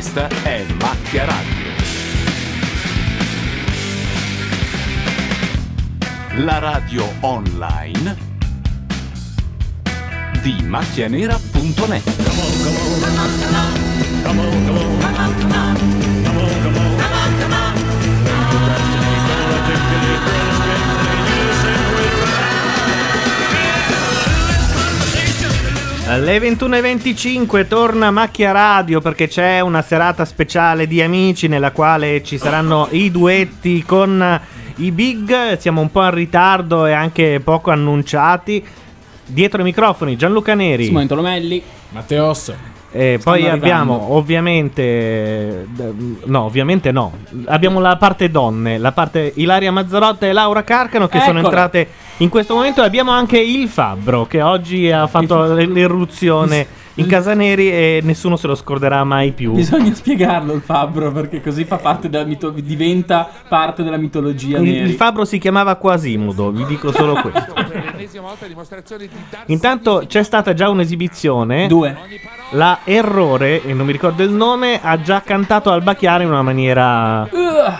Questa è Macchia Radio. La radio online di macchianera.net. Alle 21:25 torna Macchia Radio perché c'è una serata speciale di amici nella quale ci saranno i duetti con i big. Siamo un po' in ritardo e anche poco annunciati. Dietro i microfoni Gianluca Neri, Simone Tolomelli, Matteo Osso. e poi abbiamo ovviamente no, abbiamo la parte donne, la parte Ilaria Mazzarotta e Laura Carcano che sono entrate in questo momento. Abbiamo anche il Fabbro che oggi ha fatto l'irruzione in Casa Neri e nessuno se lo scorderà mai più. Bisogna spiegarlo il Fabbro perché così fa parte della diventa parte della mitologia Neri. Il Fabbro si chiamava Quasimodo, vi dico solo questo. Intanto c'è stata già un'esibizione. Due. La Errore, e non mi ricordo il nome, ha già cantato Alba Chiara in una maniera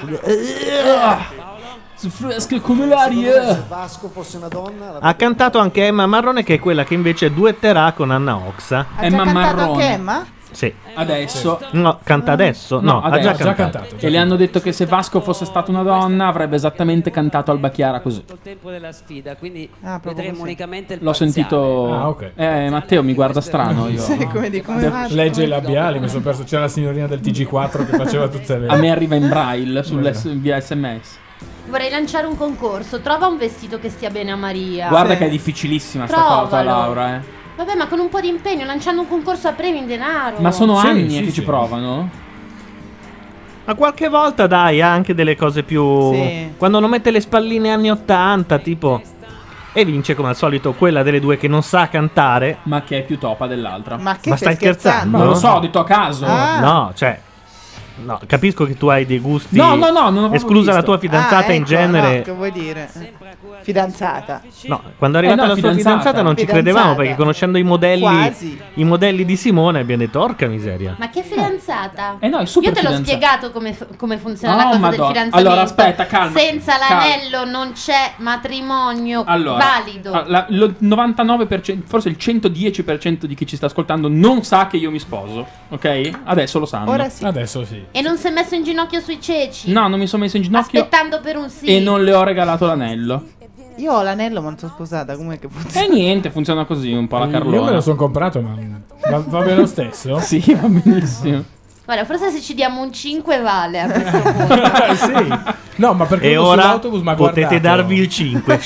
fresca come l'aria. Se Vasco fosse una donna, ha cantato anche Emma Marrone, che è quella che invece duetterà con Anna Oxa. Ha già cantato anche Emma? Sì. Adesso. No, canta adesso? No, ha già cantato. E le hanno detto che se Vasco fosse stata una donna avrebbe esattamente cantato Alba Chiara così. Il tempo della sfida, quindi vedremo unicamente il L'ho sentito. Ah, ok. Matteo mi guarda strano. Io. Sì, come va? Legge i labiali, mi sono perso. C'era la signorina del TG4 che faceva tutte le. A me arriva in braille via SMS. Vorrei lanciare un concorso. Trova un vestito che stia bene a Maria. Guarda che è difficilissima sta cosa, Laura. Vabbè, ma con un po' di impegno, lanciando un concorso a premi in denaro. Ma sono anni che ci provano. Ma qualche volta dai, ha anche delle cose più. Sì. Quando non mette le spalline anni 80, tipo. E vince come al solito quella delle due che non sa cantare. Ma che è più topa dell'altra. Ma che Ma stai scherzando? Non lo so, ho detto a caso. No, cioè. No, capisco che tu hai dei gusti. No, non ho esclusa la visto. tua fidanzata in genere. No, che vuoi dire? Fidanzata. No, quando è arrivata la sua fidanzata non ci credevamo perché conoscendo i modelli di Simone abbiamo detto orca miseria. Ma che fidanzata? No, è super Io te l'ho fidanzata. spiegato come funziona la cosa del fidanzamento. Allora aspetta, calma. Senza l'anello non c'è matrimonio valido. L', 99%, forse il 110% di chi ci sta ascoltando non sa che io mi sposo. Ok? Adesso lo sanno. Ora sì. Adesso sì. E non si è messo in ginocchio sui ceci. No, non mi sono messo in ginocchio. Aspettando per un sì. E non le ho regalato l'anello. Io ho l'anello ma non sono sposata, com'è che funziona? E niente, funziona così un po' la Carlona. Io me lo sono comprato, ma va bene lo stesso? Sì, va benissimo. Guarda, forse se ci diamo un 5 vale a questo punto. Sì. No, ma perché E uno ora sull'autobus m'ha potete guardato. darvi il 5.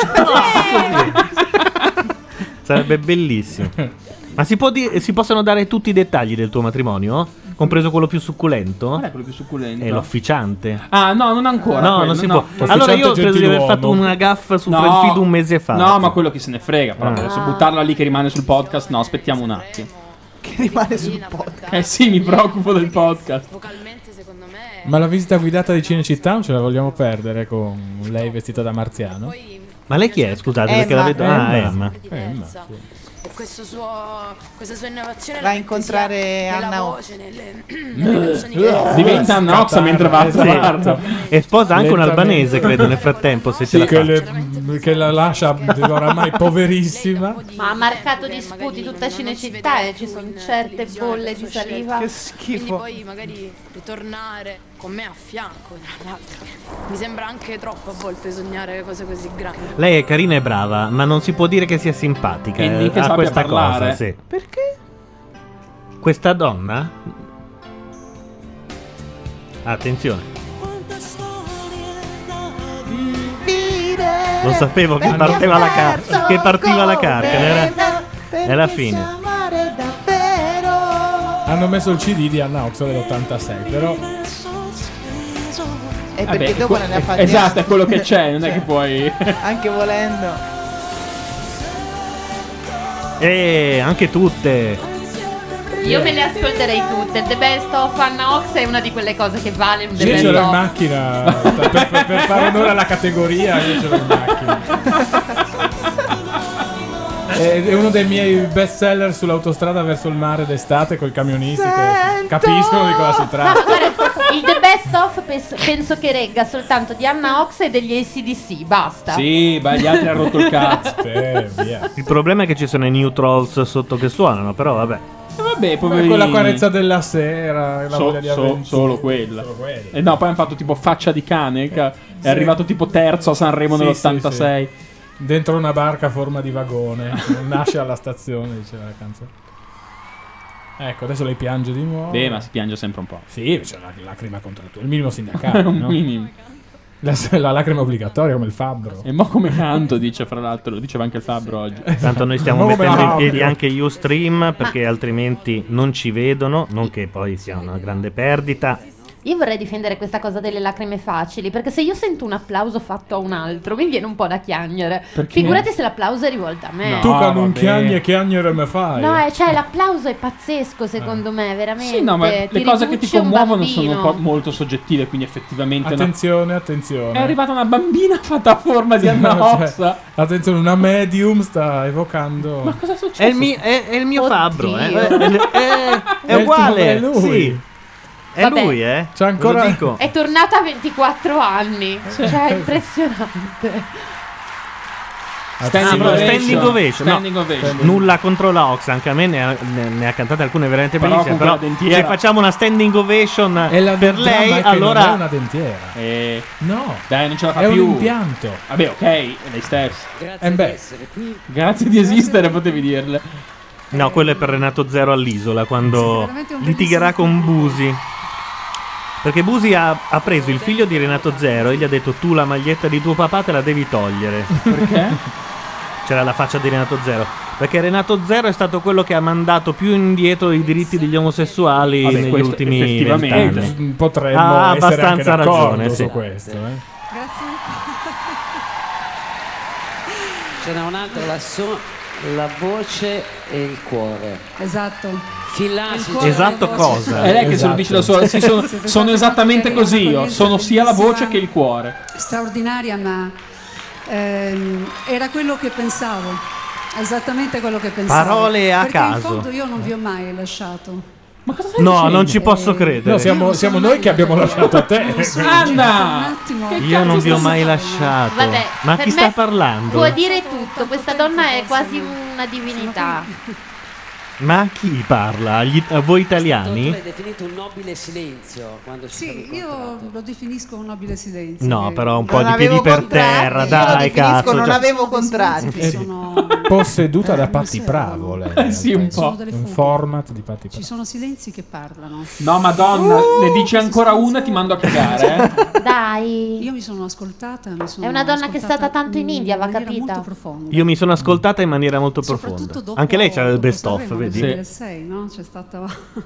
Sarebbe bellissimo. Ma si possono dare tutti i dettagli del tuo matrimonio? Compreso quello più succulento? Qual è quello più succulento? È l'officiante. Ah, no, non ancora. No, quello, non si no. può. Allora io credo di aver fatto una gaffa su Fred Feed un mese fa. No, ma quello chi se ne frega. Proprio. Adesso buttarla lì che rimane sul podcast. No, aspettiamo un attimo. Che rimane sul podcast. Sì, mi preoccupo del podcast. Vocalmente secondo me Ma la visita guidata di Cinecittà non ce la vogliamo perdere con lei vestita da marziano? Ma lei chi è? Scusate, perché la vedo. Ah, Emma. Sì. E questa sua innovazione Va a incontrare Anna voce, nelle canzoni Diventa Anna Oxa mentre va a trovarlo. E sposa anche un albanese, credo, nel frattempo. Se ce la fa. Che la lascia oramai poverissima. Ma ha marcato di sputi tutta Cinecittà e ci sono certe bolle di saliva. Che Quindi schifo. poi magari ritornare con me a fianco, tra l'altro. Mi sembra anche troppo a volte sognare cose così grandi. Lei è carina e brava, ma non si può dire che sia simpatica. E né che ha sappia questa parlare. cosa, sì. Perché? Questa donna? Attenzione. Lo sapevo che partiva la carta. Che partiva la carta. È la fine. Hanno messo il CD di Anna Oxa dell'86, però. E perché dopo non ne ha fatti. Esatto, è quello che c'è, non è che puoi. Anche volendo. E anche tutte. Io me le ascolterei tutte. The Best of Anna Ox è una di quelle cose che vale un The Io Best ce l'ho in of. macchina per fare onore alla categoria. Io ce l'ho in macchina. È uno dei miei best seller sull'autostrada verso il mare d'estate con i camionisti che capiscono di cosa si No, tratta. ma guarda, il The Best Of penso che regga soltanto di Anna Ox e degli AC/DC, basta. Sì, beh, gli altri hanno rotto il cazzo. Via. Il problema è che ci sono i New Trolls sotto che suonano, però vabbè. Vabbè, Beh, quella carezza della sera, la voglia di avventura. solo quella. E no, poi hanno fatto tipo Faccia di cane, che è arrivato tipo terzo a Sanremo nell'86. Sì. Dentro una barca a forma di vagone. Nasce alla stazione, diceva la canzone. Ecco, adesso lei piange di nuovo. Beh, ma si piange sempre un po'. Sì, c'è la lacrima contrattuale, il minimo sindacale, no? Minimo. La lacrima obbligatoria come il fabbro. E mo come canto, dice fra l'altro, lo diceva anche il fabbro oggi. Tanto noi stiamo mettendo in piedi anche Ustream perché altrimenti non ci vedono, non che poi sia una grande perdita. Io vorrei difendere questa cosa delle lacrime facili, perché se io sento un applauso fatto a un altro mi viene un po' da chiagnere. Perché? Figurati se l'applauso è rivolto a me. No. Tu che non vabbè. chiagni e chiagnere me fai. No, cioè l'applauso è pazzesco secondo me, veramente. Sì, no, ma le Ti cose che ti riduce un commuovono sono bambino. un po' molto soggettive, quindi effettivamente Attenzione, è attenzione. arrivata una bambina fatta a forma di Anna Ox. Cioè, attenzione, una medium sta evocando. Ma cosa è successo? È il mio Oddio. fabbro, è È uguale. il tuo- è lui. Sì. È Vabbè. lui, C'è ancora- Ve lo dico. È tornata a 24 anni. Cioè, è impressionante. Standing ovation. No, Standing ovation. nulla contro la Ox, anche a me ne ha cantate alcune veramente Però bellissime. con Però quella dentiera. se facciamo una standing ovation E la per dramma è lei, che allora non è una dentiera. No, dai, non ce la fa È un più. impianto. Vabbè, ok, lei stessa. Beh, Grazie di esistere, potevi dirle. no, quello è per Renato Zero all'isola quando veramente un litigherà con Busi. Perché Busi ha preso il figlio di Renato Zero e gli ha detto: tu la maglietta di tuo papà te la devi togliere. Perché? C'era la faccia di Renato Zero. Perché Renato Zero è stato quello che ha mandato più indietro i diritti degli omosessuali Vabbè, negli questo ultimi effettivamente. 20 anni. potremmo Ha essere anche abbastanza d'accordo ragione, su sì. questo. Grazie. Ce n'è un'altra, la voce e il cuore. Esatto. Filasi. Il cuore Esatto e la voce. cosa? È lei che se lo dice da sola. Sì, sono esattamente così io. Sono sia la voce che il cuore. Straordinaria, ma era quello che pensavo. Esattamente quello che pensavo. Parole a Perché caso. in fondo io non vi ho mai lasciato. Ma cosa stai No, dicendo? non ci posso credere. No, siamo noi che abbiamo lasciato a te. Anna! Io non vi ho mai lasciato. Vabbè, Ma per chi me sta parlando? Può dire tutto, questa donna è quasi una divinità. Ma chi parla? A voi Tu italiani? l'hai definito un nobile silenzio quando ci siamo Sì, incontrati. io lo definisco un nobile silenzio. No, che- però un po' Non di piedi avevo per contrari, terra, io lo dai, definisco, cazzo. non già. avevo contrari. Che sono- Posseduta da Patti Bravo lei. Sì, un sono po'. delle Un fughe. format di Patti Ci Bravo. sono silenzi che parlano. No, madonna, ne dici ancora una e ti mando a cagare, eh? Dai. Io mi sono ascoltata. È una donna che è stata tanto in India, va maniera capita. molto profonda. Io mi sono ascoltata in maniera molto Soprattutto profonda. dopo- Anche lei c'era il dopo best of, Sanremo vedi? nel 2006, no? C'è stata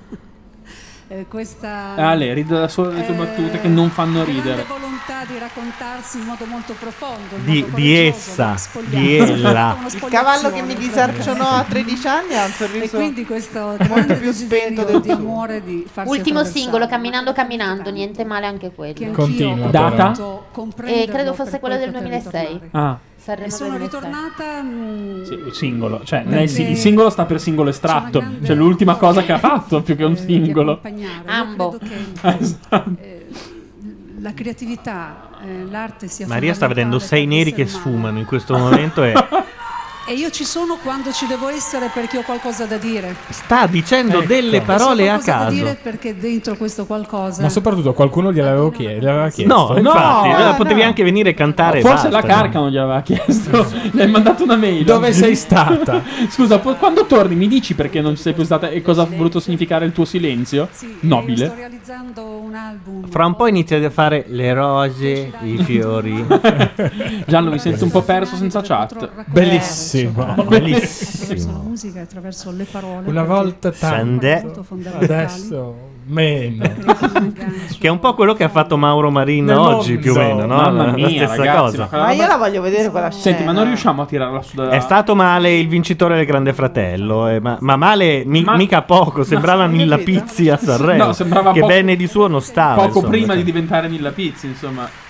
questa Ale, ride da sola le tue battute che non fanno grande ridere. volontà di raccontarsi in modo molto profondo, in Di modo di coraggioso, essa, ma spogliarsi. di ella. Una Il cavallo che mi spoliazione, disarcionò a 13 anni ha un e sorriso quindi questo molto grande più spento desiderio del di suo. amore di farsi Ultimo attraversare. singolo, Camminando Camminando, niente male anche Che quello. anch'io Continua, ho Data? potuto comprenderlo E credo fosse per quello poi del poter 2006. ritornare. Ah, E Sanremo sono 2006. ritornata sì, il singolo. Cioè, Perché il singolo sta per singolo estratto. c'è una grande Cioè, l'ultima voglia, cosa che ha fatto più che un di singolo. accompagnare. Io Ambo. credo che Esatto. la creatività, l'arte sia Maria sta vedendo fondamentale 6 per neri che l'essere umano. sfumano in questo momento e E io ci sono quando ci devo essere perché ho qualcosa da dire. sta dicendo Ecco. delle E se ho parole a qualcosa da caso. dire perché dentro questo qualcosa. Ma soprattutto qualcuno gliel'aveva chiesto. No, infatti, no, potevi anche venire a cantare. e Forse basta. la Carca non gliel'aveva chiesto. Le hai mandato una mail. Dove oggi. sei stata? Scusa, quando torni mi dici perché non ci sei più stata e cosa ha voluto significare il tuo silenzio? Sì, io Nobile. sto realizzando un album. Fra un po' iniziate a fare le rose, i fiori. Gianlo, mi sento un po' perso senza chat. Bellissimo. Attraverso la Bellissimo. musica, attraverso le parole. Una perché volta Sandè. sono molto fondamentali. Adesso meno. Che è un po' quello che ha fatto Mauro Marin Nel oggi, mondo. più o meno, no? Mamma La mia, stessa ragazzi, cosa. ma quella Ma roba- io la voglio vedere quella scena. Senti, ma non riusciamo a tirarla su da... È stato male il vincitore del Grande Fratello, ma male mica poco, sembrava Nilla capito? Pizzi a Sanremo, No, sembrava che poco- bene di suo non stava. Poco insomma, prima cioè. di diventare Nilla Pizzi, insomma.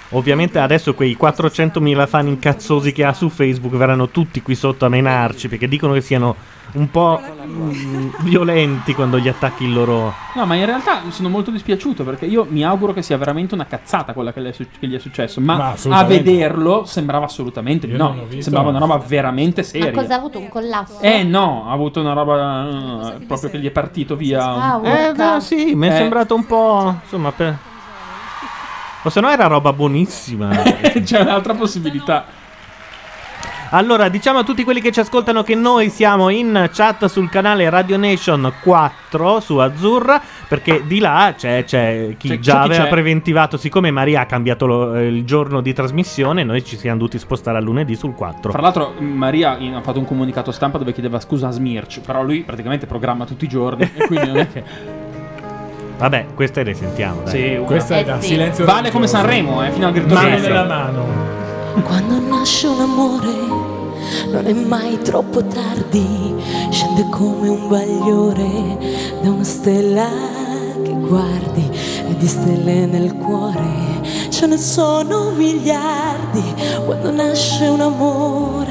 ovviamente adesso quei 400.000 fan incazzosi che ha su Facebook verranno tutti qui sotto a menarci perché dicono che siano un po' violenti quando gli attacchi il loro... No, ma in realtà sono molto dispiaciuto perché io mi auguro che sia veramente una cazzata quella che gli è successo. Ma a vederlo sembrava assolutamente di no. Sembrava una roba veramente seria. Ma cosa ha avuto? Un collasso? No, ha avuto una roba proprio che gli è partito via. no, sì, mi è sembrato un po'... Insomma, o se no era roba buonissima. C'è un'altra possibilità. Allora, diciamo a tutti quelli che ci ascoltano che noi siamo in chat sul canale Radio Nation 4 su Azzurra, perché di là c'è chi già aveva preventivato, siccome Maria ha cambiato il giorno di trasmissione, noi ci siamo dovuti spostare a lunedì sul 4. Fra l'altro Maria ha fatto un comunicato stampa dove chiedeva scusa a Smirch, però lui praticamente programma tutti i giorni e quindi non è che... Vabbè, queste le sentiamo, dai. Sì, questa è da silenzio vale come Sanremo, fino al grito mano nella mano. Quando nasce un amore non è mai troppo tardi, scende come un bagliore da una stella che guardi, e di stelle nel cuore ce ne sono miliardi. Quando nasce un amore,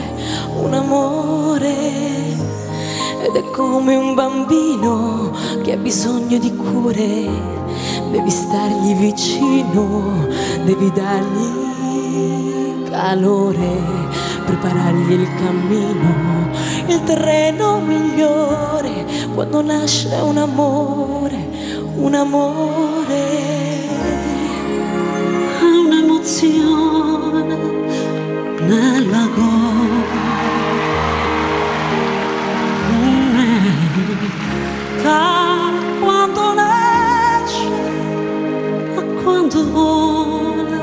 ed è come un bambino che ha bisogno di cure, devi stargli vicino, devi dargli calore, preparargli il cammino, il terreno migliore. Quando nasce un amore, ha un'emozione nella gola, da quando nasce a quando vola.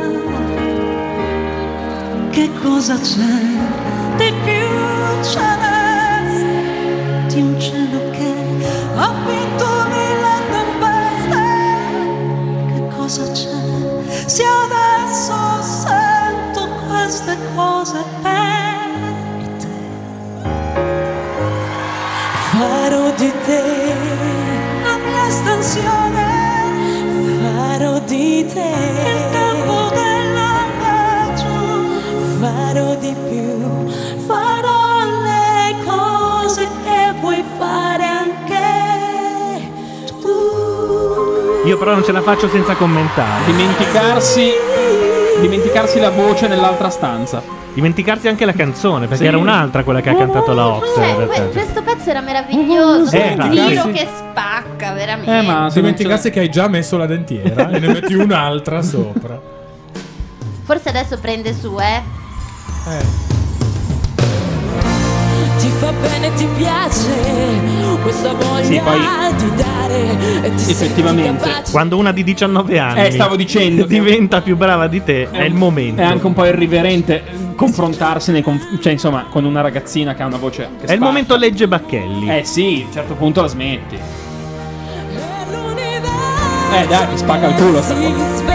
Che cosa c'è di più celeste di un cielo che ha vinto 1000 tempeste? Che cosa c'è se adesso sento queste cose per te? Farò di te la mia estensione, farò di te il campo della farò di più, farò le cose che puoi fare anche tu. Io però non ce la faccio senza commentare. Dimenticarsi la voce nell'altra stanza. Dimenticarsi anche la canzone, perché era un'altra quella che ha cantato la Ox. Questo pezzo era meraviglioso, un trio che spacca veramente. Ma dimenticarsi che hai già messo la dentiera e ne metti un'altra sopra. Forse adesso prende su, Ti fa bene, ti piace questa voglia Sì, poi, di dare e ti effettivamente quando una di 19 anni stavo dicendo diventa più brava di te, è il momento. È anche un po' irriverente confrontarsi cioè insomma con una ragazzina che ha una voce che è il momento legge Bacchelli. Sì, a un certo punto la smetti. Dai, mi spacca il culo sta cosa.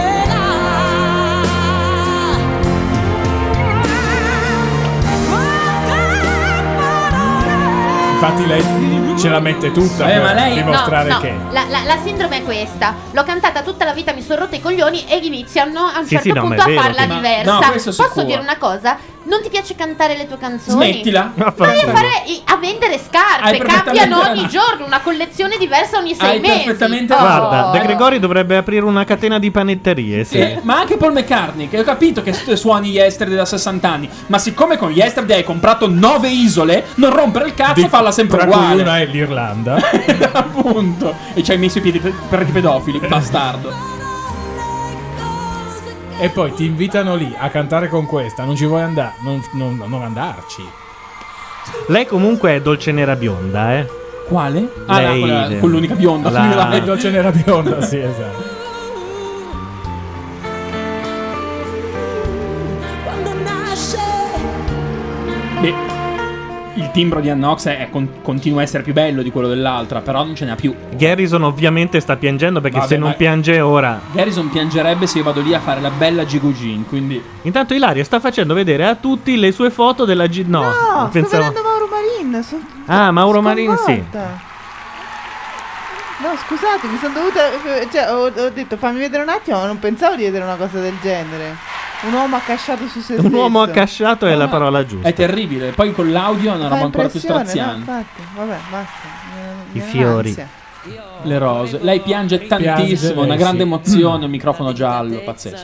Infatti lei ce la mette tutta per dimostrare che la sindrome è questa. L'ho cantata tutta la vita, mi sono rotta i coglioni e iniziano a un certo punto a farla diversa. Posso dire una cosa? Non ti piace cantare le tue canzoni? Smettila. Vai a fare a vendere scarpe. Cambiano ogni giorno, una collezione diversa ogni 6 mesi. Perfettamente Guarda, De Gregori dovrebbe aprire una catena di panetterie. Ma anche Paul McCartney, che ho capito che suoni Yesterday da 60 anni, ma siccome con Yesterday hai comprato 9 isole, non rompere il cazzo, falla sempre tra uguale. cui una è l'Irlanda. Appunto. E ci hai messo i piedi per i pedofili, bastardo. E poi ti invitano lì a cantare con questa, non ci vuoi andare, non andarci. Lei comunque è dolce nera bionda, Quale? Lei, con l'unica bionda. È dolce nera bionda, sì, esatto. Quando nasce Beh, il timbro di Anna Ox continua a essere più bello di quello dell'altra, però non ce n'ha più. Garrison ovviamente sta piangendo perché Vabbè, se non piange ora. Garrison piangerebbe se io vado lì a fare la bella Gigugin, quindi. Intanto Ilaria sta facendo vedere a tutti le sue foto della No, sto vedendo Mauro Marin. Mauro Marin, sì. No, scusate, mi sono dovuta. Cioè, ho detto fammi vedere un attimo, ma non pensavo di vedere una cosa del genere. Un uomo accasciato su se stesso. Un uomo accasciato è la parola giusta. È terribile. Poi con l'audio è una roba ancora più straziante. No, infatti. Vabbè, basta. I fiori. Le rose. Lei piange tantissimo, una grande emozione, un microfono giallo, pazzesco.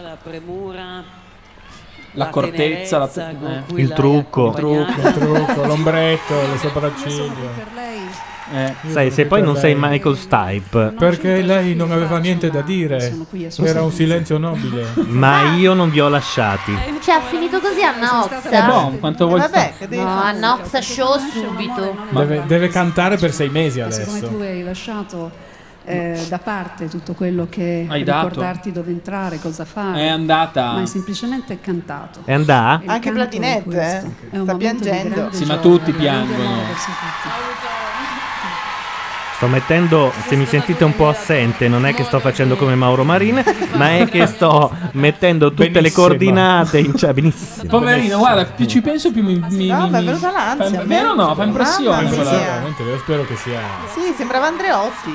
L'accortezza, il trucco, l'ombretto, le sopracciglia. Sai, se poi non sei Michael Stipe. Perché lei non aveva niente da dire. Era un silenzio nobile. Ma io non vi ho lasciati. Cioè, ha finito così Anna Oxa. No, quanto vuoi No, Anna Oxa show subito. Deve cantare per 6 mesi adesso. Siccome tu hai lasciato da parte tutto quello che hai dato, ricordarti dove entrare, cosa fare, è andata, ma hai semplicemente cantato. È andata? Anche Platinette, sta piangendo. Sì, ma tutti piangono. Sto mettendo, se mi sentite un po' assente, non è che sto facendo come Mauro Marin, ma è che sto mettendo tutte le coordinate in benissimo. Poverino, guarda, più ci penso più mi No, ma è venuta l'ansia. Vero o no? Fa impressione. Veramente, io spero che sia. Sì, sembrava Andreotti.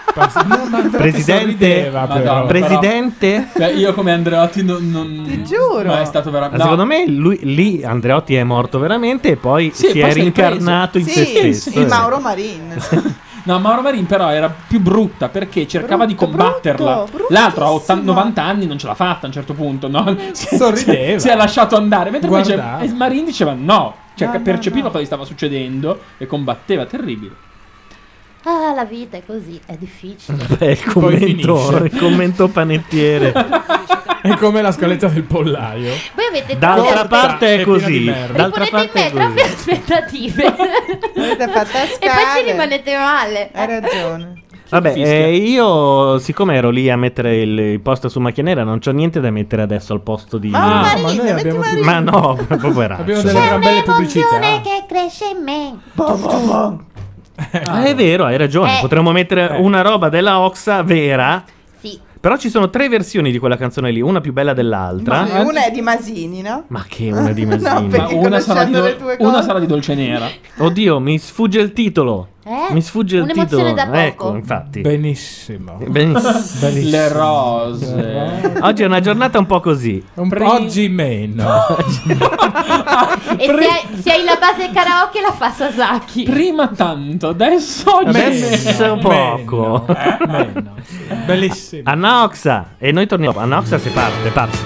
Presidente? Cioè, io come Andreotti non ti giuro. Ma è stato veramente. No. Secondo me lì Andreotti è morto veramente e poi si è rincarnato in se stesso. Sì, Mauro Marin. No, Mauro Marin però era più brutta perché cercava di combatterla. L'altro ha 90 anni, non ce l'ha fatta a un certo punto, no? Sorrideva. Si è lasciato andare. Mentre Guardava. invece Marin diceva no. Cioè percepiva cosa gli stava succedendo e combatteva, terribile. Ah, la vita è così, è difficile. Beh, il commento panettiere. È come la scaletta del pollaio. Voi avete D'altra parte è così. D'altra ponete in me troppe aspettative. Avete fatta E poi ci rimanete male. Hai ragione. Vabbè, io siccome ero lì a mettere il post su Macchia Nera, non c'ho niente da mettere adesso al posto di. Ma noi abbiamo Ma no, poveraccio. Abbiamo delle gran belle pubblicità. Che cresce in me. È vero, hai ragione. Potremmo mettere una roba della Oxa vera. Sì. Però ci sono 3 versioni di quella canzone lì, una più bella dell'altra. Ma una è di Masini, no? Ma che una di Masini? No, Una sarà di Dolce Nera. Oddio, mi sfugge il titolo. Mi sfugge il Un'emozione titolo. da poco. Ecco, infatti. Benissimo. Benissimo. Le rose. Oggi è una giornata un po' così. Oggi meno. E se hai la base karaoke la fa Sasaki. Prima tanto, adesso poco. Meno. Bellissimo. Anna Oxa. E noi torniamo. Anna Oxa si parte.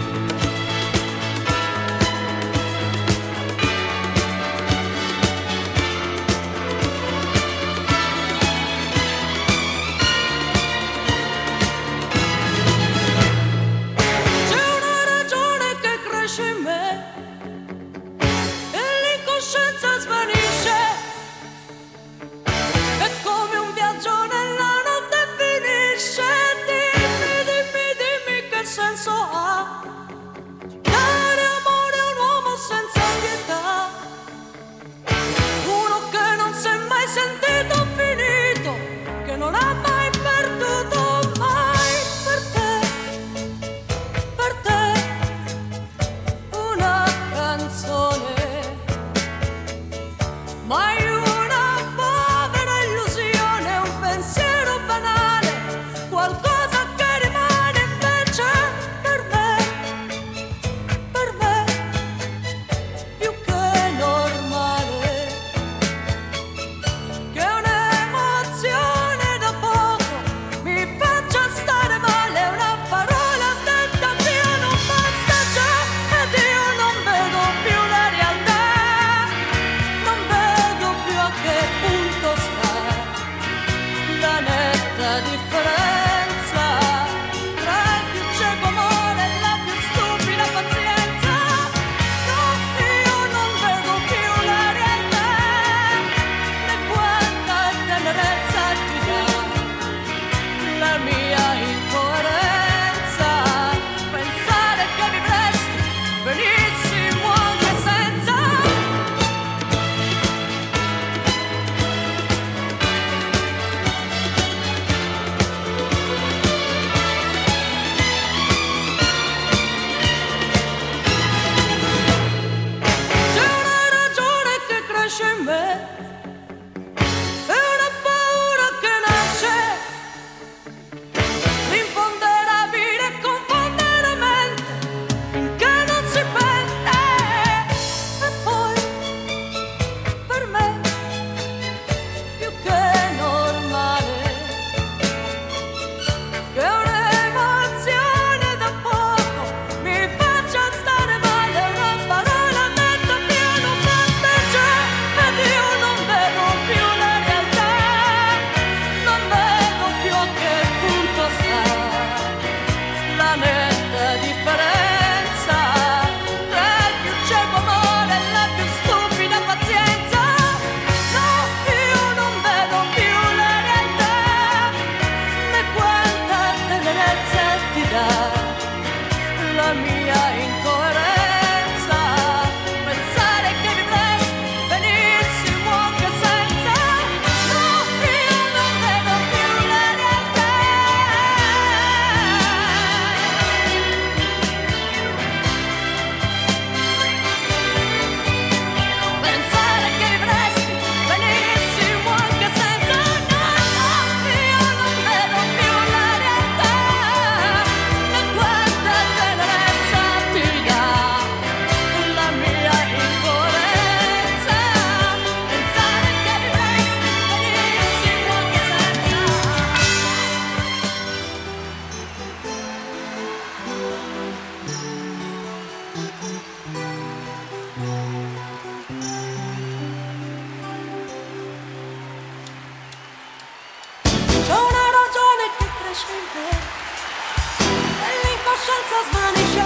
svanisce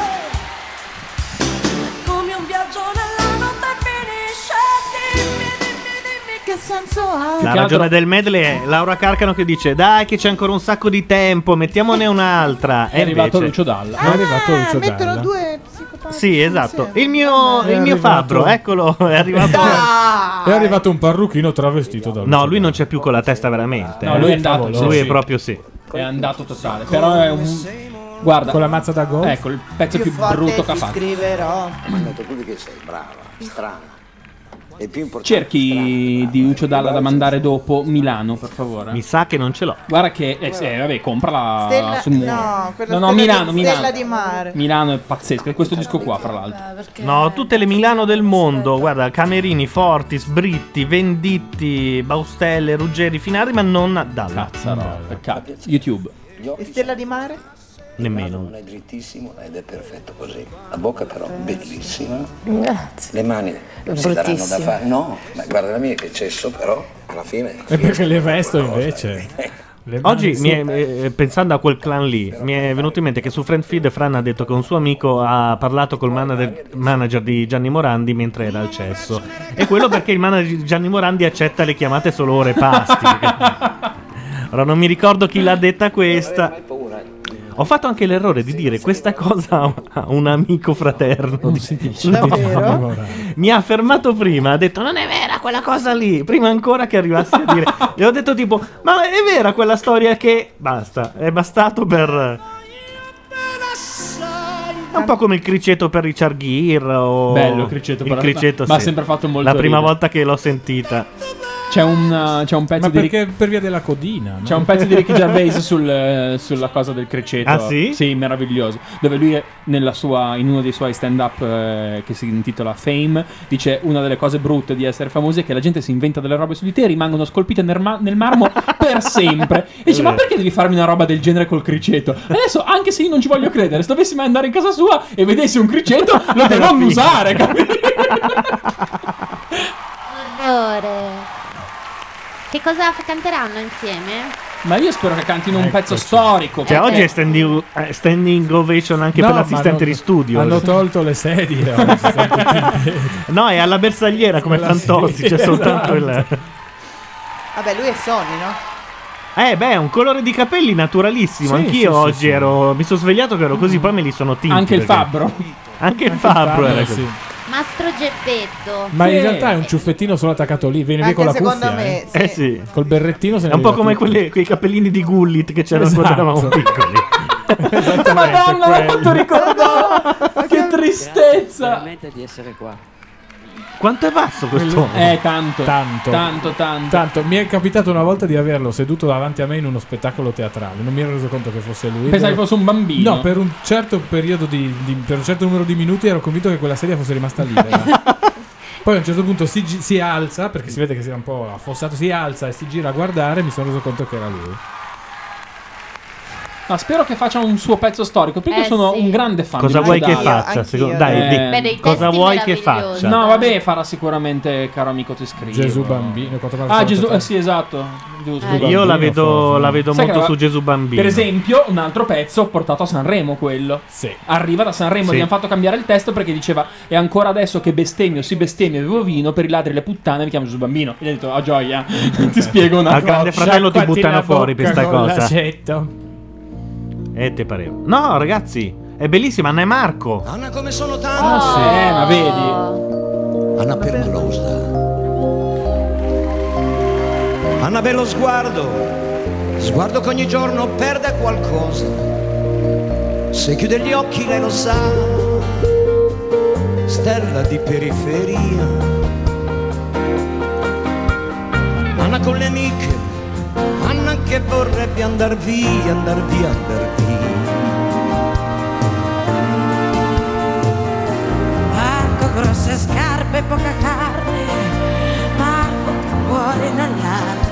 come un viaggio nella notte finisce. Dimmi che senso ha. La ragione del medley è Laura Carcano che dice dai che c'è ancora un sacco di tempo, mettiamone un'altra. È arrivato Lucio Dalla. È arrivato Lucio mettono Dalla. due psicopatici. Sì, esatto. Il mio arrivato- fabbro, eccolo, è arrivato. È arrivato un parrucchino travestito da No, lui non c'è più con la testa veramente. No, lui è andato. Lui sì, è proprio sì. È andato totale. Però è un. Guarda. Con la mazza da golf. Ecco, il pezzo più brutto che ha fatto. Scriverò. Mi hanno detto tutti che sei brava, strana. E più importante. Cerchi di Lucio Dalla da mandare dopo Milano, per favore. Mi sa che non ce l'ho. Guarda che. vabbè, comprala Stella, sul muro. no, quella No, Stella Milano, di, Milano. Stella di mare. Milano è pazzesco. È questo disco qua, fra l'altro. No, tutte le Milano del mondo. Guarda, Camerini, Fortis, Britti, Venditti, Baustelle, Ruggeri, Finardi, ma non Dalla. Cazzarola, peccato. YouTube. E Stella di mare? Nemmeno. Non è drittissimo ed è perfetto così. La bocca però bellissima. Grazie. Le mani si daranno da Bruttissimo. fare. No, ma guarda la mia che cesso però alla fine. E perché le vesto invece? Le mani Oggi, sì. pensando a quel clan lì, mi è venuto in mente che su Friend Feed Fran ha detto che un suo amico ha parlato col manager di Gianni Morandi mentre era al cesso. E quello perché il manager di Gianni Morandi accetta le chiamate solo ore pasti. Ora non mi ricordo chi l'ha detta questa. Ho fatto anche l'errore di dire questa cosa a un amico fraterno. Davvero? Mi ha fermato prima, ha detto non è vera quella cosa lì, prima ancora che arrivassi a dire. Gli ho detto tipo, ma è vera quella storia che... Basta, è bastato per... È un po' come il criceto per Richard Gere o... Bello il criceto, il criceto, ma ha sì. sempre fatto molto La prima ridere. volta che l'ho sentita. C'è un pezzo Ma di perché per via della codina? No? C'è un pezzo di Ricky Gervais sulla cosa del criceto. Ah, sì? Sì, meraviglioso. Dove lui è in uno dei suoi stand-up che si intitola Fame, dice una delle cose brutte di essere famosi è che la gente si inventa delle robe su di te, rimangono scolpite nel marmo per sempre. E dice, ma perché devi farmi una roba del genere col criceto? E adesso, anche se io non ci voglio credere, se dovessi mai andare in casa sua e vedessi un criceto, lo devo annusare, capito? Orrore. Che cosa canteranno insieme? Ma io spero che cantino un pezzo storico. Cioè, oggi è standing ovation anche No, per ma l'assistente di studio. Hanno tolto le sedie. oggi, stanno tutti in piedi. No, è alla bersagliera come Fantozzi, c'è soltanto il... Vabbè, lui è Sony, no? Beh, un colore di capelli naturalissimo. Sì, Anch'io sì, oggi sì. mi sono svegliato che ero così, poi me li sono tinti. Anche il perché- fabbro. Anche il fabbro era sì. così. Mastro Geppetto. Ma in Sì. realtà è un ciuffettino solo attaccato lì. Viene via Anche con la secondo cuffia. me, Eh sì. Col berrettino se ne È un po' vede come tutto. quei cappellini di Gullit che c'erano Esatto. quando eravamo piccoli. Esattamente, Madonna, quello. quanto ricordavo! Che tristezza! Veramente di essere qua. Quanto è basso questo? Tanto. Tanto. Tanto. Mi è capitato una volta di averlo seduto davanti a me in uno spettacolo teatrale. Non mi ero reso conto che fosse lui. Pensavi fosse un bambino. No, per un certo periodo per un certo numero di minuti ero convinto che quella sedia fosse rimasta libera. Poi a un certo punto si alza, perché si vede che si è un po' affossato, si alza e si gira a guardare e mi sono reso conto che era lui. Ma spero che faccia un suo pezzo storico, perché io sono un grande fan Cosa di vuoi Lucio che Dalla. faccia? Anch'io. Dai, di. Beh, dei Cosa testi vuoi che meravigliosi. faccia? No, vabbè, farà sicuramente Caro amico ti scrivo. Gesù bambino. Gesù, sì, esatto. Giusto. Io la vedo Sai molto che su Gesù bambino. Per esempio, un altro pezzo portato a Sanremo, quello. Sì. Arriva da Sanremo, Sì. gli hanno fatto cambiare il testo perché diceva e ancora adesso che bestemmio, si bestemmia, bevo vino, per i ladri e le puttane mi chiamo Gesù bambino. E gli ho detto, oh gioia, ti spiego una Al cosa. grande fratello ti Sciacquati buttano la fuori per bocca sta con cosa. l'aceto. Te pareva. No, ragazzi, è bellissima, Anna e Marco. Anna come sono tanti. Ma vedi. Anna permalosa. Anna bello sguardo che ogni giorno perde qualcosa. Se chiude gli occhi lei lo sa, stella di periferia. Anna con le amiche, Anna che vorrebbe andar via, andar via, andar via. Marco grosse scarpe, poca carne, Marco cuore nel latte.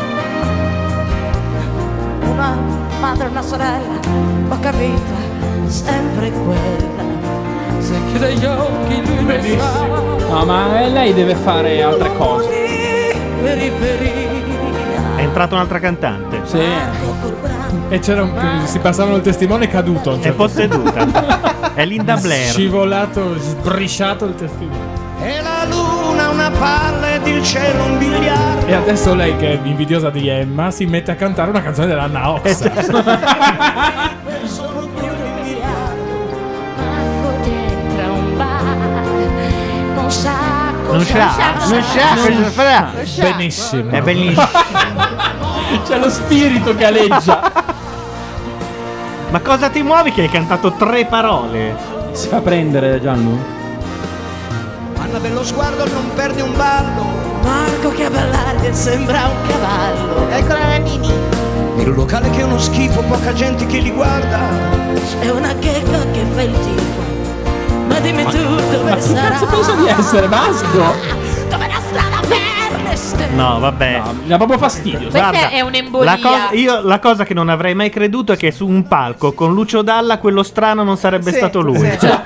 Una madre e una sorella, poca vita, sempre quella. Se chiude gli occhi lui non sa. No, ma lei deve fare altre cose. È entrata un'altra cantante. Sì. Marco col braccio E si passavano il testimone caduto. È posseduta. È Linda Blair. Scivolato, sbrisciato il testimone. E la luna una palla ed il cielo un biliardo. E adesso lei, che è invidiosa di Emma, si mette a cantare una canzone dell'Anna Ox. Sono più di un miliardo. Dentro un bar. Non sa cosa farà. Benissimo. È bellissimo. C'è lo spirito che aleggia. Ma cosa ti muovi che hai cantato 3 parole? Si fa prendere, Gianlu? Anna bello sguardo, non perde un ballo. Marco che a ballare sembra un cavallo. Eccola la Nini. Il locale che è uno schifo, poca gente che li guarda. È una checca che fa il tifo. Ma dimmi tu dove Ma chi sarà. cazzo pensa di essere, Vasco? Dove la strada per le stelle. No, vabbè. No, mi dà proprio fastidio. Questa Guarda, è un'embolia. La cosa che non avrei mai creduto è che su un palco con Lucio Dalla quello strano non sarebbe stato lui. Con 3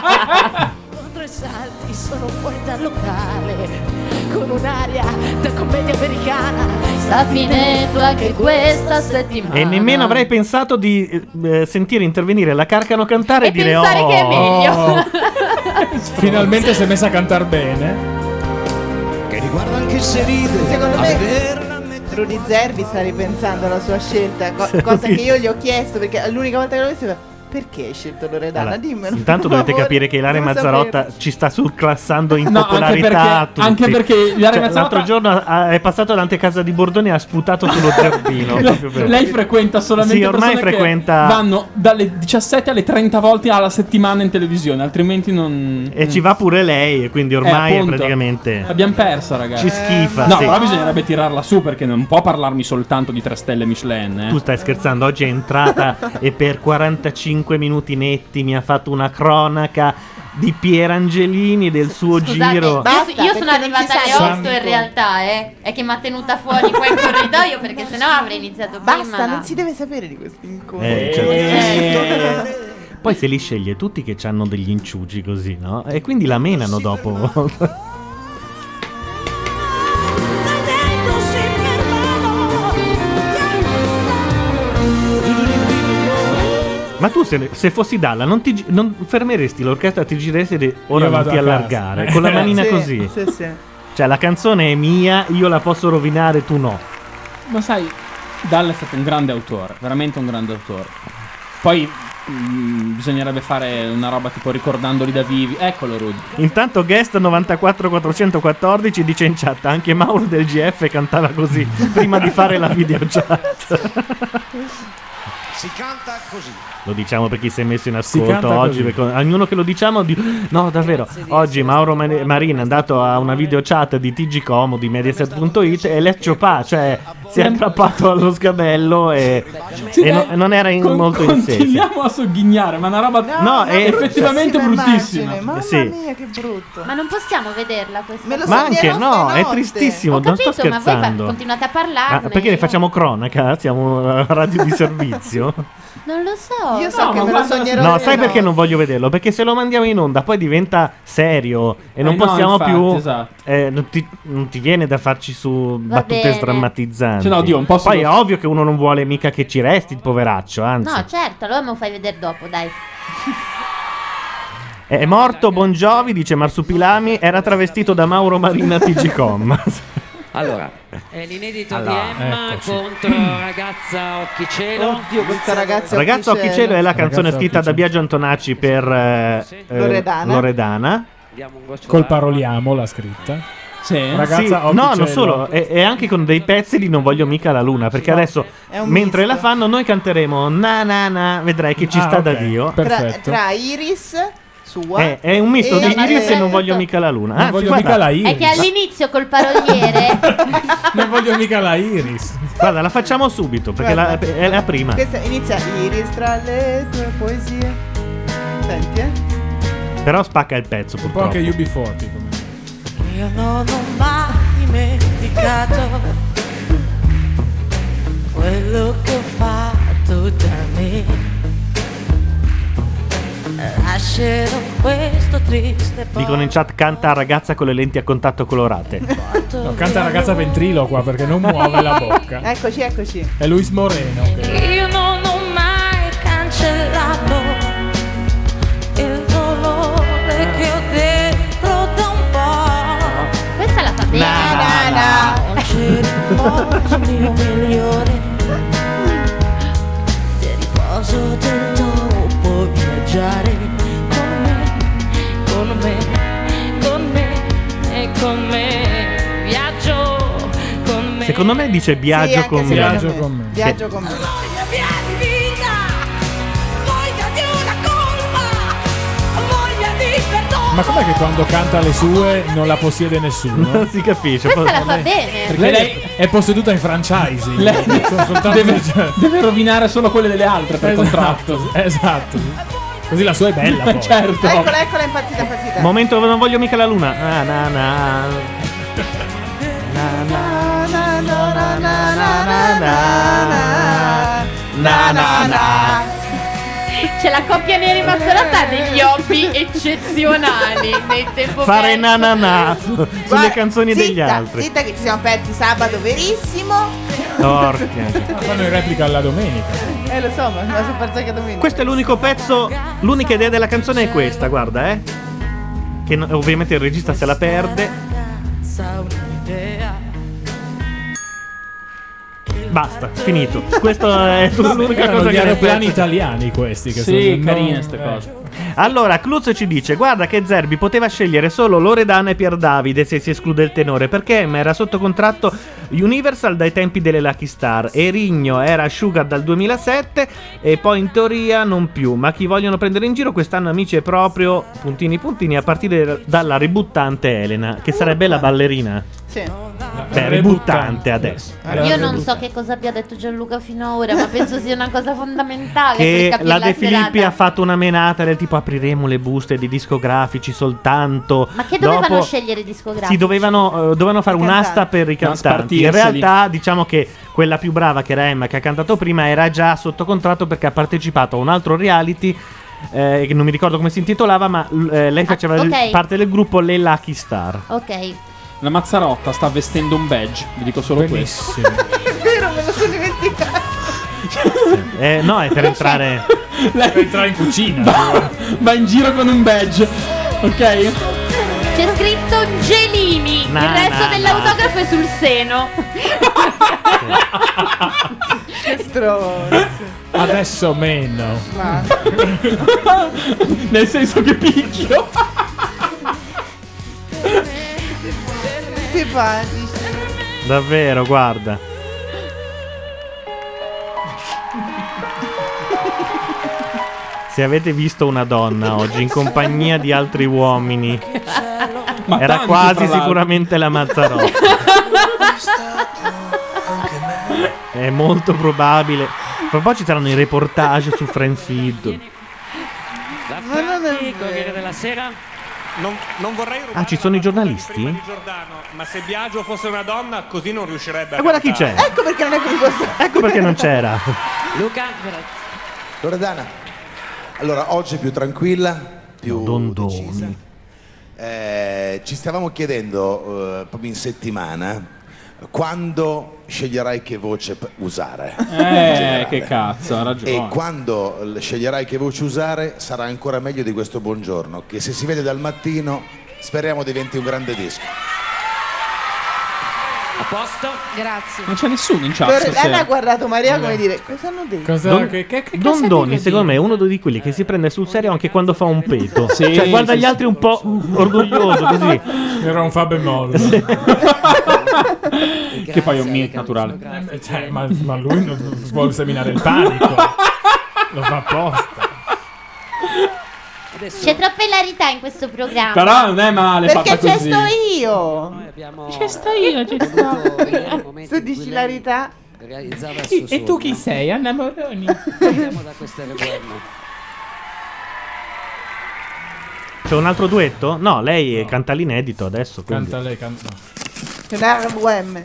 salti sono fuori dal locale, con un'aria da commedia americana. Sta finendo anche questa settimana. E nemmeno avrei pensato di sentire intervenire la Carcano cantare e dire pensare che è meglio. Finalmente si è messa a cantar bene. Che riguarda anche se ride. Secondo a me vederla Rudy Zerbi sta ripensando alla sua scelta, cosa che io gli ho chiesto perché l'unica volta che l'ho visto. Perché hai scelto Loredana? Allora, Dimmelo. intanto per dovete favore. capire che Ilaria Devo Mazzarotta sapere. ci sta surclassando in No, popolarità. anche perché Ilaria Mazzarotta- l'altro giorno è passato davanti a casa di Bordoni e ha sputato sullo zerbino. proprio per- Lei frequenta solamente Sì, ormai persone frequenta- che vanno dalle 17 alle 30 volte alla settimana in televisione, altrimenti non. E ci va pure lei, e quindi ormai appunto. praticamente L'abbiamo persa, ragazzi. ci schifa. No, sì. però bisognerebbe tirarla su perché non può parlarmi soltanto di 3 stelle Michelin. Tu stai scherzando, oggi è entrata e per 45 minuti netti mi ha fatto una cronaca di Pierangelini e del suo Scusate, giro. io sono arrivata alle 8 Santo. in realtà, È che mi ha tenuta fuori qua in corridoio perché sennò avrei iniziato prima. Basta, non si deve sapere di questi incontri. Poi se li sceglie tutti che hanno degli inciuci così, no? E quindi la menano dopo. Ma tu se fossi Dalla non fermeresti l'orchestra, ti gireresti e ora Io non vado ti a casa. allargare con la manina Sì, così. sì. Cioè la canzone è mia, io la posso rovinare, tu no. Ma sai, Dalla è stato un grande autore, veramente un grande autore. Poi bisognerebbe fare una roba tipo ricordandoli da vivi. Eccolo Rudy. Intanto guest 94414 dice in chat anche Mauro del GF cantava così prima di fare la videochat. si canta così. Lo diciamo per chi si è messo in Si ascolto canta oggi, così. perché ognuno che lo diciamo no davvero, oggi Mauro Marina è andato a una videochat di TG Com o di Mediaset.it e l'è ciopà, cioè si è aggrappato allo sgabello e non era molto in sé. Continuiamo a sogghignare, ma una roba No, è effettivamente bruttissima. Mamma Sì. mia, che brutto. Ma non possiamo vederla questa Me lo Ma anche sognerò no, è stanotte. tristissimo, Ho non sto capito, ma voi scherzando. continuate a parlarne. Ah, perché ne facciamo cronaca? Siamo a radio di servizio. Non lo so. Io so che me lo sognerò. No, delle sai perché notti. non voglio vederlo? Perché se lo mandiamo in onda poi diventa serio e non no, possiamo infatti, più. esatto. Non ti viene da farci su Va battute bene. sdrammatizzanti. Cioè, no, Dio, un po' Poi solo- è ovvio che uno non vuole mica che ci resti il poveraccio, anzi. No, certo, allora me lo fai vedere dopo, dai. È morto Bon Jovi, dice Marsupilami, era travestito da Mauro Marina TG.com. Allora, è l'inedito Allora, di Emma eccoci. contro Ragazza Occhicello. Oddio, questa ragazza Ragazzo Occhicello è la canzone Ragazza scritta da Occhicello. Biagio Antonacci per Loredana. Loredana. Diamo un goccio Col d'acqua. paroliamo l'ha scritta. Sì. Ragazza Sì, no, Occhicello. non solo, è anche con dei pezzi di Non voglio mica la luna, perché adesso È un mentre misto. la fanno noi canteremo na na na, vedrai che ci sta da ok. Dio. Perfetto. Tra Iris sua È un misto e- di Iris e Non certo. voglio mica la luna. Non Anzi, voglio guarda, mica la È Iris. che all'inizio col paroliere. Non voglio mica la Iris. guarda, la facciamo subito perché Guarda. è la prima. Questa inizia Iris tra le tue poesie. Senti, Però spacca il pezzo Un po' purtroppo. anche UB40. Io non ho mai dimenticato quello che ho fatto da me. lascerò questo triste Dicono in chat canta ragazza con le lenti a contatto colorate. No, canta ragazza ventriloqua perché non muove la bocca. Eccoci. È Luis Moreno. Io non ho mai cancellato il dolore che ho dentro da un po'. Questa la fa bene. Non ci riposo mio migliore. Ti riposo dentro, puoi viaggiare con me, viaggio con me. Secondo me dice Biagio con me. Viaggio con me. Voglia via di vita, voglia di una colpa, voglia di perdono. Ma com'è che quando canta le sue non la possiede nessuno? Non si capisce. Questa la fa bene. Perché lei è posseduta in franchising. Lei soltanto deve rovinare solo quelle delle altre per contratto. Esatto. Così la sua è bella poi. Certo. Eccola, impazzita. Momento dove non voglio mica la luna. C'è la coppia Neri Mazzarata degli hobby eccezionali nel tempo Fare perso. sulle canzoni degli altri. Zitta che ci siamo persi sabato verissimo. Porca. Fanno in replica alla domenica. Lo so, ma la so persa che domenica. Questo è l'unico pezzo. L'unica idea della canzone è questa, guarda, che ovviamente il regista se la perde. Basta, finito. Questo è l'unica cosa gli che aeroplani italiani questi che Sì, sono carine queste cose. Allora, Cluz ci dice: guarda che Zerbi poteva scegliere solo Loredana e Pier Davide se si esclude il tenore, perché Emma era sotto contratto Universal dai tempi delle Lucky Star e Rigno era Sugar dal 2007 e poi in teoria non più. Ma chi vogliono prendere in giro quest'anno, amici, è proprio puntini a partire dalla ributtante Elena, che sarebbe la ballerina. Sì. Beh, ributtante adesso. Io non so che cosa abbia detto Gianluca finora, ma penso sia una cosa fondamentale per Che capire la la De Filippi serata. ha fatto una menata del tipo apriremo le buste di discografici soltanto. Ma che dovevano Dopo scegliere i discografici? Sì, dovevano fare un'asta per i cantanti. In realtà, diciamo che quella più brava, che era Emma, che ha cantato prima, era già sotto contratto perché ha partecipato a un altro reality. Che non mi ricordo come si intitolava, ma lei faceva ok. parte del gruppo Le Lucky Star. Ok. La Mazzarotta sta vestendo un badge, vi dico solo questo. È vero, me lo sono dimenticato. No, è per entrare. Per entrare in cucina. Va in giro con un badge, ok? C'è scritto Gelini, il resto dell'autografo è sul seno. Che stronzo. Adesso meno. Nel senso che picchio. Simpatici. Davvero, guarda. Se avete visto una donna oggi in compagnia di altri uomini, era tanti, quasi tra l'altro. sicuramente la Mazzarotta. È molto probabile. Fra un po' ci saranno i reportage su Friendfeed. Ma non è Corriere della Sera. Non vorrei rubare. Ah, ci sono i giornalisti? Di Giordano, ma se Biagio fosse una donna, così non riuscirebbe a. E guarda chi c'è. Ecco perché non è così. Ecco perché non c'era. Luca. Loredana, allora oggi più tranquilla, più Dondoni. decisa. Ci stavamo chiedendo proprio in settimana quando sceglierai che voce usare. in generale. Che cazzo, ha ragione. E quando sceglierai che voce usare sarà ancora meglio di questo Buongiorno, che se si vede dal mattino speriamo diventi un grande disco. A posto? Grazie. Non c'è nessuno in chat Loredana stasera. ha guardato Maria come dire: cosa hanno detto? Dondoni, secondo me, è uno di quelli che si prende sul serio anche quando fa un peto. Sì, Cioè, guarda sì, gli altri un po' orgoglioso così. Era un fa bemolle. Che poi è un mito naturale. Ma lui non vuole seminare il panico. Lo fa apposta. C'è troppa ilarità in questo programma. Però non è male Perché fatta c'è così. sto io. C'è sto io, c'è sto. Se dici ilarità. Realizzava il suo E tu chi sogno. sei? Anna Moroni? Partiamo da queste Governo. C'è un altro duetto? No, lei canta l'inedito adesso. Quindi. Canta lei, canta. C'è l'RVM.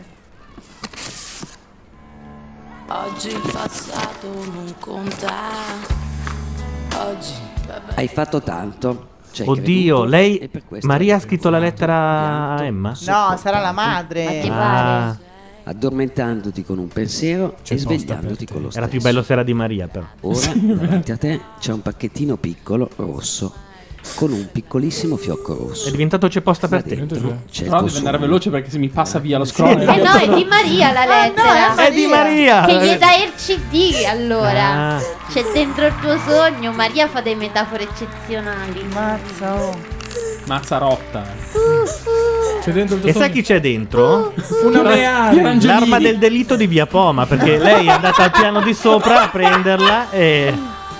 Oggi il passato non conta. Oggi Hai fatto tanto. Oddio, lei Maria ha scritto la lettera a Emma? No, sarà la madre. Addormentandoti con un pensiero e svegliandoti con lo stesso. Era più bello se era di Maria, però. Ora davanti a te c'è un pacchettino piccolo rosso con un piccolissimo fiocco rosso. È diventato c'è posta per te. C'è Però devi andare veloce perché se mi passa via lo scroll. No, è di Maria la lettera. è di Maria. Che gli dai il CD allora. C'è dentro il tuo sogno. Maria fa delle metafore eccezionali. Mazza rotta. C'è dentro il tuo E sai sogno? chi c'è dentro? Una reale. L'arma del delitto di Via Poma, perché lei è andata al piano di sopra a prenderla e...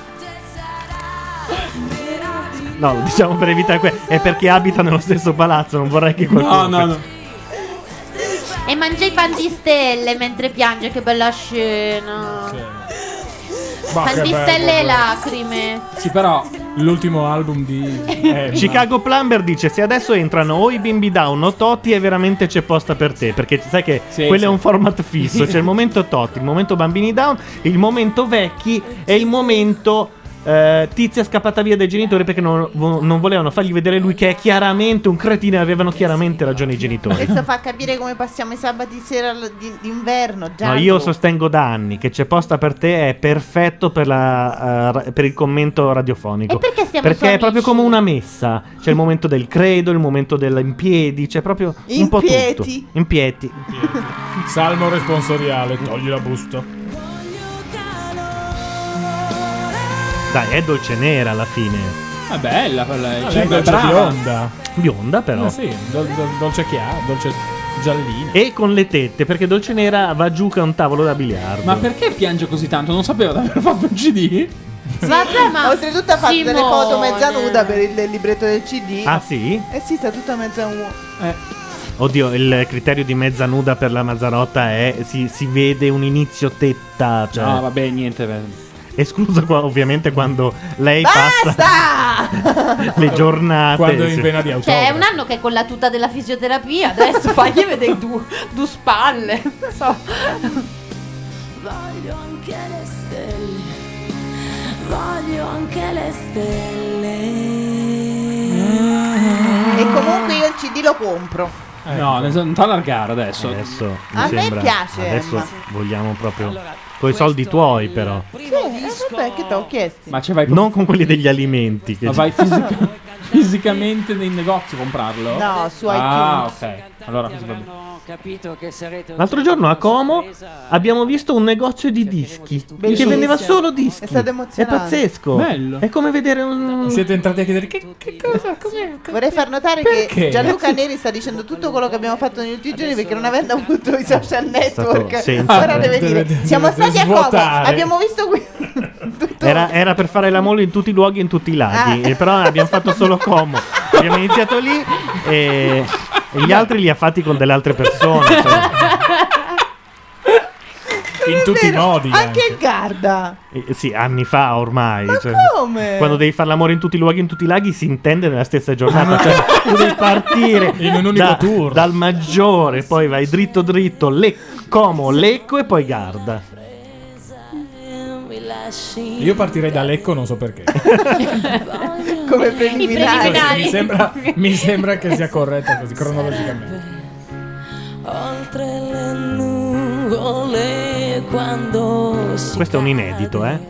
No, lo diciamo per evitare è perché abita nello stesso palazzo, non vorrei che qualcuno... No. E mangia i pan di stelle mentre piange, che bella scena. Pan di stelle e lacrime. Sì, però l'ultimo album di Chicago Plumber dice: se adesso entrano o i bimbi down o Totti, è veramente c'è posta per te. Perché sai che quello è un format fisso. C'è il momento Totti, il momento bambini down, il momento vecchi e il momento Tizia è scappata via dai genitori perché non volevano fargli vedere lui che è chiaramente un cretino e avevano chiaramente ragione i genitori. Questo fa capire come passiamo i sabati sera d'inverno. No, io sostengo da anni che c'è posta per te è perfetto per il commento radiofonico. E perché stiamo Perché su è proprio come una messa. C'è il momento del credo, il momento dell'impiedi, c'è proprio un po' tutto. Impieti. Salmo responsoriale, togli la busta. Dai, è dolce nera alla fine. È bella quella. Lei è dolce bionda. Bionda però. Sì, dolce chiaro, dolce giallino. E con le tette, perché dolce nera va giù che è un tavolo da biliardo. Ma perché piange così tanto? Non sapevo di aver fatto un CD. Vabbè, ma oltretutto ha fatto delle foto mezza nuda per il libretto del CD. Ah sì? Eh sì, sta tutta mezza nuda. Oddio, il criterio di mezza nuda per la Mazzarotta è si vede un inizio tetta. Cioè, No, vabbè, niente. escluso ovviamente quando lei Basta! le giornate. Quando è in vena di autografo. Cioè, è un anno che è con la tuta della fisioterapia. Adesso fagli vedere due spalle. Non so. Voglio anche le stelle, voglio anche le stelle. E comunque io il CD lo compro. No, non ti allargare adesso. A me piace, Adesso Emma. vogliamo proprio coi soldi tuoi, però. Sì, vabbè, che t'ho chiesto. Ma ce vai Non con quelli degli alimenti. Ma vai fisicamente nei negozi a comprarlo? No, su Ah, iTunes. ok. Allora così va bene. L'altro giorno a Como abbiamo visto un negozio di dischi che Bellissimo. vendeva solo dischi. È stato emozionante. pazzesco. Bello. È come vedere un. Siete entrati a chiedere che cosa? Vorrei far notare Perché? che Gianluca Neri sta dicendo tutto quello che abbiamo fatto negli ultimi giorni perché non avendo avuto i social network. senza- Ora deve dire: siamo deve stati a Como, svuotare. abbiamo visto qui. Era per fare la mole in tutti i luoghi, in tutti i laghi. Ah. Però abbiamo fatto solo Como. Abbiamo iniziato lì e gli altri li ha fatti con delle altre persone. Cioè. In tutti i modi. Anche il Garda. Sì, anni fa ormai. Ma cioè, come? Quando devi fare l'amore in tutti i luoghi, in tutti i laghi, si intende nella stessa giornata. Cioè, tu devi partire In un unico tour. dal Maggiore, poi vai dritto dritto, Como, Lecco e poi Garda. Io partirei da Lecco, non so perché. Come preliminari. Mi sembra che sia corretta così cronologicamente. Oltre le nuvole quando si Questo è un inedito, eh?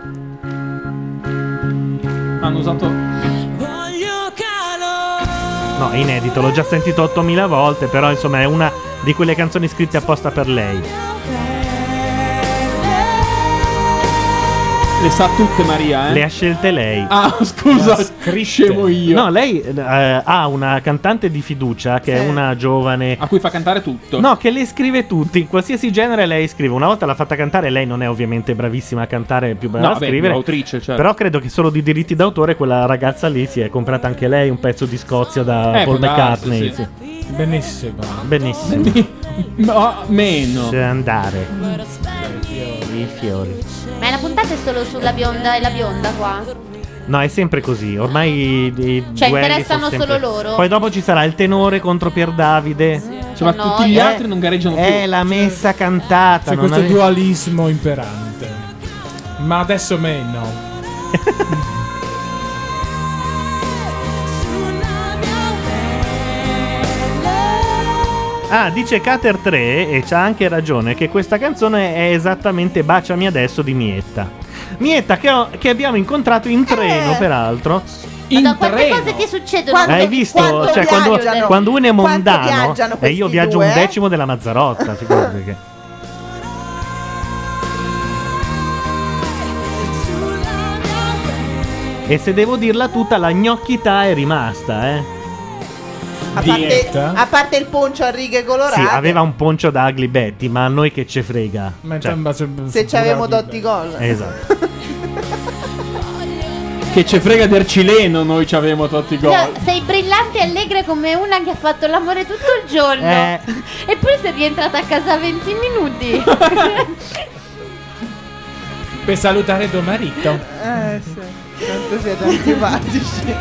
Hanno usato. voglio calore. No, è inedito, l'ho già sentito 8000 volte, però insomma è una di quelle canzoni scritte apposta per lei. Le sa tutte Maria, eh? Le ha scelte lei. Ah, scusa, scemo io. No, lei ha una cantante di fiducia che è una giovane. A cui fa cantare tutto. No, che le scrive tutti, in qualsiasi genere lei scrive. Una volta l'ha fatta cantare, lei non è ovviamente bravissima a cantare, è più brava No, a beh, scrivere. autrice, certo. Però credo che solo di diritti d'autore quella ragazza lì si è comprata anche lei un pezzo di Scozia da può Paul darsi, McCartney. sì. Sì. Benissimo. Benissimo. No, meno. C'è andare. I fiori. Ma la puntata è solo sulla bionda e la bionda qua. No, è sempre così. Ormai i Cioè, duelli interessano sono sempre... solo loro? Poi dopo ci sarà il tenore contro Pier Davide. Cioè, ma tutti gli altri non gareggiano più. È la messa cantata. C'è non questo ave- dualismo imperante. Ma adesso me no. Dice Cater 3, e c'ha anche ragione, che questa canzone è esattamente Baciami adesso di Mietta. Mietta che abbiamo incontrato in treno, peraltro. Madonna, quante cose ti succedono? Hai visto? Cioè, quando uno è mondano, e io viaggio un decimo della Mazzarotta, figurati che. E se devo dirla tutta, la gnocchità è rimasta, A parte il poncio a righe colorate. Sì, aveva un poncio da Ugly Betty, ma a noi che ce frega. Se ci avevamo Dotti Gol. Esatto. Che ce frega del cileno, noi ci avevamo tutti i gol. No, sei brillante e allegra come una che ha fatto l'amore tutto il giorno. Eppure sei rientrata a casa a 20 minuti. Per salutare tuo marito. Sì. Quanto siete antipatici.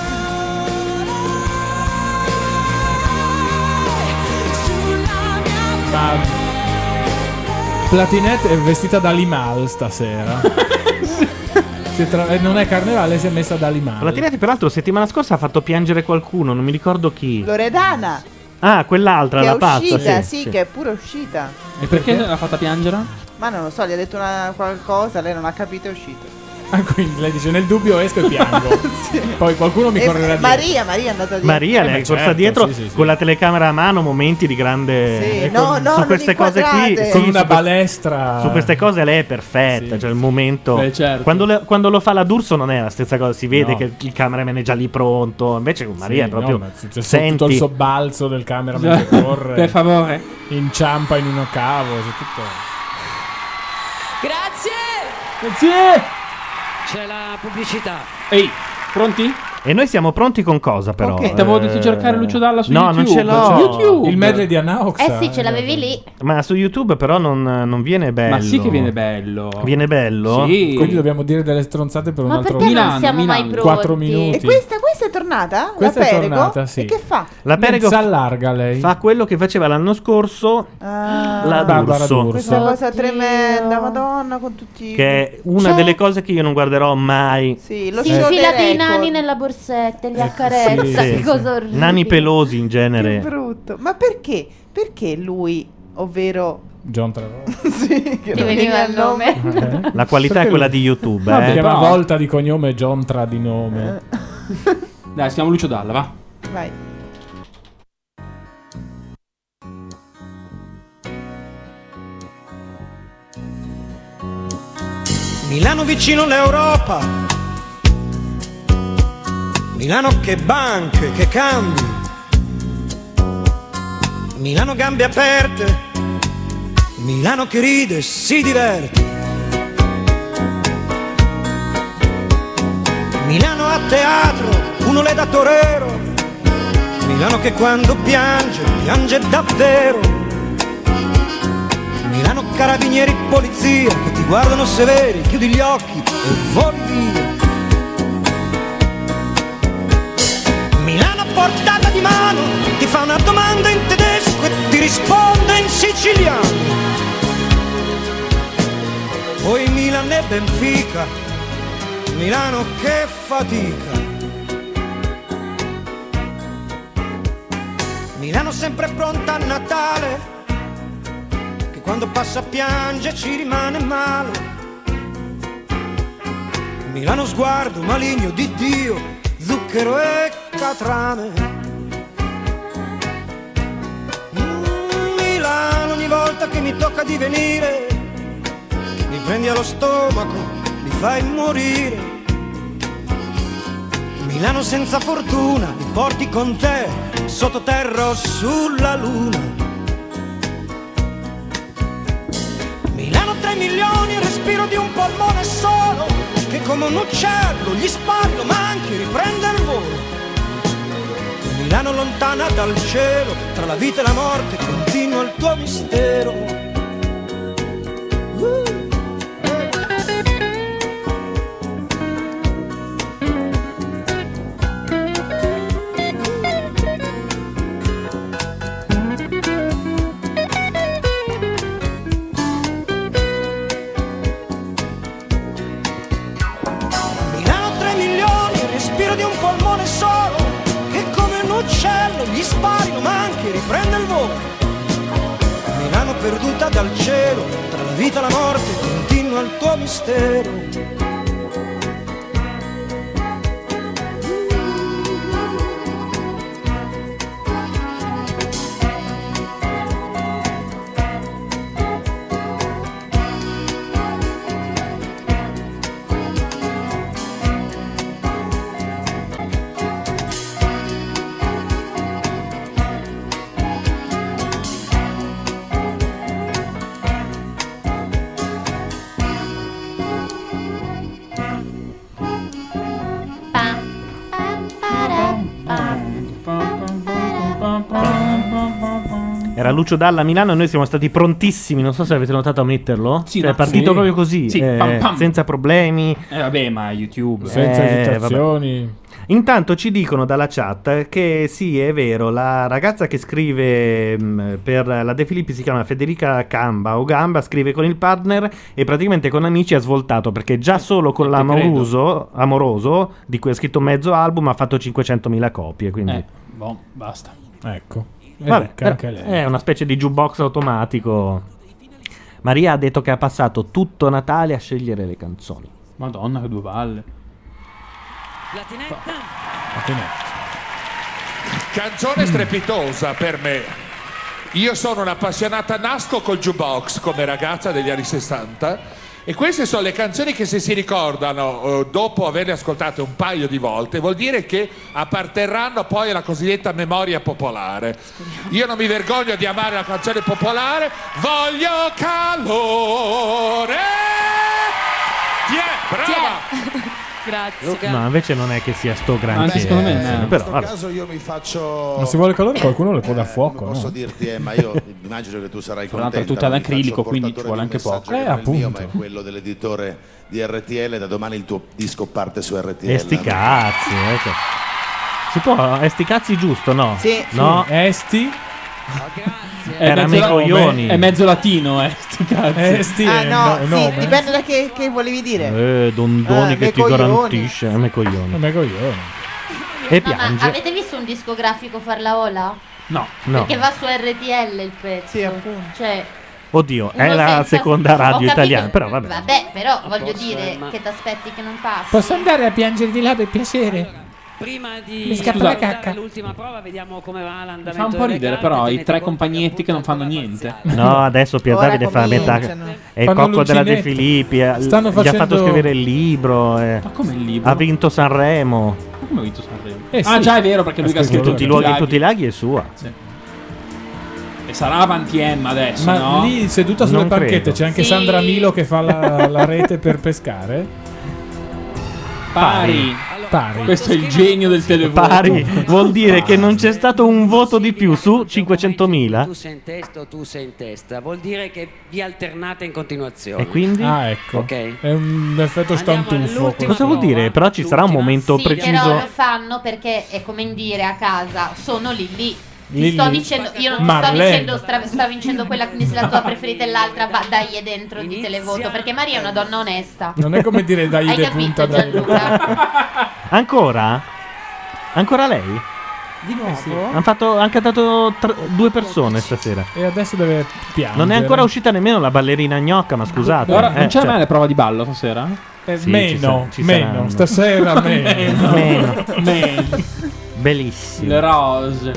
Ma Platinette è vestita da Limal stasera. Non è carnevale, si è messa da Limal. Platinette, peraltro, settimana scorsa ha fatto piangere qualcuno, non mi ricordo chi. Loredana. Quell'altra, che la è pazza. uscita, sì, che è pure uscita. E perché l'ha fatta piangere? Ma non lo so, gli ha detto qualcosa, lei non ha capito, è uscito. Quindi lei dice: nel dubbio esco e piango. Sì. Poi qualcuno mi correrà dietro. Maria è andata dietro. Maria lei è corsa dietro con la telecamera a mano, momenti di grande. Su queste cose qui, con una balestra. Su queste cose lei è perfetta. Cioè il momento. Certo. Quando lo fa la D'Urso non è la stessa cosa. Si vede che il cameraman è già lì pronto. Invece con Maria è proprio. Senti tutto il sobbalzo del cameraman che corre. Per favore. Inciampa in uno cavo. Tutto. Grazie. C'è la pubblicità. Ehi, pronti? E noi siamo pronti con cosa, però? Ok, ti avevo detto cercare Lucio Dalla su YouTube. YouTube. No, non ce l'ho. Su YouTube. Il medley di Anna Oxa. Sì, ce l'avevi lì. Ma su YouTube però non viene bello. Ma sì che viene bello. Viene bello? Sì. Quindi dobbiamo dire delle stronzate per un altro perché non siamo mai pronti? 4 minuti. E questa è tornata? Questa la è Perego? tornata, sì. E che fa? La Perego s'allarga lei. fa quello che faceva l'anno scorso la Barbara D'Urso. Questa cosa tremenda, Madonna, con tutti. Che è una delle cose che io non guarderò mai. Sì, lo Si show infila dei dei record. nani nella borsetta, li accarezza. Sì. Che cosa orribile. Nani pelosi in genere. Che brutto. Ma perché? Perché lui, ovvero John Travolta. sì, che Ti non veniva il il nome. La qualità è quella di YouTube. Si chiama Volta di cognome, John Tra di nome. Dai, siamo Lucio Dalla, va. Vai. Milano vicino l'Europa, Milano che banche, che cambi, Milano gambe aperte, Milano che ride e si diverte, Milano a teatro, uno le da torero, Milano che quando piange, piange davvero, Milano carabinieri, polizia che ti guardano severi, chiudi gli occhi e voli via. Milano a portata di mano, ti fa una domanda in tedesco e ti risponde in siciliano. Poi Milano e Benfica, Milano che fatica. Milano sempre pronta a Natale, quando passa piange ci rimane male. Milano sguardo maligno di Dio, zucchero e catrame. Milano ogni volta che mi tocca di venire, mi prendi allo stomaco, mi fai morire. Milano senza fortuna, mi porti con te, sottoterra o sulla luna. Milano 3 milioni, il respiro di un polmone solo, che come un uccello gli spari, lo manchi, riprende il volo. Milano lontana dal cielo, tra la vita e la morte continua il tuo mistero. Gli spari, lo manchi, riprende il volo. perduta dal cielo, tra la vita e la morte continua il tuo mistero. Era Lucio Dalla a Milano e noi siamo stati prontissimi, non so se avete notato a metterlo. Sì, cioè, è partito proprio così, Sì, pam, pam. senza problemi. Vabbè, ma YouTube. Senza esitazioni. Vabbè. Intanto ci dicono dalla chat che sì, è vero, la ragazza che scrive per la De Filippi si chiama Federica Camba o Gamba, scrive con il partner e praticamente con amici ha svoltato, perché già solo con l'amoroso, di cui ha scritto mezzo album, ha fatto 500.000 copie, quindi... Boh, basta. Ecco. Vabbè, anche lei. è una specie di jukebox automatico. Maria ha detto che ha passato tutto Natale a scegliere le canzoni. Madonna, che due balle. Canzone strepitosa per me. Io sono un'appassionata, nasco col jukebox come ragazza degli anni 60 e queste sono le canzoni che se si ricordano dopo averle ascoltate un paio di volte vuol dire che apparterranno poi alla cosiddetta memoria popolare. Io non mi vergogno di amare la canzone popolare. Voglio calore. Brava. Grazie. No, invece non è che sia sto granché. Secondo me In però, questo vabbè. caso io mi faccio... Ma se vuole calore qualcuno le può dar fuoco, Posso no? dirti, ma io immagino che tu sarai Tra l'altro contenta. è tutta non mi d'acrilico, faccio quindi portatore ci vuole di un anche poco. messaggio che non è il mio, appunto. ma è quello dell'editore di RTL. Da domani il tuo disco parte su RTL. E sti cazzi, cioè. Si può, sti cazzi giusto, no? Sì. No? Esti? Era mezzo coglioni. È mezzo latino, sti cazzi. Esti Ah è no, un sì, nome. dipende da che volevi dire. Dondoni che me ti coglioni. garantisce. A me coglioni. Me coglioni. E No, ma piange. avete visto un discografico Farlaola? No. No. Perché va su RTL il pezzo. Sì, appunto. Cioè, Oddio, è uno la senza- seconda Ho radio capito. italiana. Però vabbè. Vabbè, però voglio dire che ti aspetti che non passi. Posso andare a piangere di là per piacere? Prima Mi di scappa la iniziare cacca. l'ultima prova, vediamo come va Mi l'andamento. fa un po' delle ridere, carte, però, i tenete tre conto compagnietti che non fanno appunto niente. No, adesso Pier Ora Davide fa la metà. cominciano. È il Fanno cocco della De l'uncinetto. Filippi. Stanno Gli ha fatto facendo- scrivere il libro. Ma come il libro? Ha vinto Sanremo. Ma come ha vinto Sanremo? Sì. Ah, già è vero, perché lui che ha scritto Tutti i luoghi e tutti i laghi è sua. Sì. E sarà avanti Emma adesso, Ma no? lì seduta sulle Non panchette credo. c'è anche Sì. Sandra Milo che fa la rete per pescare. Pari. Pari. Questo è il genio del televoto. Pari vuol dire che non c'è stato un voto di più su 500.000. Tu sei in testa o tu sei in testa, vuol dire che vi alternate in continuazione. E quindi? Ah, ecco. Ok. È un effetto Andiamo stantuffo. all'ultima Cosa vuol dire? Però ci sarà un momento Sì, però preciso. lo fanno perché è come dire a casa, sono lì. Ti Lì, sto lì. dicendo, io non ti sto Marlene. dicendo sta vincendo quella, quindi se la tua preferita è l'altra, va, dai è dentro di televoto, perché Maria è una donna onesta. Non è come dire dai Hai de capito, punta dai de Gianluca? Ancora? Ancora lei? Di nuovo? Han cantato due persone stasera. E adesso deve piangere. Non è ancora uscita nemmeno la ballerina gnocca, ma scusate. Ora, non c'è cioè, mai la prova di ballo stasera? Sì, meno, ci meno. saranno. Stasera meno. Meno. Meno. Bellissimo. Le rose.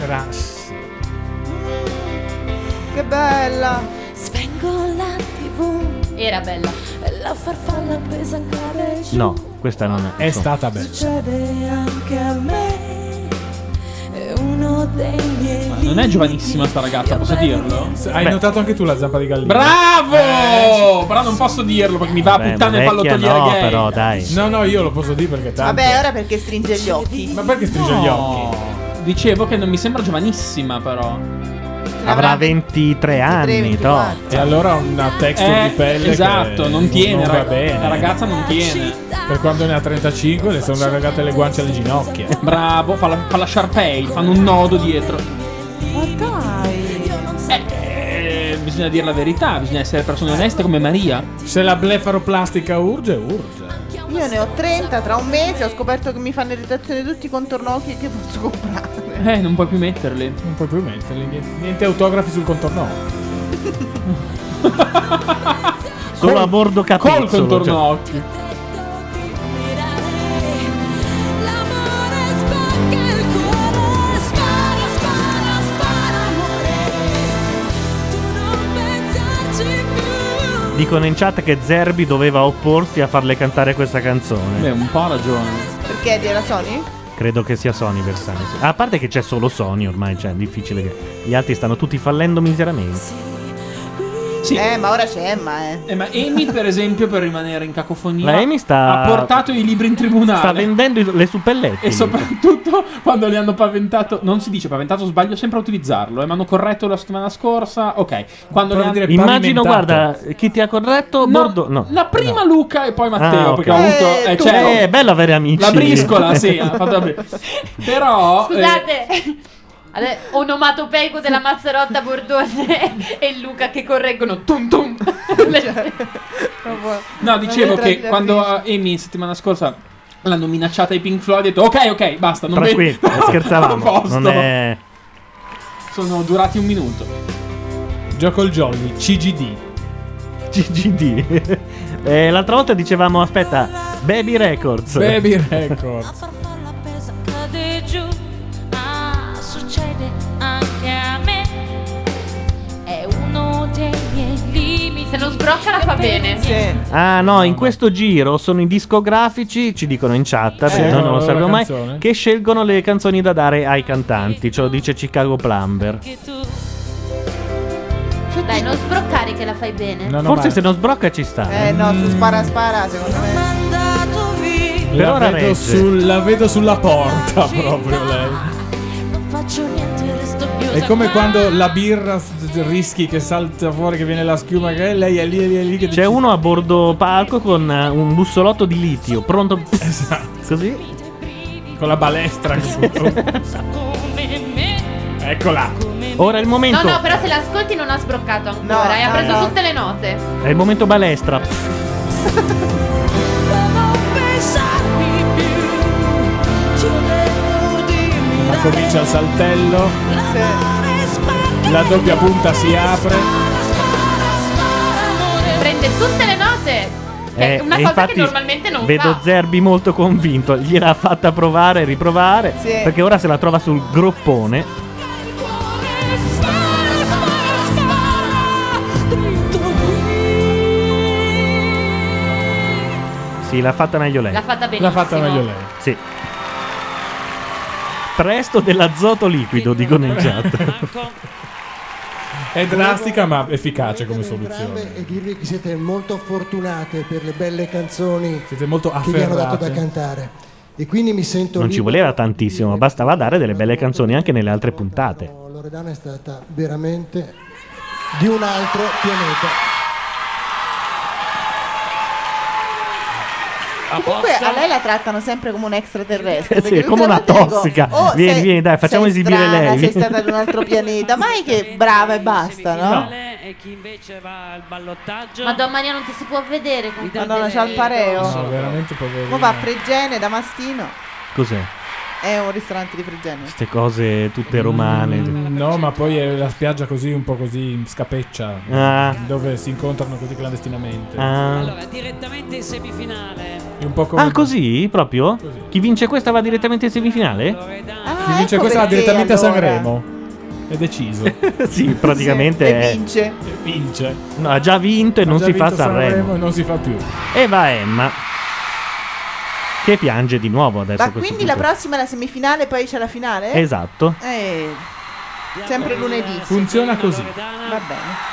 Che bella! Spengo la TV Era bella. e la farfalla appesa ancora giù. No, questa non è. È stata bella. Succede anche a me. È uno dei miei. Ma non è giovanissima sta ragazza, posso dirlo? Hai notato anche tu la zampa di gallina? Bravo! Però non posso dirlo perché mi va a Beh, puttane il vecchia pallottoliere no, gay. però dai. No, io lo posso dire perché tanto. Vabbè, ora perché stringe gli occhi. Ma perché stringe gli occhi? Dicevo che non mi sembra giovanissima, però. Avrà 23 anni, to. E allora una texture di pelle esatto, che non tiene, va bene. la ragazza non tiene. Per quando ne ha 35 le sono arrivate le guance alle ginocchia. Bravo, fa la Sharpay, fanno un nodo dietro. Ma dai! Bisogna dire la verità, bisogna essere persone oneste come Maria. Se la blefaroplastica urge. Io ne ho 30, tra un mese ho scoperto che mi fanno irritazione tutti i contorno occhi che posso comprare. Non puoi più metterli. Non puoi più metterli. Niente autografi sul contorno. Solo a bordo Colto capezzolo. intorno a occhi. Dicono in chat che Zerbi doveva opporsi a farle cantare questa canzone. Beh, un po' ha ragione. Perché era Sony? Credo che sia Sony Bersani. Sì. A parte che c'è solo Sony ormai, cioè è difficile che gli altri stanno tutti fallendo miseramente. Sì. Ma ora c'è Emma, ma Amy, per esempio, per rimanere in cacofonia, La Amy ha portato i libri in tribunale. Sta vendendo le suppelletti. E soprattutto quando li hanno paventato, non si dice paventato, sbaglio sempre a utilizzarlo. Mi hanno corretto la settimana scorsa. Ok, quando li hanno... Immagino, guarda, chi ti ha corretto? No. La prima Luca e poi Matteo, perché ho avuto è bello avere amici. La briscola, sì, ha fatto però scusate. Onomatopeico della Mazzarotta Bordone e Luca che correggono tum tum. No, dicevo che quando Amy settimana scorsa l'hanno minacciata ai Pink Floyd, ho detto ok, basta, non tranquillo, scherzavamo. Non è... Sono durati un minuto. Gioco il jolly, CGD. L'altra volta dicevamo, aspetta, Baby Records. Cade giù, succede anche a me. È uno dei miei limiti. Se non sbrocca la fa bene. Ah no, in questo giro sono i discografici, ci dicono in chat, perché noi non lo sappiamo mai, che scelgono le canzoni da dare ai cantanti. Ce lo dice Chicago Plumber. Dai, non sbroccare che la fai bene. Forse se non sbrocca ci sta. No, su spara secondo me. Per ora regge. La vedo sulla porta proprio lei. Non faccio niente, resto più. È come quando la birra rischi che salta fuori, che viene la schiuma, che lei è lì che c'è uno a bordo palco con un bussolotto di litio pronto. Esatto. Così con la balestra. Eccola. Ora è il momento. No, però se l'ascolti non ha sbroccato ancora. E ha preso tutte le note. È il momento balestra. Ma comincia il saltello. La doppia punta si apre. Prende tutte le note. È una cosa che normalmente non vedo fa. Zerbi molto convinto. Gliel'ha fatta provare e riprovare. Sì. Perché ora se la trova sul groppone. Sì, l'ha fatta meglio lei. L'ha fatta benissimo. L'ha fatta meglio lei. Sì. Presto dell'azoto liquido, dicono in chat. È drastica ma efficace come soluzione. E dirvi che siete molto fortunate per le belle canzoni siete molto che vi hanno dato da afferrate. cantare. E quindi mi sento Non ci voleva tantissimo, bastava dare delle belle canzoni anche nelle altre puntate. Loredana è stata veramente di un altro pianeta. Comunque a lei la trattano sempre come un extraterrestre. Sì, è come una tossica. Vieni, dai, facciamo sei esibire strana, lei. Sei stata ad un altro pianeta. Mai che brava e basta, no? E chi invece va al ballottaggio. Madonna Maria, non ti si può vedere con Madonna, c'ha il pareo. No, veramente poverino. Mo va a Fregene da Mastino. Cos'è? È un ristorante di Fregene. Queste cose tutte romane. No, ma poi è la spiaggia così, un po' così scappeccia, dove si incontrano così clandestinamente. Allora, direttamente in semifinale. È un po' come... Ah, così? Proprio? Così. Chi vince questa va direttamente in semifinale? Chi vince questa va direttamente a Sanremo. È deciso. Sì, praticamente vince. Vince. No, ha già vinto e non si fa Sanremo e non si fa più. E va Emma, che piange di nuovo adesso. Ma quindi la prossima è la semifinale, poi c'è la finale? Esatto. Sempre lunedì. Funziona così. Va bene.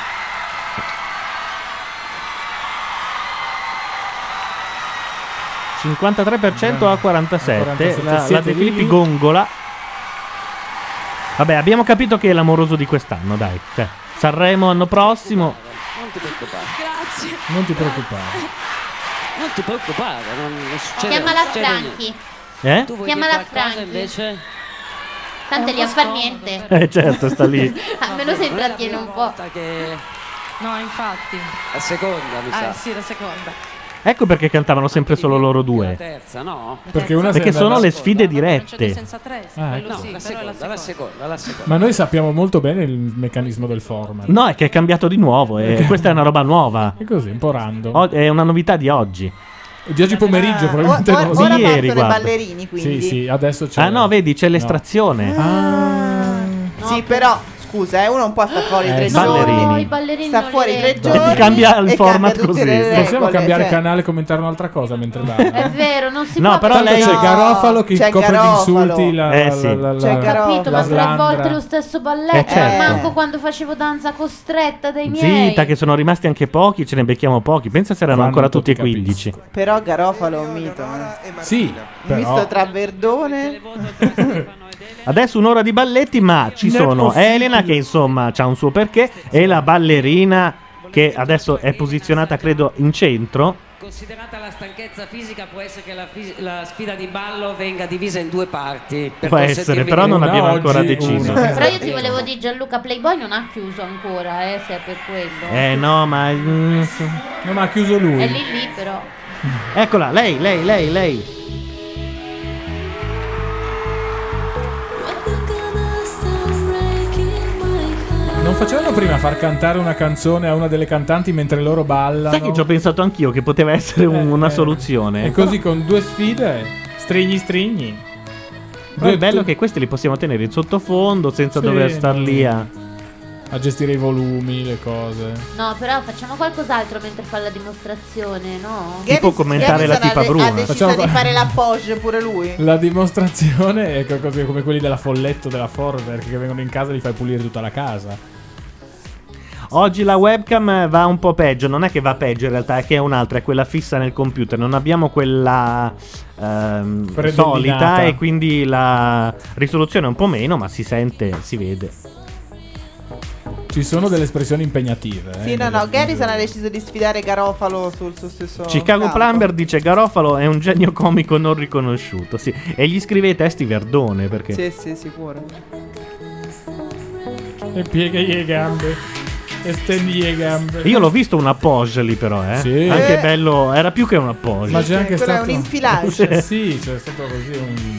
...53% a 47%. La De siete Filippi lì? gongola. Vabbè, abbiamo capito che è l'amoroso di quest'anno, dai. Cioè, Sanremo anno prossimo. Non ti preoccupare. Grazie. Non ti preoccupare. Non ti preoccupare, non succede. Chiamala succede Franchi. Eh? Tu vuoi Chiamala dire qualcosa Franchi. invece? Tanto lì a far niente. Certo, sta lì. Almeno si intrattiene un po'. Che... No, infatti. La seconda, mi sa. Sì, la seconda. Ecco perché cantavano sempre solo loro due. Terza, no? Perché sono le sfide dirette. Senza tre. Ah, ecco. No, la seconda. Ma noi sappiamo molto bene il meccanismo del format. No, è che è cambiato di nuovo e questa è una roba nuova. È così, un po' random. È una novità di oggi. Di oggi pomeriggio probabilmente ora non partono ieri, i guarda. ballerini, quindi. Sì, adesso c'è. Ah no, vedi, c'è l'estrazione. Sì, però scusa, uno non può stare fuori 3 ballerini. giorni. I ballerini Sta non fuori li 3 leggo. giorni. E ti cambia il e format cambia tutte così. le regole, Possiamo cambiare cioè. canale e commentare un'altra cosa mentre È balla? vero, non si No, può. però Tanto lei- c'è Garofalo che c'è copre di Garofalo. insulti la Sì. Ho capito, ma 3 slandra. volte lo stesso balletto. certo. Manco quando facevo danza costretta dai miei. Zitta, che sono rimasti anche pochi, ce ne becchiamo pochi. Pensa se erano Quando ancora tu tutti e ti capisci. 15. Però Garofalo è un mito. Sì, Un misto però tra Verdone. Adesso un'ora di balletti, ma ci Non è sono possibile. Elena che insomma ha un suo perché e la ballerina che adesso è posizionata credo in centro. Considerata la stanchezza fisica, può essere che la sfida di ballo venga divisa in 2 parti. Per Può essere, consentirvi però di- non abbiamo oggi, ancora deciso. una. Però io ti volevo dire, Gianluca Playboy non ha chiuso ancora, se è per quello. No, ma no, ma ha chiuso lui. È lì però. eccola, lei. Non facevano prima far cantare una canzone a una delle cantanti mentre loro ballano? Sai che ci ho pensato anch'io che poteva essere una soluzione. E così con 2 sfide, strigni. Però è bello che questi li possiamo tenere in sottofondo senza Sì, dover star lì a gestire i volumi, le cose. No, però facciamo qualcos'altro mentre fa la dimostrazione, no? Tipo commentare la tipa bruna. Ha deciso di fare l'appoggio pure lui. La dimostrazione è come quelli della Folletto della Forver che vengono in casa e li fai pulire tutta la casa. Oggi la webcam va un po' peggio, non è che va peggio in realtà, è che è un'altra, è quella fissa nel computer, non abbiamo quella solita e quindi la risoluzione è un po' meno, ma si sente, si vede. Ci sono delle espressioni impegnative. Sì, no, Garrison ha deciso di sfidare Garofalo sul suo stesso Chicago campo. Plumber dice Garofalo è un genio comico non riconosciuto, sì. E gli scrive i testi Verdone perché Sì, sicuro. E piega le gambe. Estendi le gambe. io l'ho visto un appoggio lì però, Sì. Anche bello, era più che un appoggio. Ma c'è anche quello è stato un infilage. Sì, c'è stato così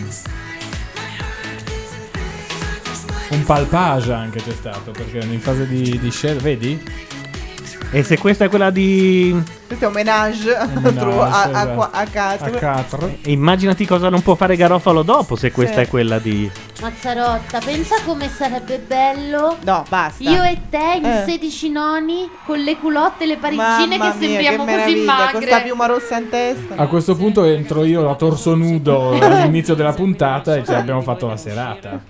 un palpage anche c'è stato, perché in fase di share, vedi? E se questa è quella di Questo è un menage a 4. immaginati cosa non può fare Garofalo dopo se questa è quella di Mazzarotta, pensa come sarebbe bello. No, basta. Io e te in 16 noni con le culotte e le parigine Mamma che mia, sembriamo che così meraviglia, con sta magre. piuma rossa in testa. A questo punto entro io a torso nudo all'inizio della puntata e ci abbiamo fatto la serata.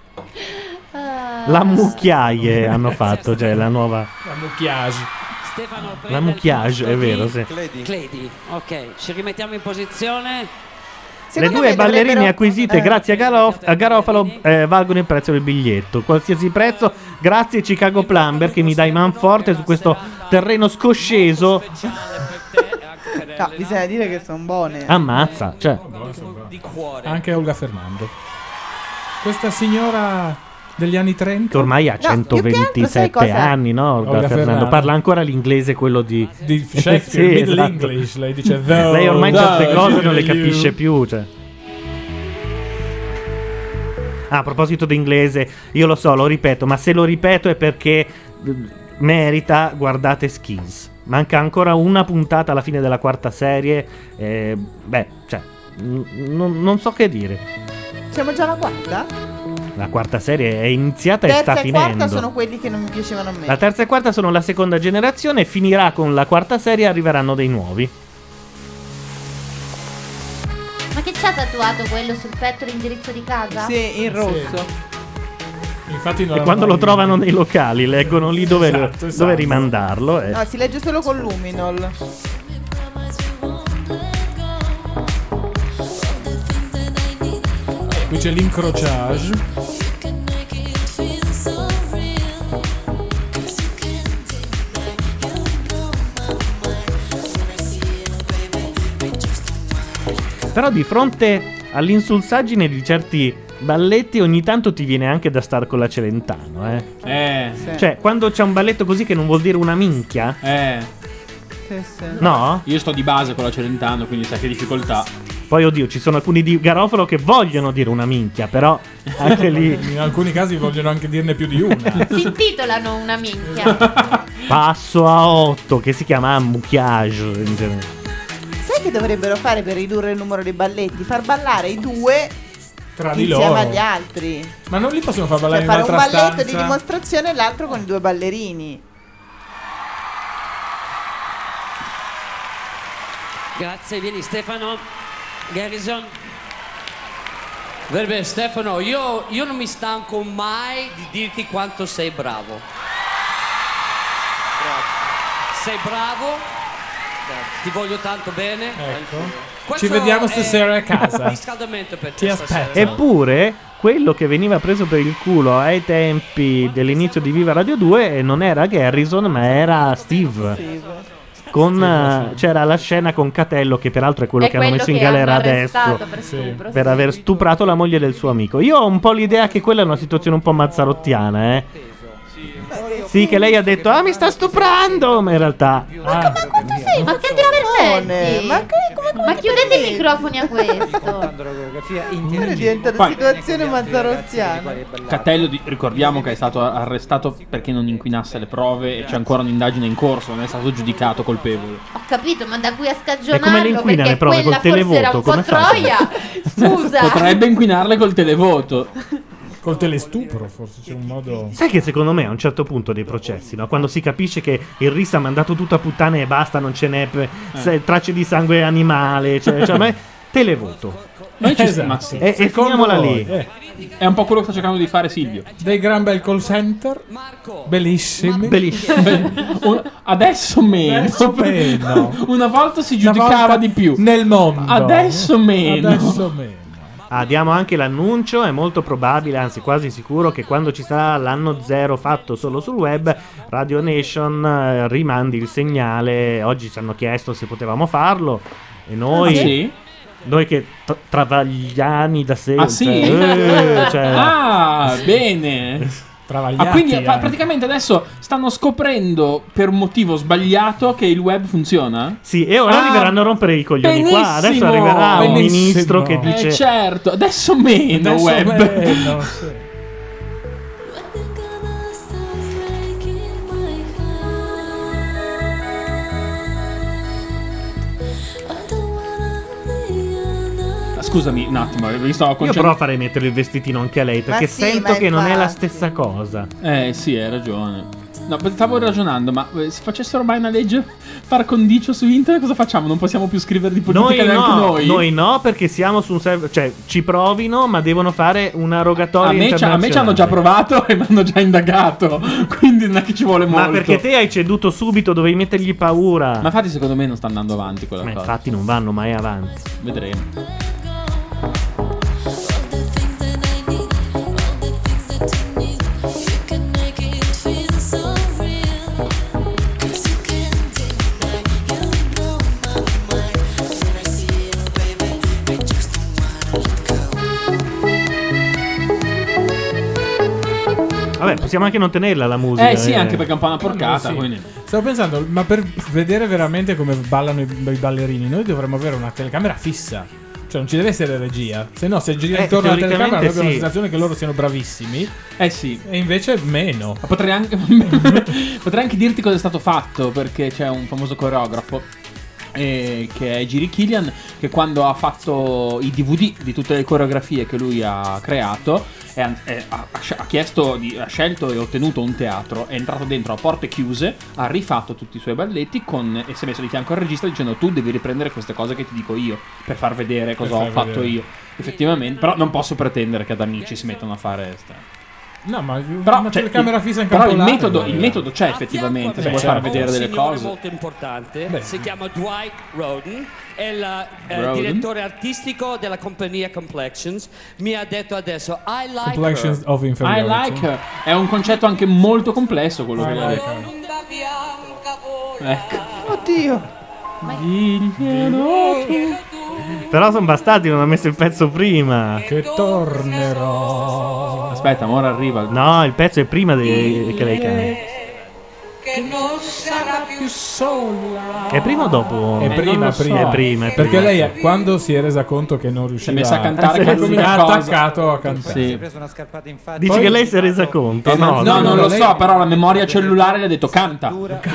la mucchiaie hanno fatto, cioè la nuova La mucchiage. Stefano, prende la il mucchiage, posto è vero, di sì. Cledi. Ok, ci rimettiamo in posizione. Le due ballerine acquisite grazie a Garofalo valgono il prezzo del biglietto, qualsiasi prezzo. Grazie Chicago Plumber che mi dai manforte su questo terreno scosceso. No, bisogna dire che sono buone. Ammazza, cioè. Anche Olga Fernando. Questa signora degli anni 30 Che ormai ha No, più che altro, sai 127 cos'è? anni, no? Olga Olga Fernando. Fernando. Parla ancora l'inglese, quello di Shakespeare, Sì, Middle esatto. English. Lei dice Lei ormai certe cose non le you. capisce più, cioè. Ah, a proposito di inglese, io lo so, lo ripeto, ma se lo ripeto è perché merita, guardate Skins. Manca ancora una puntata alla fine della 4ª serie. Non so che dire. Siamo già alla 4ª? La 4ª serie è iniziata e sta Terza e finendo. quarta sono quelli che non mi piacevano a me. La 3ª e 4ª sono la seconda generazione, finirà con la 4ª serie e arriveranno dei nuovi. Ma che c'ha tatuato quello sul petto l'indirizzo di casa? Sì, in rosso. Infatti non E l'hanno quando lo mai- trovano nei locali, leggono lì dove, Esatto. dove rimandarlo. No, si legge solo con Luminol. Qui c'è l'incrociage. Però di fronte all'insulsaggine di certi balletti ogni tanto ti viene anche da star con la Celentano, Sì. Cioè, quando c'è un balletto così che non vuol dire una minchia, Sì, sì. No? Io sto di base con la Celentano, quindi sai che difficoltà. Poi, oddio, ci sono alcuni di Garofalo che vogliono dire una minchia, però anche lì... In alcuni casi vogliono anche dirne più di una. Si intitolano una minchia. Passo a 8, che si chiama ammucchiage in genere. Sai che dovrebbero fare per ridurre il numero di balletti? Far ballare i due tra di insieme loro agli altri. Ma non li possono far ballare Cioè, in fare un'altra un balletto stanza? di dimostrazione e l'altro con i due ballerini. Grazie, vieni Stefano. Garrison. Beh, Stefano, io non mi stanco mai di dirti quanto sei bravo. Sei bravo. Ti voglio tanto bene. Ecco. Ci vediamo stasera a casa. Riscaldamento per te. Ti aspetto. Eppure, quello che veniva preso per il culo ai tempi dell'inizio di Viva Radio 2 non era Garrison, ma era Steve. C'era la scena con Catello, che peraltro è quello che hanno messo in galera adesso per aver stuprato la moglie del suo amico. Io ho un po' l'idea che quella è una situazione un po' mazzarottiana, Sì, che lei ha detto mi sta stuprando, ma in realtà Ma che ti permetti? Ma chiudete i microfoni a questo. Diventa una situazione mazzarottiana. Catello, ricordiamo che è stato arrestato perché non inquinasse le prove e c'è ancora un'indagine in corso, non è stato giudicato colpevole. Ho capito, ma da qui a E come le scagionarlo inquina perché le prove? quella Col forse era televoto? un po' Come fa? troia. Scusa. Potrebbe inquinarle col televoto. Col telestupro, forse c'è un modo. Sai che secondo me a un certo punto dei processi, no? Quando si capisce che il RIS ha mandato tutto a puttane e basta, non ce n'è tracce di sangue animale, ma televoto. Noi ci Esatto. stiamo. E finiamola lì. È un po' quello che sta cercando di fare Silvio. Dei gran bel call center. Bellissimi. Adesso meno. Adesso meno. Una volta si giudicava di più. Nel mondo. Adesso meno. Adesso meno. Diamo anche l'annuncio, è molto probabile, anzi quasi sicuro, che quando ci sarà l'anno zero fatto solo sul web, Radio Nation rimandi il segnale. Oggi ci hanno chiesto se potevamo farlo e noi... Sì? Noi che travagliani da sempre. Ah sì? Bene. Quindi praticamente adesso stanno scoprendo per un motivo sbagliato che il web funziona? Sì, e ora arriveranno a rompere i coglioni qua. Adesso arriverà un ministro che dice certo, adesso meno adesso web. Meno, sì. Scusami un attimo, mi stavo Io però farei mettere il vestitino anche a lei, perché sento che non è la stessa cosa. Sì, hai ragione. No, stavo ragionando, ma se facessero mai una legge par condicio su internet, cosa facciamo? Non possiamo più scrivere di politica neanche noi? Noi no, perché siamo su un server, cioè ci provino, ma devono fare una rogatoria internazionale. A me ci hanno già provato e mi hanno già indagato, quindi non è che ci vuole molto. Ma perché te hai ceduto subito, dovevi mettergli paura. Ma infatti secondo me non sta andando avanti quella cosa. Infatti non vanno mai avanti. Vedremo. Vabbè, possiamo anche non tenerla la musica. Sì, anche perché è un po' una porcata. Sì. Quindi. Stavo pensando, ma per vedere veramente come ballano i ballerini, noi dovremmo avere una telecamera fissa. Cioè, non ci deve essere regia. Se no, se gira intorno alla telecamera, noi abbiamo la sensazione che loro siano bravissimi. Sì. E invece meno. Ma potrei anche dirti cosa è stato fatto, perché c'è un famoso coreografo. Che è Giri Killian, che quando ha fatto i DVD di tutte le coreografie che lui ha creato ha scelto e ottenuto un teatro, è entrato dentro a porte chiuse, ha rifatto tutti i suoi balletti e si è messo di fianco al regista dicendo: tu devi riprendere queste cose che ti dico io per far vedere cosa ho fatto io. Effettivamente, però non posso pretendere che ad Amici si mettano a fare No, ma una telecamera fissa in campo. Però il metodo c'è effettivamente, se vuoi far vedere delle cose. Molto importante, si chiama Dwight Roden, è il direttore artistico della compagnia Complexions. Mi ha detto adesso I like Complexions her. of Inferiority. I like her. È un concetto anche molto complesso quello che ha detto. Ecco. Oddio. Però sono bastardi, non ha messo il pezzo prima. Che tornerò. Aspetta, ora arriva. No, il pezzo è prima che lei canta. che non sarà più sola. È prima o dopo? È prima, prima. Perché lei quando si è resa conto che non riusciva messa a cantare, ha attaccato a cantare. Sì. Si è preso una scarpata in faccia. Dici che lei si è resa conto? No, non lo so, però la memoria cellulare le ha detto canta.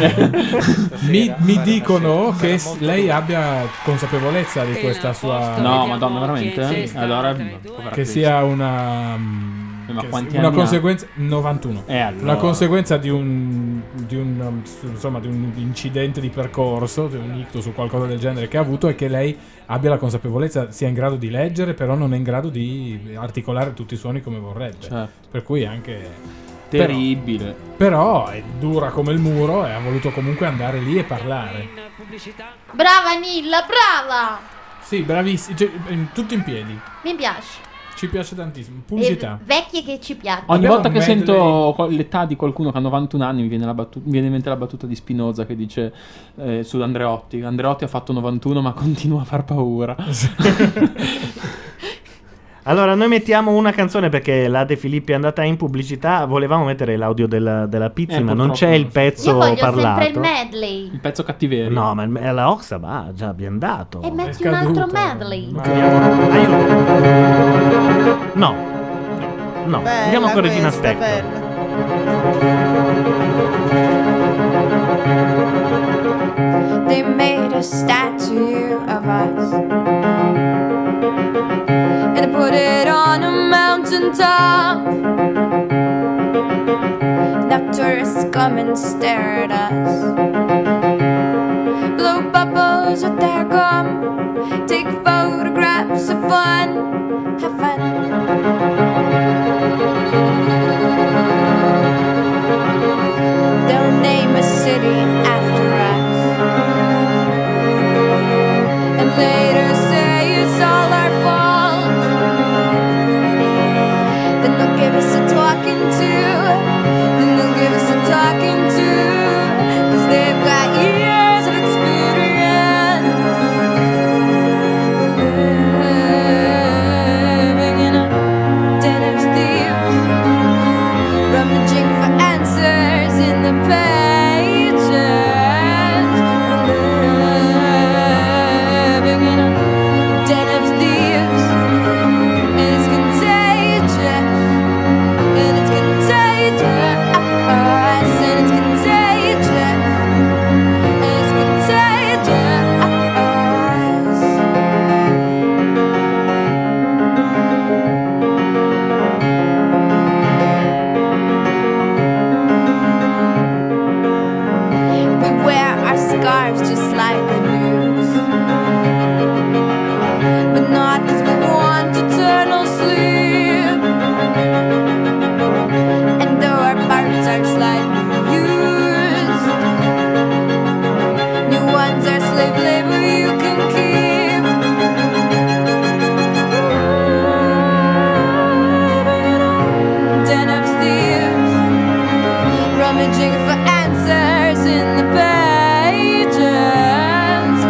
Mi dicono che lei abbia consapevolezza di questa sua... No, madonna, veramente? Allora, che sia una... Ma quanti una anni conseguenza 91 allora. Una conseguenza di un incidente di percorso, di un ictus o qualcosa del genere che ha avuto, e che lei abbia la consapevolezza, sia in grado di leggere, però non è in grado di articolare tutti i suoni come vorrebbe. Certo. Per cui è anche terribile. Però è dura come il muro e ha voluto comunque andare lì e parlare. Brava Nilla, brava! Sì, bravissimi, cioè, tutti in piedi. Mi piace. Ci piace tantissimo. Pubblicità. Vecchie che ci piacciono. Ogni volta che sento l'età di qualcuno che ha 91 anni mi viene in mente la battuta di Spinoza che dice su Andreotti. Andreotti ha fatto 91 ma continua a far paura. Allora, noi mettiamo una canzone perché la De Filippi è andata in pubblicità. Volevamo mettere l'audio della pizza, ma non c'è il pezzo Io voglio parlato. sempre il medley. Il pezzo cattiverio. No, ma la Oxa va, già abbiamo dato. E metti un altro medley. No. Bella Andiamo con Regina questa, Spector. bella. They made a statue of us and they put it on a mountain top. Now tourists come and stare at us, blow bubbles with their gum, take photographs of fun, have fun. They'll name a city after us and later say it's all our fault. Then they'll give us a talking to, 'cause they've got years of experience living in a den of thieves, rummaging for answers in the pages, living in a den of thieves, and it's contagious, and it's contagious, and it's contagious, and it's contagious. We wear our scarves just like the news, but not 'cause we want eternal sleep. And though our parts are slightly used, new ones are slave labor you can keep. Den of thieves, rummaging for answers in the pages,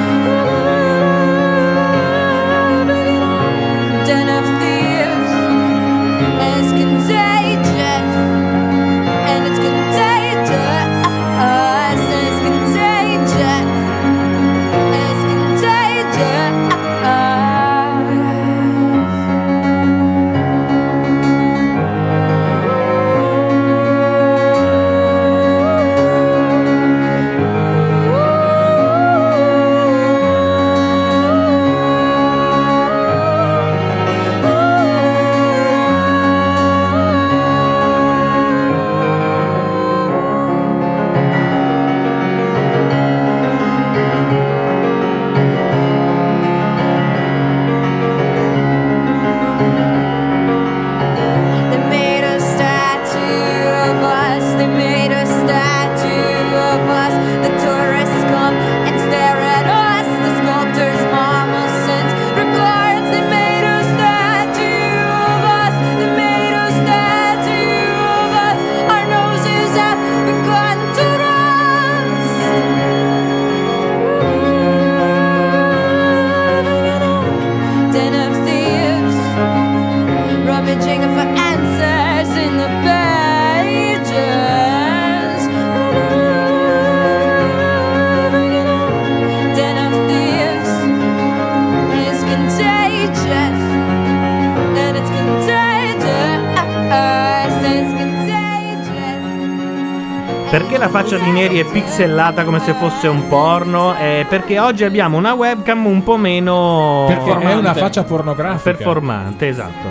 la faccia di Neri è pixellata come se fosse un porno? Perché oggi abbiamo una webcam un po' meno... Perché è una faccia pornografica. Performante, esatto.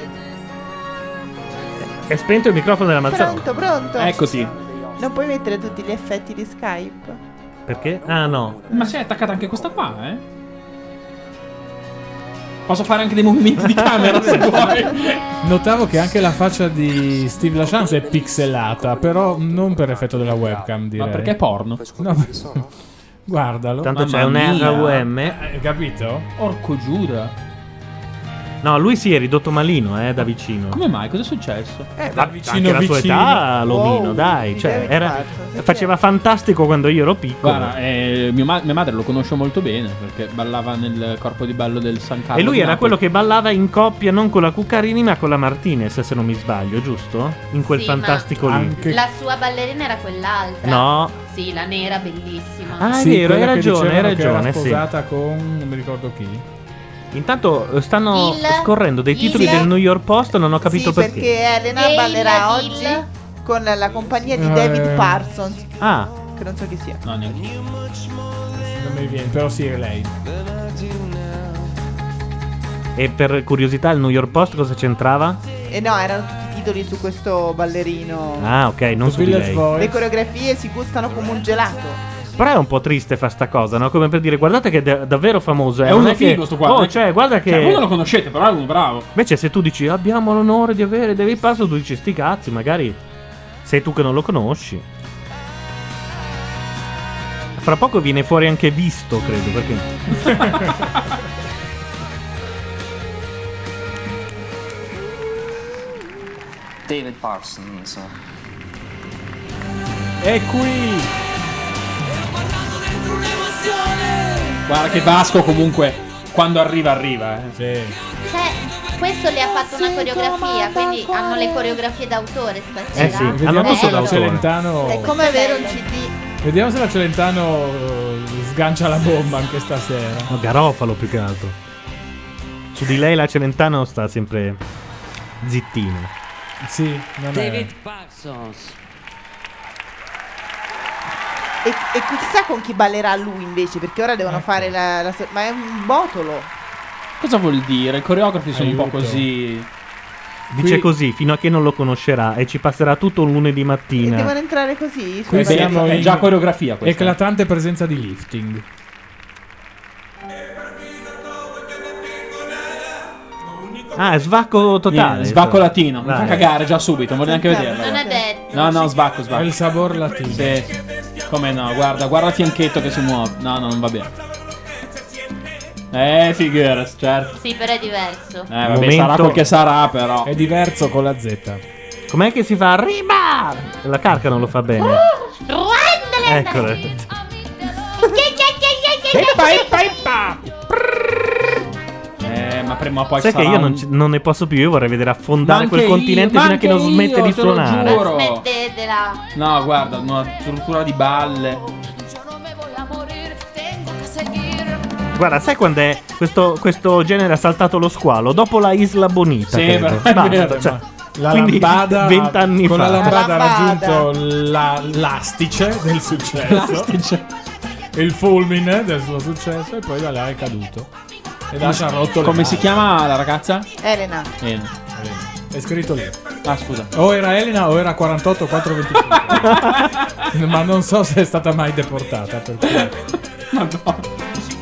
È spento il microfono della Mazzarotta. Pronto. Eccoti. Non puoi mettere tutti gli effetti di Skype? Perché? Ah, no. Ma si è attaccata anche questa qua, eh? Posso fare anche dei movimenti di camera se vuoi. Notavo che anche la faccia di Steve LaChance è pixelata, però non per effetto della webcam, direi. Ma perché è porno? No, guardalo. Tanto c'è un RVM. Hai capito? Orco Giuda. No, lui si è ridotto malino, da vicino. Come mai? Cosa è successo? Da vicino, anche la sua età, l'omino, Wow, dai. Cioè, faceva fantastico quando io ero piccolo. Guarda, mia madre lo conosce molto bene perché ballava nel corpo di ballo del San Carlo. E lui di era Napoli. quello che ballava in coppia non con la Cuccarini ma con la Martinez, se non mi sbaglio, giusto? In quel Sì, fantastico ma lì. La sua ballerina era quell'altra. No. Sì, la nera bellissima. Ah, è Sì, vero, hai quella che ragione, dicevano hai che era ragione, sì. sposata con non mi ricordo chi. Intanto stanno scorrendo dei titoli Il- del New York Post, non ho capito Sì, perché. perché Elena ballerà oggi con la compagnia di David Parsons. Ah. Che non so chi sia. No, neanche. Non mi viene, però sì, è lei. E per curiosità, il New York Post cosa c'entrava? E no, erano tutti titoli su questo ballerino. Ah, ok, non su di lei. Le coreografie si gustano come un gelato. Però è un po' triste fa sta cosa, no? Come per dire, guardate che è davvero famoso. È non uno che- figo sto qua. Oh, cioè, guarda che... Cioè, voi non lo conoscete, però è uno bravo. Invece se tu dici abbiamo l'onore di avere David Parsons, tu dici sti cazzi, magari sei tu che non lo conosci. Fra poco viene fuori anche Visto, credo, perché... David Parsons. È qui. Guarda che Vasco comunque quando arriva arriva, Cioè, questo le ha fatto una coreografia, quindi hanno le coreografie d'autore stasera. Vediamo se la Celentano. È come avere un CD. Vediamo se la Celentano sgancia la bomba anche stasera. No, Garofalo più che altro. Su di lei la Celentano sta sempre zittina. Sì, non David Parsons. E chissà con chi ballerà lui invece, perché ora devono fare ma è un botolo. Cosa vuol dire? I coreografi sono un po' Aiuto. così. Dice così, fino a che non lo conoscerà e ci passerà tutto un lunedì E mattina. devono entrare così. Qui Scusa, siamo è in già coreografia questa. eclatante presenza di lifting. Ah, è svacco totale. Niente, svacco latino. Mi fa Dai. cagare già subito, non voglio neanche vederlo. Non è guarda. detto. No, svacco. È il sapor latino. Sì. Come no, guarda il fianchetto che si muove. No, non va bene. Figures, certo. Sì, però è diverso. Vabbè, Momento- sarà quel che sarà, però. È diverso con la Z. Com'è che si fa? Arriba! La carca non lo fa bene. Eccolo. Ma prima o poi Sai che sarà io un- non ne posso più. Io vorrei vedere affondare Ma quel anche continente io, fino ma a che non anche smette io, di te lo suonare. giuro. Smettetela. No, guarda, una struttura di balle. Guarda, sai quando è questo genere ha saltato lo squalo? Dopo la Isla Bonita. Sì, credo. è Basta, vero, cioè, ma La quindi lambada 20 anni con fa. la lambada ha Lambada. raggiunto l'astice del successo. L'astice. Il fulmine del suo successo e poi da là è caduto. E da ci ha rotto le Come si balle. chiama la ragazza? Elena. È scritto lì. Ah, scusa. O era Elena o era 48 425. Ma non so se è stata mai deportata. Perché... Madonna.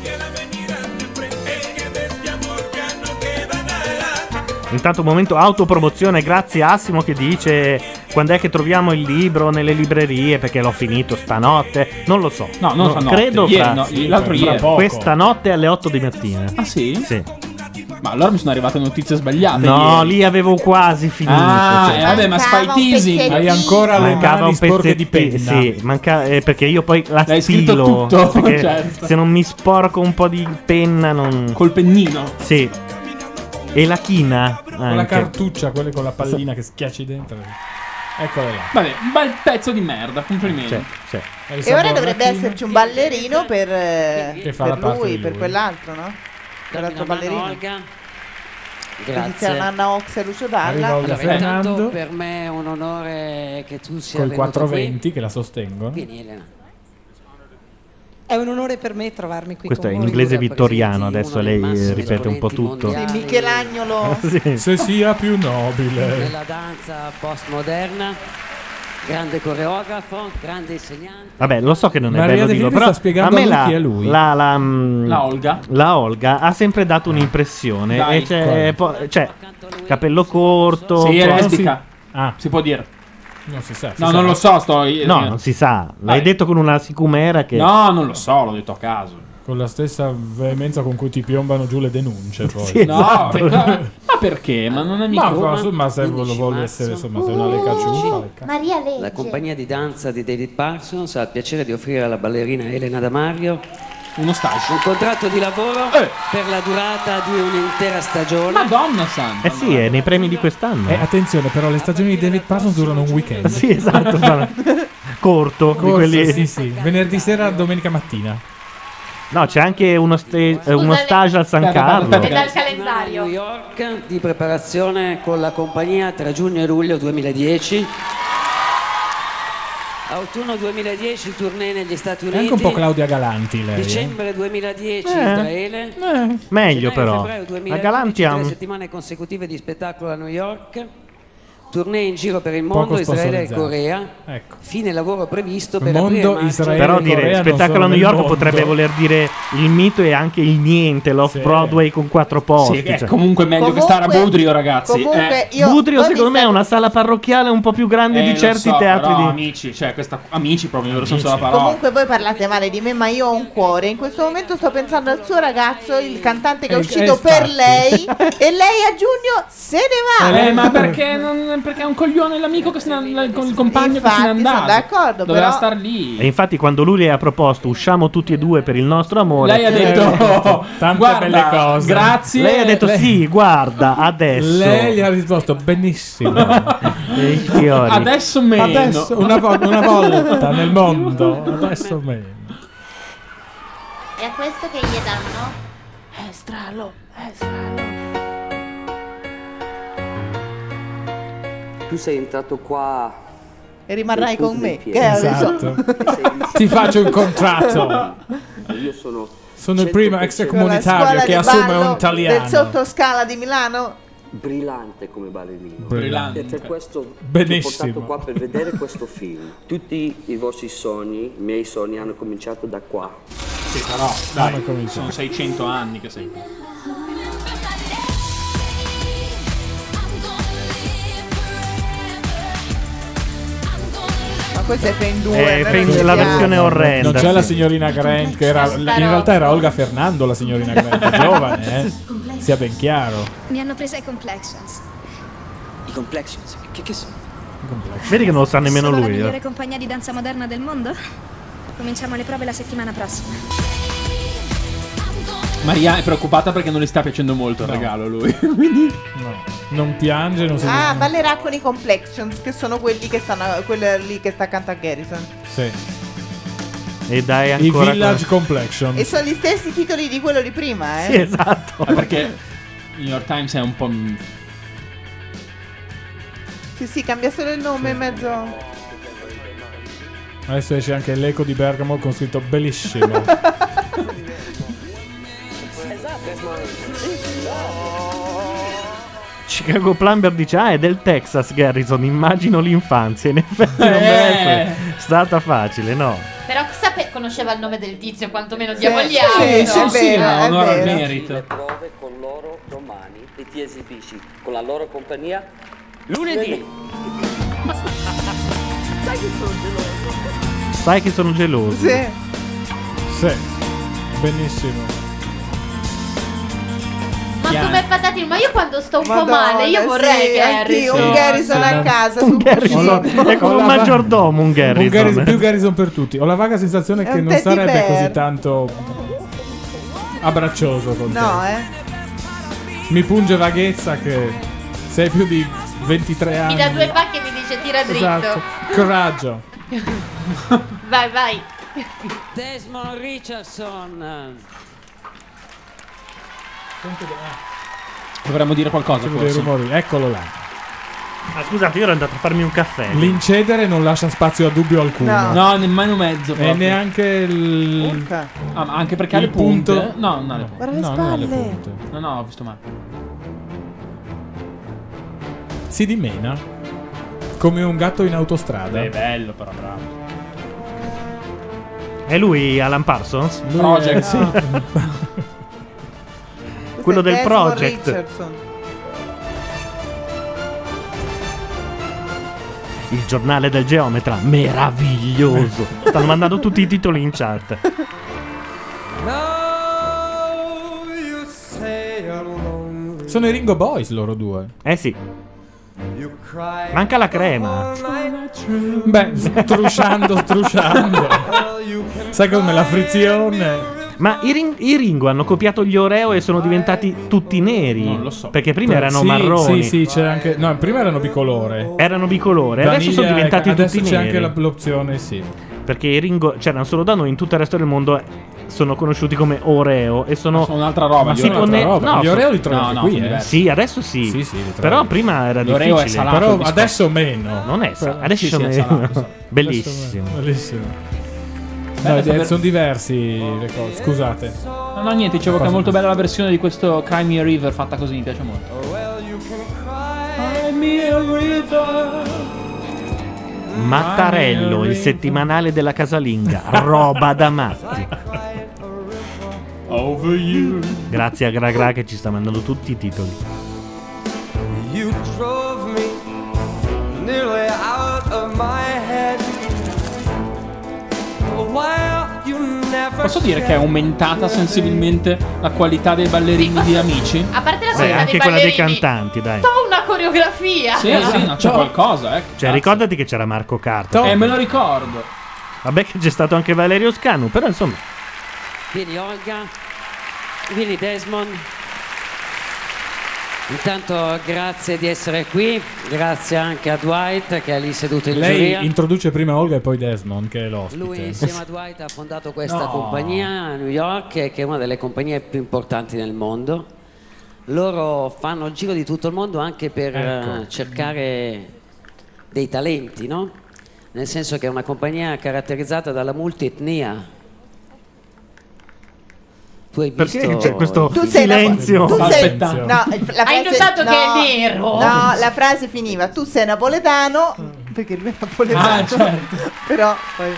Intanto un momento autopromozione, grazie a Assimo che dice quando è che troviamo il libro nelle librerie, perché l'ho finito stanotte, non lo so. No, non stanotte, credo ieri, fra, no, l'altro ieri. questa notte alle 8 di mattina. Ah, sì? Sì. Ma allora mi sono arrivate notizie sbagliate. No, ieri. lì avevo quasi finito. Ah, cioè. vabbè, ma Mancava fai un teasing. pezzettino. Hai ancora le Mancava mani un sporche di pezzettino, penna. sì, perché io poi la L'hai scritto stilo, tutto, perché certo. se non mi sporco un po' di penna non... Col pennino. Sì. E la china Con la anche. cartuccia, quelle con la pallina che schiacci dentro. Eccole là. Vabbè, un bel pezzo di merda, complimenti. Sì. È il E ora sapor dovrebbe latino. esserci un ballerino per Che fa la parte lui, di per lui. quell'altro, no? Per l'altro ballerino. Iniziano Anna Ox e Lucio Dalla. Allora, intanto per me è un onore che tu sia Con i venuto 420 qui. che la sostengono. Vieni Elena. È un onore per me trovarmi qui Questo è con in voi. inglese vittoriano, adesso lei ripete un po' tutto. Sì, Michelagnolo. Se sia più nobile. Nella danza postmoderna, grande coreografo, grande insegnante. Vabbè, lo so che non è Maria bello De dirlo, Filippi però sta spiegando a me a lui chi è lui. la Olga ha sempre dato un'impressione. Dai, E cioè, capello corto. Sì, è po'- lesbica. Ah. Si può dire. Non si sa. No, non lo so. No, non si sa. L'hai detto con una sicumera che. No, non lo so, l'ho detto a caso. Con la stessa veemenza con cui ti piombano giù le denunce. Poi. Sì, esatto. Ma perché? Ma non è mica. Ma se vuole essere, insomma, se è una lecacciuta. Maria legge. La compagnia di danza di David Parsons ha il piacere di offrire alla ballerina Elena Damario uno stage, un contratto di lavoro per la durata di un'intera stagione. Madonna santa. Eh sì, è nei premi di quest'anno. Attenzione, però le stagioni di David Parsons durano un weekend. Sì, esatto. Corto. Di quelli... Sì. Venerdì sera, domenica mattina. No, c'è anche uno stage al San Carlo. È dal calendario. New York di preparazione con la compagnia tra giugno e luglio 2010. Autunno 2010 tournée negli Stati È Uniti. anche un po' Claudia Galanti lei. Dicembre 2010 Israele. Meglio però. Febbraio 2011, La Galanti ha 3 un... settimane consecutive di spettacolo a New York. Tournée in giro per il Poco mondo, Israele e sponsorizzato. Corea. Ecco. Fine lavoro previsto per Mondo, aprile Israele, Però e dire Corea non spettacolo sono a New nel York mondo. potrebbe voler dire il mito e anche il niente, l'off-Broadway con 4 posti. Sì, è cioè. comunque meglio che stare a Budrio, ragazzi. Budrio secondo me è una sala parrocchiale un po' più grande di lo certi so, teatri però, di... amici, cioè amici proprio nel vero senso della parola. Comunque voi parlate male di me, ma io ho un cuore. In questo momento sto pensando al suo ragazzo, il cantante che è uscito per lei, e lei a giugno se ne va. Ma perché perché è un coglione l'amico che se ne con il compagno che se n'è Infatti, andato. sono d'accordo, Doveva però- star lì. E infatti quando lui le ha proposto usciamo tutti e due per il nostro amore, Lei ha detto tante guarda, belle cose. grazie. lei ha detto sì, guarda, adesso. Lei gli ha risposto benissimo. E i fiori. Adesso meno. Adesso, una volta nel mondo. Adesso meno. E a questo che gli danno? Estralo. Tu sei entrato qua E rimarrai per con me. tutti i Che piedi. adesso? Ti faccio il contratto. Io sono il primo extracomunitario Scuola che di assume ballo un italiano. del sottoscala di Milano. brillante come ballerino. Brillante. E per questo ti ho Benissimo. portato qua per vedere questo film. Tutti i vostri sogni, i miei sogni hanno cominciato da qua. Sì, però dai, sono 600 anni che sei qui. Ma questo è Fame 2. La versione orrenda. Non c'è la sì. signorina Grant che era in realtà era Olga Fernando, la signorina Grant, giovane, sia ben chiaro. Mi hanno presa i Complexions. I Complexions? Che sono? Vedi che non lo sa nemmeno Sono la lui. migliore compagnia di danza moderna del mondo? Cominciamo le prove la settimana prossima. Maria è preoccupata perché non le sta piacendo molto il regalo lui. Quindi no, non piange, non si Ah, ballerà con i Complexions, che sono quelli che stanno, quella lì che sta accanto a Garrison. Sì. E dai I ancora Village Complexion. E sono gli stessi titoli di quello di prima, Sì, esatto. Perché il New York Times è un po'. Sì, cambia solo il nome in mezzo. Adesso esce anche l'eco di Bergamo con scritto bellissimo. Chicago Plumber dice è del Texas Garrison, immagino l'infanzia. In effetti non deve essere stata facile, no? Però conosceva il nome del tizio, quantomeno Sì, diavoliamo. sì, onore al merito. Le prove con loro domani e ti esibisci con la loro compagnia lunedì. Sai che sono geloso. Sì. Sì. Benissimo. Ma come patatino, ma io quando sto un po' Madonna, male, io vorrei sì, Garrison. anch'io, un Garrison a casa. Un Garrison. È come un maggiordomo un Garrison. Più Garrison per tutti. Ho la vaga sensazione È che un non teddy sarebbe bear. così tanto abbraccioso con te. No, Mi punge vaghezza che sei più di 23 anni. Mi dà due pacche e mi dice tira dritto. Esatto. Coraggio. Vai, vai. Desmond Richardson. Dovremmo dire qualcosa. Facevo dei rumori. Eccolo là. Ah, scusate, io ero andato a farmi un caffè. L'incedere non lascia spazio a dubbio alcuno. No, nemmeno mezzo. E proprio. neanche il. Anche perché ha il le punte. punto. No, non ha le punte. Guarda le No, non ha le spalle. punte. No, ho visto male. Si dimena come un gatto in autostrada. È bello, però, bravo. È lui Alan Parsons? Project. Sì. Quello del Desmond Project. Richardson. Il giornale del geometra, meraviglioso. Stanno mandando tutti i titoli in chat. Sono i Ringo Boys loro due. Eh sì. Manca la crema. Beh, strusciando. Sai come la frizione. Ma i Ringo hanno copiato gli Oreo e sono diventati tutti neri. Non lo so. Perché prima erano Sì, marroni. Sì, c'era anche. No, prima erano bicolore. Erano bicolore, adesso sono diventati adesso tutti c'è neri. anche l'opzione, sì. Perché i Ringo c'erano solo da noi, in tutto il resto del mondo sono conosciuti come Oreo e sono un'altra roba. Sono un'altra roba. No, gli Oreo li trovi no, qui, sono eh. diversi. Sì, adesso sì. Sì, li trovi. Però prima era L'Oreo è difficile. salato. Però il adesso meno. Non è adesso sì, sono è salato. bellissimo. Bellissimo. No, sono diversi le cose. Scusate. No, niente, dicevo che è molto bella la versione di questo Cry Me a River fatta così, mi piace molto. Mattarello, il settimanale della casalinga, roba da matti. Over you. Grazie a Gra che ci sta mandando tutti i titoli. You drove me nearly out of my head. Posso dire che è aumentata sensibilmente la qualità dei ballerini di Amici? A parte la Beh, qualità anche dei quella dei ballerini, cantanti, dai. c'ho una coreografia. Sì, no, c'è qualcosa, Cioè, ricordati che c'era Marco Carta. Me lo ricordo. Vabbè che c'è stato anche Valerio Scanu, però insomma. Vieni Olga, vieni Desmond. Intanto grazie di essere qui, grazie anche a Dwight che è lì seduto in giuria. Lei introduce prima Olga e poi Desmond che è l'ospite. Lui insieme a Dwight ha fondato questa compagnia a New York che è una delle compagnie più importanti nel mondo. Loro fanno il giro di tutto il mondo anche per cercare dei talenti, no? Nel senso che è una compagnia caratterizzata dalla multietnia. Tu hai visto? Perché c'è questo Tu sei silenzio? aspettando. No, Hai notato che è nero? No, la frase finiva. Tu sei napoletano. Perché lui è napoletano. certo. Però poi.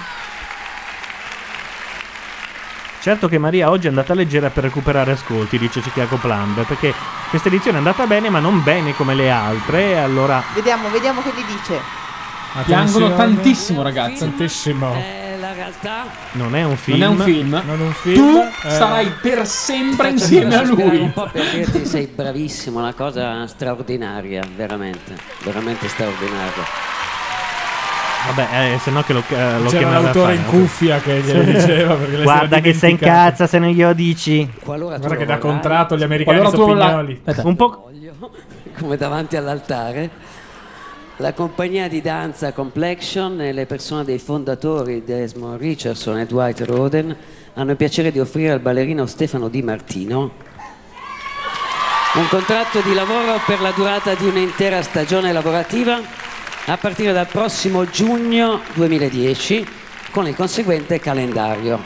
Certo che Maria oggi è andata leggera per recuperare ascolti, dice Chicago Plumb, perché questa edizione è andata bene ma non bene come le altre, e allora... Vediamo che gli dice. Piangono tantissimo, ragazzi. Tantissimo. La realtà Non è un film. Non è un film. Non è un film. Tu sarai per sempre insieme a lui. Un po' per dirti sei bravissimo, una cosa straordinaria, veramente, veramente straordinaria. Vabbè, se no che lo C'era chiamava l'autore in cuffia che glielo diceva perché lei guarda si era che sei in dimenticato. cazza se non glielo dici. Guarda che da contratto gli americani sono pignoli. Un po' come davanti all'altare. La compagnia di danza Complexion e le persone dei fondatori Desmond Richardson e Dwight Roden hanno il piacere di offrire al ballerino Stefano Di Martino un contratto di lavoro per la durata di un'intera stagione lavorativa a partire dal prossimo giugno 2010 con il conseguente calendario.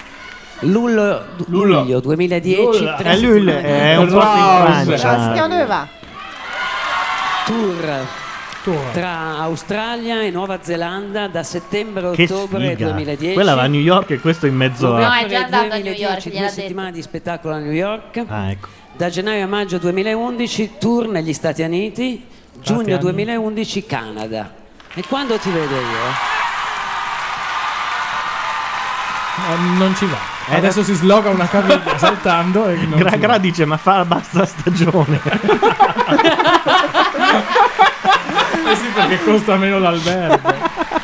Luglio 2010 è lui, è un po' in Francia. Dove va? Tour tra Australia e Nuova Zelanda da settembre a Che ottobre sfiga. 2010. Quella va a New York e questo in mezzo No, a... è già andato a New 2010, York, 2 gliel'ha detto. settimane di spettacolo a New York. Ah, ecco. Da gennaio a maggio 2011 tour negli Stati Uniti, giugno 2011 Canada. E quando ti vedo io? Non ci va. Adesso si sloga una caviglia saltando e non ci Gra va. dice ma fa basta stagione. Eh sì, perché costa meno l'albergo.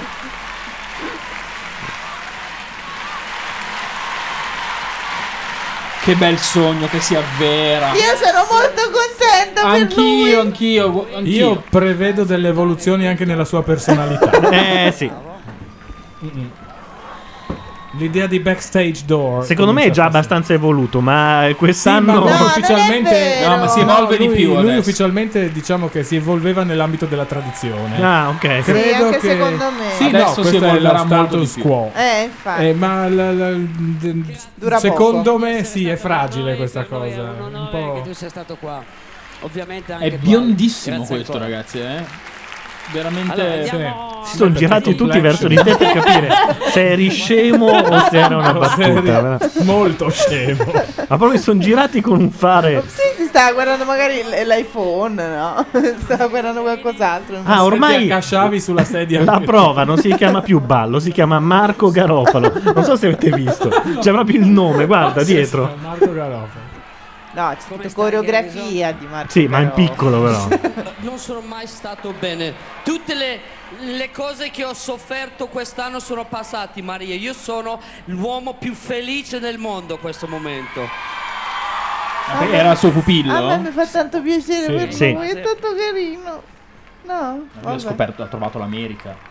Che bel sogno che si avvera. Io sono molto contenta per lui. Anch'io. Io prevedo delle evoluzioni anche nella sua personalità. Sì. L'idea di backstage door. Secondo me è già abbastanza evoluto, ma quest'anno ufficialmente ma si evolve di più Lui adesso. ufficialmente diciamo che si evolveva nell'ambito della tradizione. Ah, ok. Credo anche che secondo me. Sì, no, Adesso si questo è lo evolverà molto status di più. quo. Infatti. Ma Dura secondo poco. me sì, è fragile questa cosa. È un Un onore po'. che tu sia stato qua. Ovviamente anche È qua. biondissimo Grazie questo, ancora. ragazzi, Veramente. Allora, andiamo- si sono girati tutti verso di te per capire se eri scemo o se era una battuta. Molto scemo. Ma proprio sono girati con un fare. Sì, si stava guardando magari l'iPhone, no? Stava guardando qualcos'altro. Ah, ormai ti accasciavi sulla sedia. La prova non si chiama più Ballo, si chiama Marco Garofalo. Non so se avete visto. C'è proprio il nome, guarda dietro. Marco Garofalo. No, c'è scritto coreografia di Marco. Sì, ma in piccolo però. Non sono mai stato bene. Tutte le cose che ho sofferto quest'anno sono passate, Maria. Io sono l'uomo più felice del mondo in questo momento. Era il suo pupillo? A me mi fa tanto piacere Sì. per Sì. lui, è tanto carino. No, Ha scoperto, ha trovato l'America.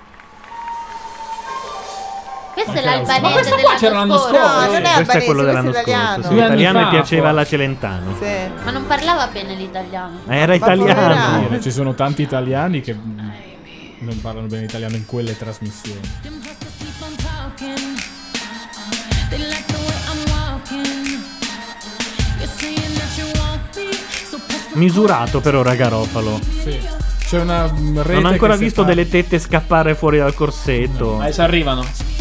Questo è l'albanese questo qua c'era l'anno scorso. No, non è Questo è albanese, quello dell'anno questo è italiano. scorso. Sì, Due anni l'italiano fa, piaceva forse. alla Celentano. Ma non parlava bene l'italiano. Era italiano. Ci sono tanti italiani che non parlano bene italiano in quelle trasmissioni. Misurato per ora Garofalo. Sì. C'è una rete. Non ho ancora che visto separa- delle tette scappare fuori dal corsetto. Adesso arrivano.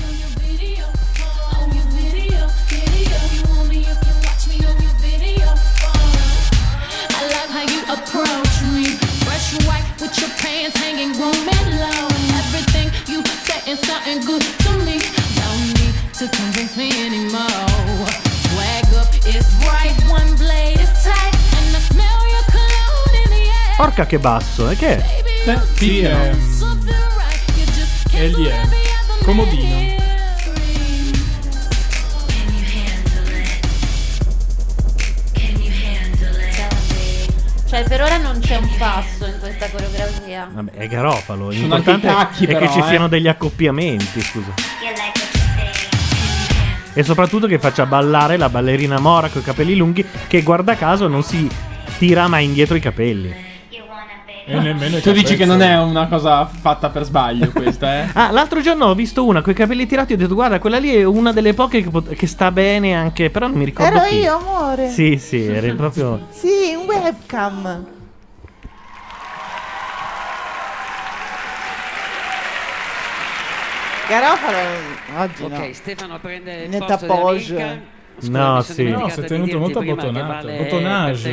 Porca che basso, e che è? Sì, egli è comodino. Cioè, per ora non c'è un passo in questa coreografia. Vabbè, è Garofalo. Sono anche L'importante i cacchi, è che però, ci siano degli accoppiamenti, scusa. E soprattutto che faccia ballare la ballerina Mora con i capelli lunghi, che guarda caso non si tira mai indietro i capelli. E nemmeno i Tu dici capezzi. che non è una cosa fatta per sbaglio questa, eh? Ah, l'altro giorno ho visto una con i capelli tirati e ho detto guarda, quella lì è una delle poche che sta bene anche, però non mi ricordo Ero chi. io, amore. Sì, sì, eri proprio. Sì, un webcam. Garofalo oggi Ok, no. Stefano prende il Niente posto appoggio. dell'amica. No, sì. No, si è tenuto molto abbotonato. Bottonage.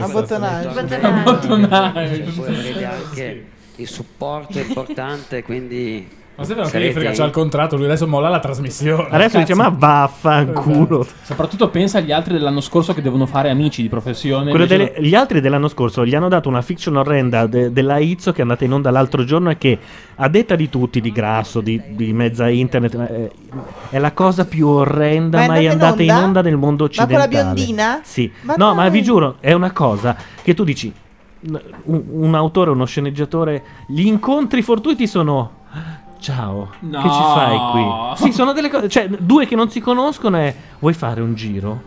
Avrete anche il supporto importante, quindi Ma Stefano che gli frega, c'ha il contratto, lui adesso molla la trasmissione. Adesso dice ma vaffanculo. Soprattutto pensa agli altri dell'anno scorso che devono fare amici di professione. Quello invece gli altri dell'anno scorso gli hanno dato una fiction orrenda della Izzo che è andata in onda l'altro giorno e che a detta di tutti, di Grasso, di mezza internet, è la cosa più orrenda Ma è mai andata andata in in onda? onda nel mondo Ma con la occidentale. biondina? Sì. Ma no, ma dai. vi giuro, è una cosa che tu dici un autore, uno sceneggiatore, gli incontri fortuiti sono ciao, No. che ci fai qui? Sì, sono delle cose, cioè due che non si conoscono e vuoi fare un giro?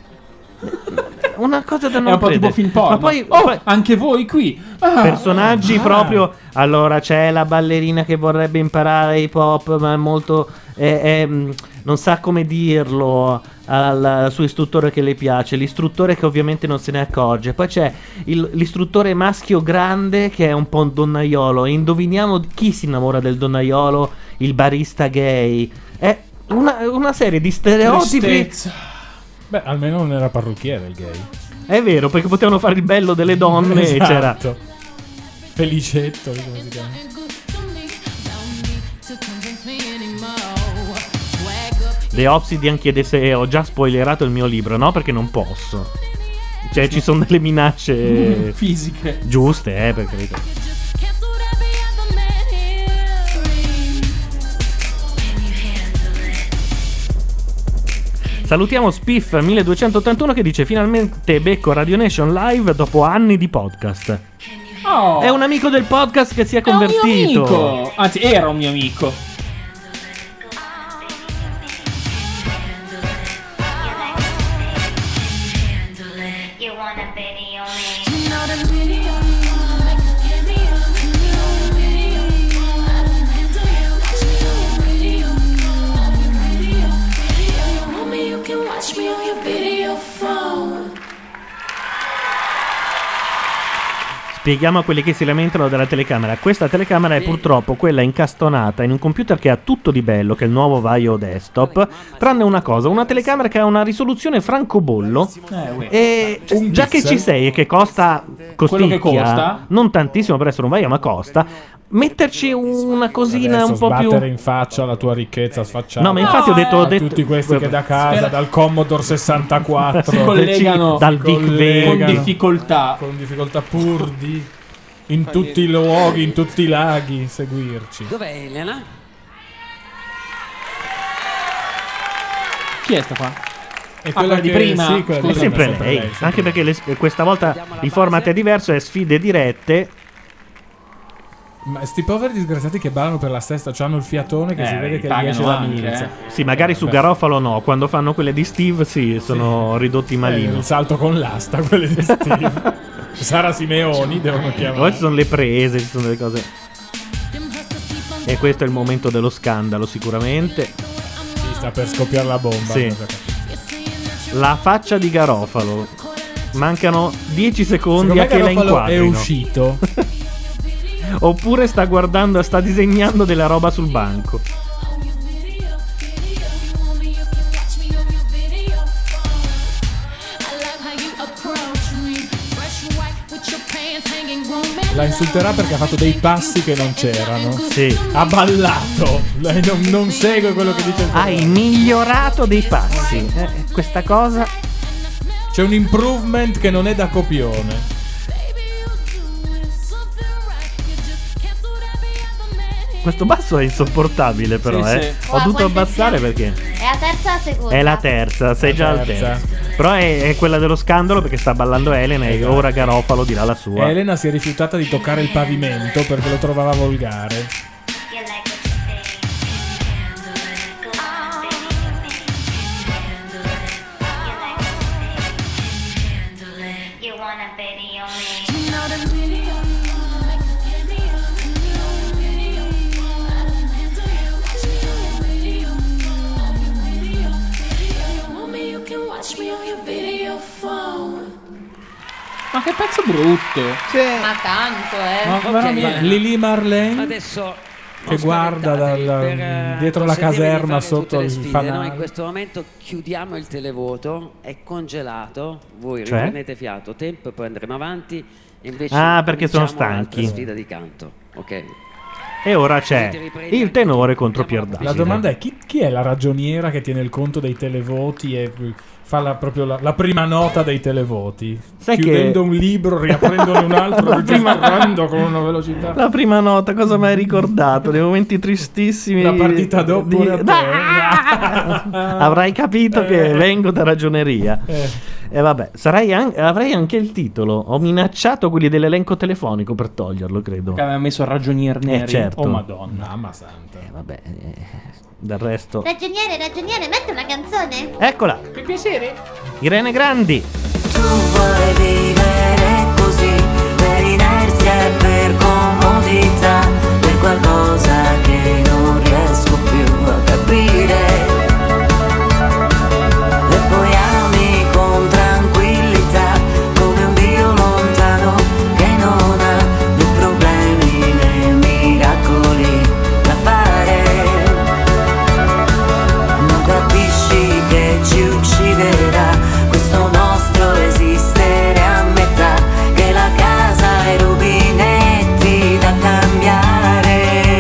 Una cosa da non è un po' credere. tipo film porno. Ma poi, anche voi qui. Ah. personaggi proprio. Allora c'è la ballerina che vorrebbe imparare hip hop, ma è molto. Non sa come dirlo al suo istruttore che le piace. L'istruttore che ovviamente non se ne accorge. Poi c'è l'istruttore maschio grande che è un po' un donnaiolo. E indoviniamo chi si innamora del donnaiolo? Il barista gay. È una serie di stereotipi. Tristezza. Beh, almeno non era parrucchiere il gay. È vero, perché potevano fare il bello delle donne e c'era. Felicetto, come si chiama? The Obsidian chiede se ho già spoilerato il mio libro. No, perché non posso. Cioè, ci sono delle minacce fisiche giuste, per carità. Salutiamo Spiff 1281 che dice finalmente becco Radio Nation live dopo anni di podcast. Oh. È un amico del podcast che si è È un mio convertito. amico. Anzi, era un mio amico. Spieghiamo a quelli che si lamentano della telecamera. Questa telecamera è purtroppo quella incastonata in un computer che ha tutto di bello, che è il nuovo Vaio Desktop, tranne una cosa, una telecamera che ha una risoluzione francobollo e già che ci sei e che costa non tantissimo per essere un Vaio, ma costa, metterci una cosina un po' più... sbattere in faccia la tua ricchezza sfacciata. No, ma infatti ho detto tutti questi che da casa, dal Commodore 64 si collegano dal Big Vega con difficoltà pur di in tutti i luoghi, in tutti i laghi seguirci. Dov'è Elena? Chi è sta qua? È quella di prima. Sì, quella è sempre lei, anche perché questa volta il format è diverso, è sfide dirette. Ma sti poveri disgraziati che ballano per la sesta, hanno il fiatone che si vede che gli esce la milza. Sì, magari su Garofalo no, quando fanno quelle di Steve sono ridotti malino. Il salto con l'asta, quelle di Steve. Sara Simeoni devono chiamare. Poi ci sono le prese, ci sono delle cose. E questo è il momento dello scandalo sicuramente. Sì, sta per scoppiare la bomba. Sì. La faccia di Garofalo. Mancano 10 secondi a che la inquadrino. È uscito. Oppure sta guardando, sta disegnando della roba sul banco. La insulterà perché ha fatto dei passi che non c'erano. Sì. Ha ballato. Lei non segue quello che dice il Hai migliorato dei passi. Questa cosa. C'è un improvement che non è da copione. Questo basso è insopportabile però, Sì. Ho dovuto abbassare perché È la terza o la seconda? è la terza, sei già al terzo. Però è quella dello scandalo perché sta ballando Elena e ora Garofalo dirà la sua. Elena si è rifiutata di toccare il pavimento perché lo trovava volgare. Ma che pezzo brutto. Ma tanto, veramente. Lili Marlene Adesso che guarda dietro la caserma sotto il Noi fanale. in questo momento chiudiamo il televoto, è congelato, voi Cioè? riprendete fiato, tempo e poi andremo avanti. E invece perché sono cominciamo un'altra stanchi. sfida di canto, ok? E ora c'è il tenore contro Pierdassi. La domanda è chi è la ragioniera che tiene il conto dei televoti e fa proprio la prima nota dei televoti? Sai chiudendo che- un libro, riaprendone un altro, registrando con una velocità. La prima nota, cosa mi hai ricordato? Dei momenti tristissimi. La partita dopo Avrai capito che vengo da ragioneria. E vabbè, avrei anche il titolo. Ho minacciato quelli dell'elenco telefonico per toglierlo, credo. Che aveva messo ragionier neri. Certo. Oh madonna. Mamma santa. Vabbè, del resto. Ragioniere, metti una canzone? Eccola, Per piacere. Irene Grandi. Vuoi vivere così per inerzia e per comodità, per qualcosa che non riesco più a capire, e poi ami con tranquillità come un Dio lontano che non ha né problemi né miracoli da fare. Non capisci che ci ucciderà questo nostro esistere a metà, che la casa ha i rubinetti da cambiare.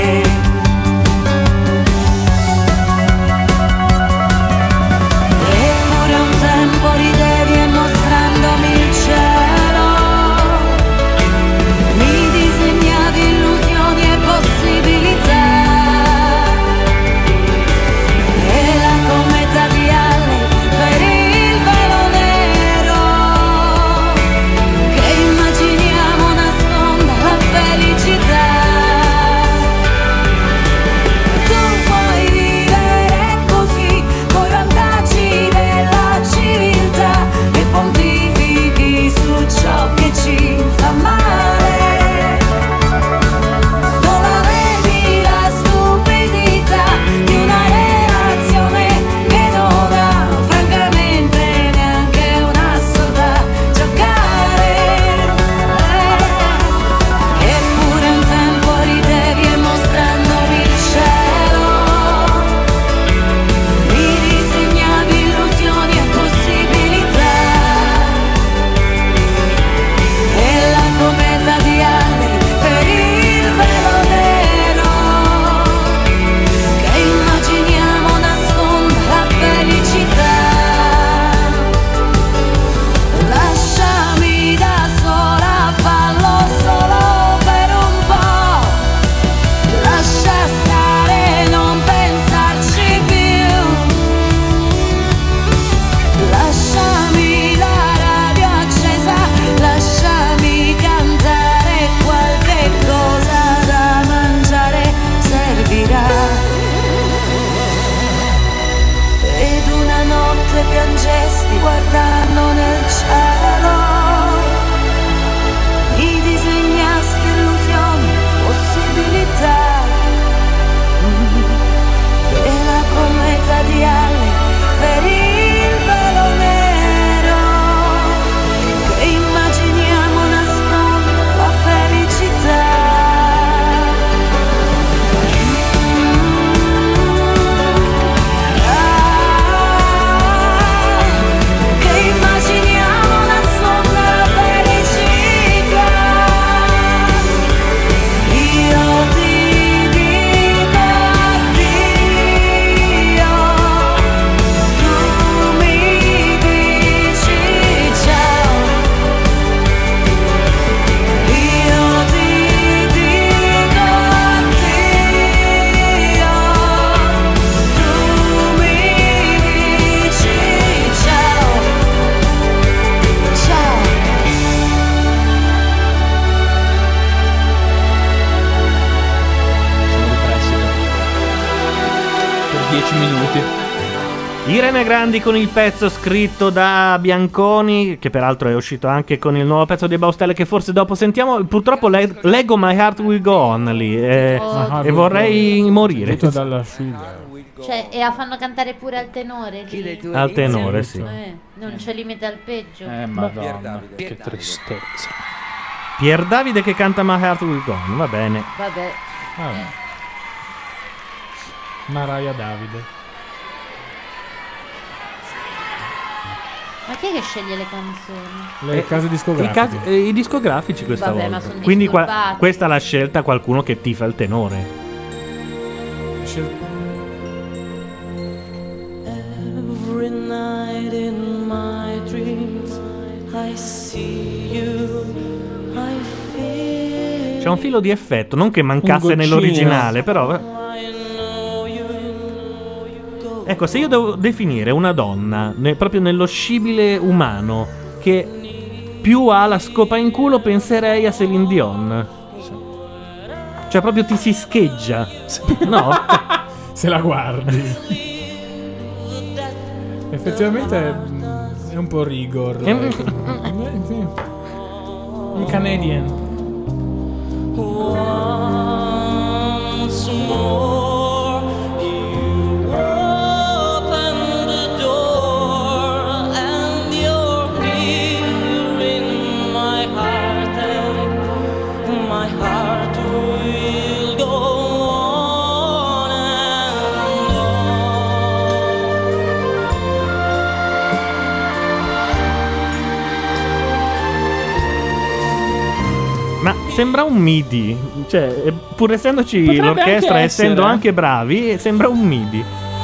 Irene Grandi con il pezzo scritto da Bianconi, che peraltro è uscito anche con il nuovo pezzo di Baustelle, che forse dopo sentiamo. Purtroppo leggo My Heart Will Go On lì e vorrei morire. Cioè, e fanno cantare pure al tenore lì. Al tenore, sì. Non c'è limite al peggio. Madonna, che tristezza. Pier Davide che canta My Heart Will Go On, va bene. Vabbè. Mariah Davide. Ma chi è che sceglie le canzoni? Le case discografiche. I discografici questa Vabbè, ma volta. sono Quindi disturbati. questa l'ha scelta qualcuno che tifa il tenore. Every night in my dreams I see you, I feel. C'è un filo di effetto, non che mancasse nell'originale, però. Ecco, se io devo definire una donna proprio nello scibile umano che più ha la scopa in culo, penserei a Céline Dion. Cioè proprio ti si scheggia. No? Se la guardi. Effettivamente è un po' rigor. Un Canadian. Once more Ma sembra un MIDI, cioè pur essendoci Potrebbe l'orchestra, anche essendo essere. anche bravi, sembra un MIDI.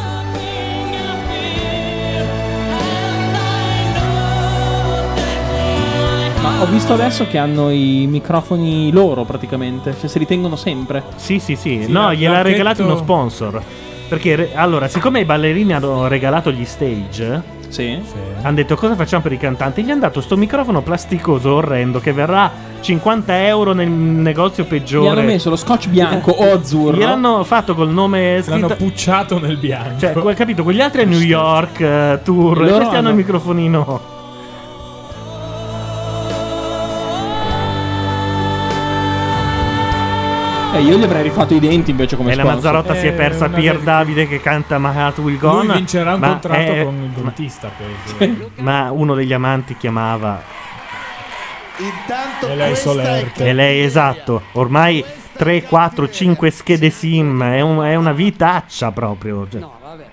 Ma ho visto adesso che hanno i microfoni loro praticamente, cioè se li tengono sempre. Sì. No, gliel'ha regalato uno sponsor. Perché allora, siccome i ballerini hanno regalato gli stage, hanno detto cosa facciamo per i cantanti? Gli hanno dato sto microfono plasticoso orrendo che verrà 50 euro nel negozio peggiore. Gli hanno messo lo scotch bianco o azzurro. Gliel'hanno fatto col nome scritto. L'hanno pucciato nel bianco. Cioè, capito? Quegli altri a New York tour. E loro Questi hanno il hanno- microfonino. Io gli avrei rifatto i denti invece come E la sponsor. Mazzarotta si è persa Pier Davide che canta My Heart Will Go On. Lui vincerà un ma contratto è- con il dentista poi. Ma uno degli amanti chiamava. Intanto E lei questa è solerte. E lei, esatto. Ormai 3, 4, 5 schede SIM. È una vitaccia proprio. Cioè.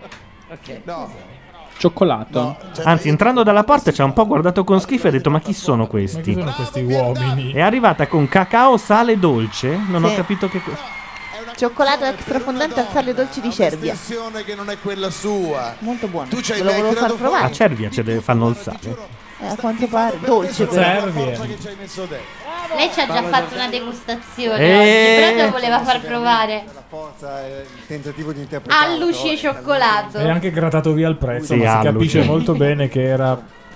Cioccolato. Anzi, entrando dalla porta ci ha un po' guardato con schifo e ha detto: ma chi sono questi? Chi sono questi uomini? È arrivata con cacao, sale dolce. Non ho Sì. capito che. Cioccolato extra fondente al sale dolce di Cervia. che non è quella sua. Molto buono. Tu ci hai Ve lo mai volevo far tirato provare. A Cervia fanno il sale. A quanto pare dolce però. Lei ci ha già fatto una degustazione Eh. oggi, però te lo voleva far provare. il tentativo di interpretare. Alluci e cioccolato. Hai anche grattato via il prezzo, Sì, ma si alluce. capisce molto bene che era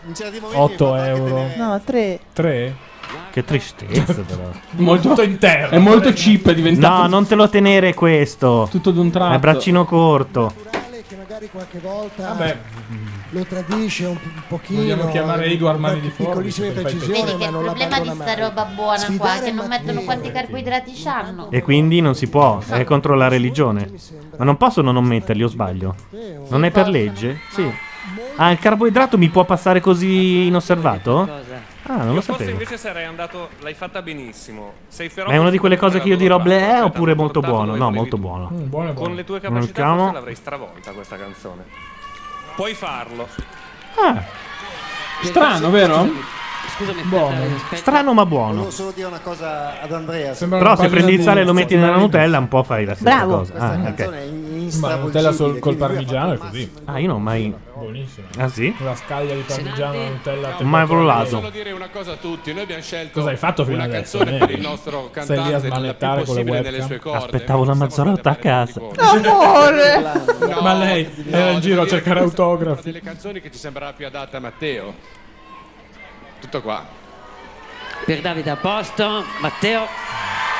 8 euro. No, 3. 3? Che tristezza, però. Molto interno. È molto cheap, è diventato. No, non te lo tenere questo. Tutto d'un tratto. È braccino corto. Che magari qualche volta Vabbè. lo tradisce un pochino. Vogliamo chiamare Edo Armani di Forlì, piccolissime per fare precisioni, Vedi che ma il non la problema di perdona sta mai. roba buona qua Sfidare è che non il mettono Matteo. quanti carboidrati c'hanno. E quindi non si può, è contro la religione. Ma non possono non metterli, o sbaglio? Non è per legge? Sì. Ah, il carboidrato mi può passare così inosservato? Ah, non lo Forse sapevo. invece sarei andato. L'hai fatta benissimo. Sei feroce. Ma è una di quelle cose che io dirò bleh Aspetta, oppure hanno molto portato buono? dove No, volevi molto tu. buono. Buono, buono. Con le tue capacità Mettiamo. forse l'avrei stravolta questa canzone. Puoi farlo. Ah, Strano, vero? Scusami, Buono. strano ma buono. Volevo solo dire una cosa ad Andrea. Sembra Però una se pagina prendi il sale e lo di- metti nella Nutella un po' fai la stessa Bravo. cosa. Questa Ah, canzone ok. è Ma instravolgibile, Nutella col quindi lui ha parmigiano è fatto così. Ah, io non ho mai. Buonissimo. Ah, sì? Una scaglia di parmigiano Nutella. Mai temperatura provato. Solo dire una cosa a tutti, noi abbiamo scelto Cosa hai fatto fino una adesso? canzone per il nostro Stai lì a cantante la più smanettare con le possibile nelle webcam? sue corde. Aspettavo la Mazzarotta a casa. Amore! No, Ma lei no, era in giro a devo dire cercare che questa è autografi. una delle canzoni che ci sembrava più adatta a Matteo. Tutto qua. Per Davide a posto, Matteo.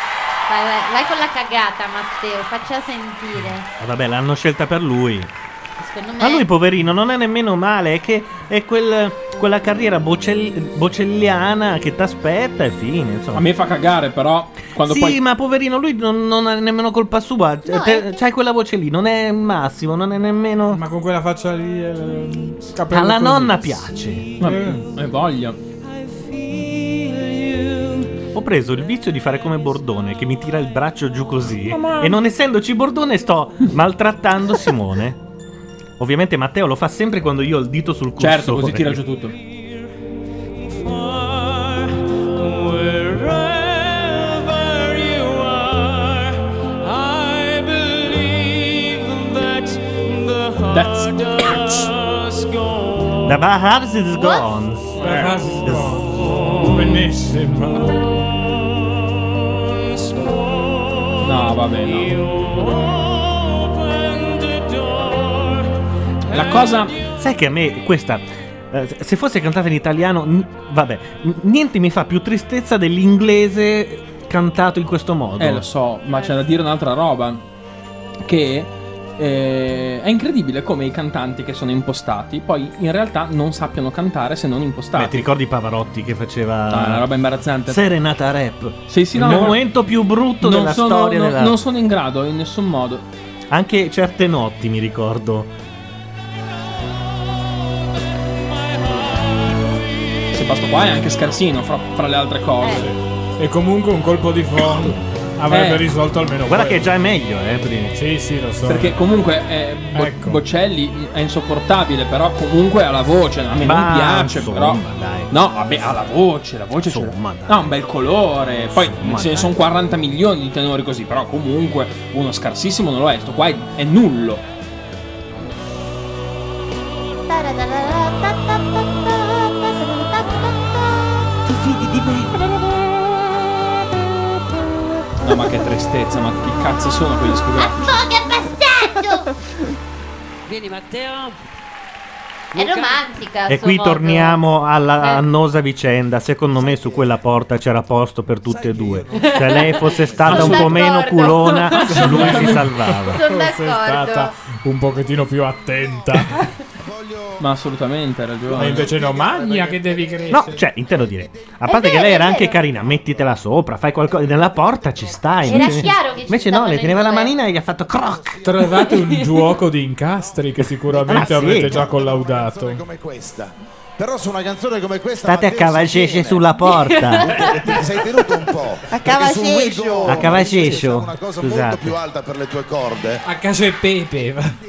Vai con la cagata, Matteo, faccia sentire. Vabbè, l'hanno scelta per lui. Ma lui, poverino, non è nemmeno male. È che è quella carriera bocelliana che t'aspetta e fine. Insomma. A me fa cagare, però. Quando sì, poi... ma poverino, lui non è nemmeno colpa sua. C'hai quella voce lì, non è il massimo, non è nemmeno. Ma con quella faccia lì. Alla nonna piace. Voglia. Ho preso il vizio di fare come Bordone, che mi tira il braccio giù così. E non essendoci Bordone, sto maltrattando Simone. Ovviamente Matteo lo fa sempre quando io ho il dito sul cursore. Certo, così tira giù tutto. That's The Bahars is gone. Benissimo. No, vabbè, no. La cosa. Sai che a me questa. Se fosse cantata in italiano, vabbè, niente mi fa più tristezza dell'inglese cantato in questo modo. Lo so, ma c'è da dire un'altra roba. Che è incredibile come i cantanti che sono impostati poi in realtà non sappiano cantare se non impostati. Ti ricordi Pavarotti che faceva una roba imbarazzante, Serenata Rap? Sì, il momento più brutto della storia della... Non sono in grado in nessun modo. Anche Certe notti mi ricordo. Se questo qua è anche scarsino fra le altre cose. E comunque un colpo di phon avrebbe risolto almeno guarda quello. che già è meglio, Sì, lo so. Perché comunque Bocelli è insopportabile, però comunque ha la voce. A me non piace, insomma, però. Dai. No, vabbè, ha la voce insomma, ha un bel colore. Poi ce ne sono 40 milioni di tenori così, però comunque uno scarsissimo non lo è. Sto qua è nullo. Ti fidi di me? No, ma che tristezza, ma chi cazzo sono quegli discografici? Ma che bastardo! Vieni Matteo. È romantica. E qui torniamo alla annosa vicenda. Secondo me su quella porta c'era posto per tutte e due. Se lei fosse stata un po' meno culona, lui si salvava. Sono Fosse d'accordo. stata un pochettino più attenta. Ma assolutamente hai ragione. E invece no, magna che devi crescere. No, cioè, intendo dire, a parte che lei era anche carina, mettitela sopra, fai qualcosa nella porta, ci stai. Era chiaro che ci invece no, stavano le teneva in la due. manina e gli ha fatto croc. Trovate un gioco di incastri che sicuramente Ah, sì. avrete già collaudato. Come questa. Però su una canzone come questa State a Matteo si cavacesce tiene. sulla porta. Ti sei tenuto un po'. A Perché sul cavacescio. Will Go A cavacescio. una cosa molto Scusate. più alta per le tue corde. A caso e pepe.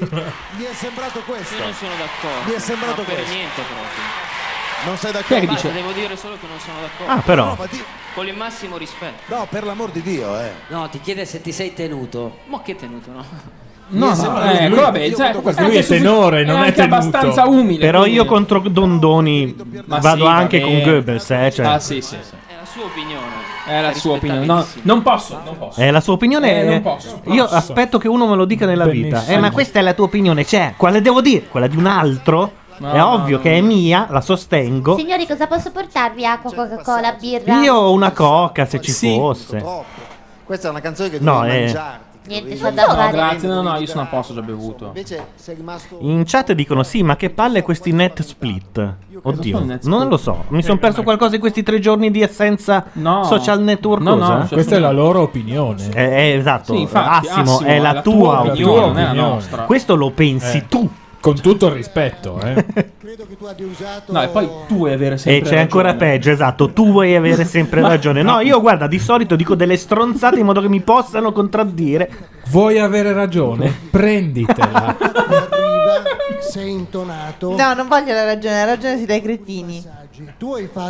Mi è sembrato questo. Io non sono d'accordo. Mi è sembrato per questo. niente proprio. Non sei Chi è d'accordo? che dice? Devo dire solo che non sono d'accordo. Ah, però. No, ma Con il massimo rispetto. no, per l'amor di Dio, No, ti chiede se ti sei tenuto. Ma che tenuto, no? No, lui- vabbè, cioè, lui è tenore, non è anche tenuto. abbastanza umile. Però quindi- io contro Dondoni Ma vado sì, anche va con bene. Goebbels, cioè. Ah, sì. È la sua opinione. È la sua opinione. No, non posso. È la sua opinione. Non posso. Io aspetto che uno me lo dica nella vita. Ma questa è la tua opinione, cioè, quale devo dire? Quella di un altro? È ovvio che è mia, la sostengo. Signori, cosa posso portarvi? Acqua, Coca-Cola, birra? Io ho una coca se ci fosse. Questa è una canzone che No, devi mangiarti. Niente, c'ho No, da fare. grazie, no, io sono a posto, ho già bevuto. Invece sei rimasto. In chat dicono sì, ma che palle questi net split. Oddio, net non split? lo so. Mi sono perso qualcosa in questi 3 giorni di assenza social network. No, no, cosa? Questa è la loro opinione. Esatto. Sì, infatti, Assimo, è la tua opinione. non è la nostra. Questo lo pensi tu. Con tutto il rispetto, Credo che tu abbia usato. No, e poi tu vuoi avere E sempre c'è ancora ragione. peggio, esatto. Tu vuoi avere sempre ragione. No, io guarda, di solito dico delle stronzate in modo che mi possano contraddire. Vuoi avere ragione? Prenditela. Arriva, sei intonato. No, non voglio la ragione si dà ai cretini. Tu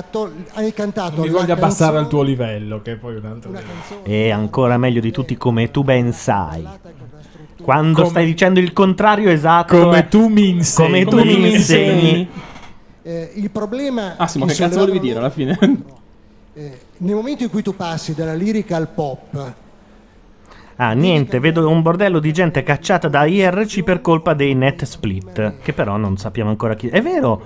hai cantato. Mi la voglio abbassare canzone- al tuo livello, che è poi un altro. E ancora meglio di tutti, come tu ben sai. Quando Come- stai dicendo il contrario esatto, Come tu mi insegni. come tu mi insegni. Il problema. Assimo, che cazzo sollevavano- volevi dire alla fine? Nel momento in cui tu passi dalla lirica al pop. Ah, niente, vedo un bordello di gente cacciata da IRC per colpa dei net split, che però non sappiamo ancora chi. È vero.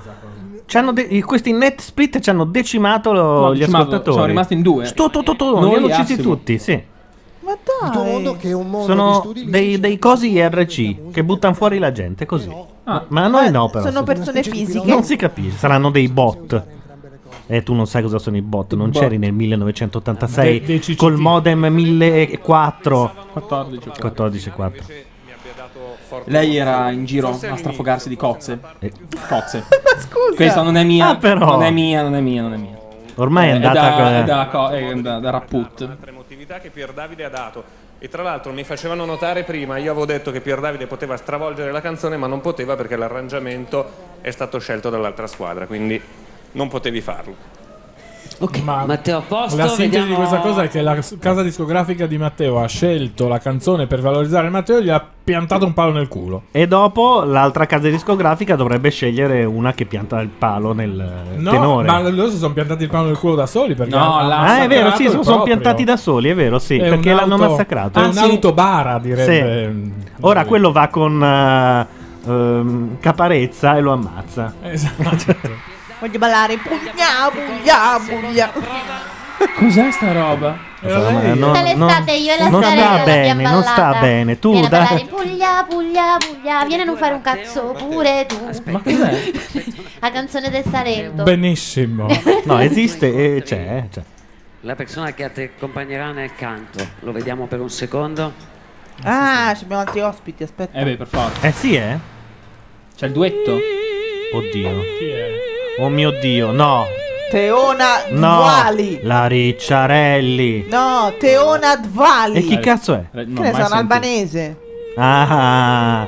Questi net split ci hanno decimato No, gli decimato, ascoltatori. sono rimasti in 2. Li hanno uccisi tutti, sì. Il tuo mondo che è un mondo di Sono studi dei cosi IRC che buttano fuori la gente così. Ma a noi no, però. Sono persone fisiche. Non si capisce, saranno dei bot. E tu non sai cosa sono i bot, non c'eri nel 1986 col modem 1004 14.4. Lei era in giro a strafogarsi di cozze. Cozze. Ma scusa. Questa non è mia. Ah, però. Non è mia. Ormai è andata è da Rapput. Altre emotività che Pier Davide ha dato. E tra l'altro mi facevano notare prima, io avevo detto che Pier Davide poteva stravolgere la canzone, ma non poteva perché l'arrangiamento è stato scelto dall'altra squadra, quindi non potevi farlo. Ok, Matteo, a posto, La sintesi vediamo- di questa cosa è che la casa discografica di Matteo ha scelto la canzone per valorizzare Matteo e gli ha piantato un palo nel culo. E dopo l'altra casa discografica dovrebbe scegliere una che pianta il palo nel No, tenore. ma loro si sono piantati il palo nel culo da soli perché No, Ah, è vero, sì, sono piantati da soli, è vero, sì, È perché l'hanno massacrato. È un'autobara, direbbe. Sì. Ora quello va con Caparezza e lo ammazza. Esatto. Voglio ballare puglia. Cos'è sta roba? Tutta l'estate io e la non sorella sta bene, l'abbiamo non sta ballata. bene. Tu Vieni a dai. ballare puglia, vieni a non fare un cazzo pure tu. Ma cos'è? La canzone del Salento. Benissimo. No, esiste e c'è. La persona che ti accompagnerà nel canto, lo vediamo per un secondo. Ah, ci abbiamo altri ospiti, aspetta. Per forza. Eh sì, eh? C'è il duetto? Oddio. Oh mio Dio, no. Teona No. Dvali. La Ricciarelli. No, Teona Dvali. E chi cazzo è? Che ne so, un albanese. Ah,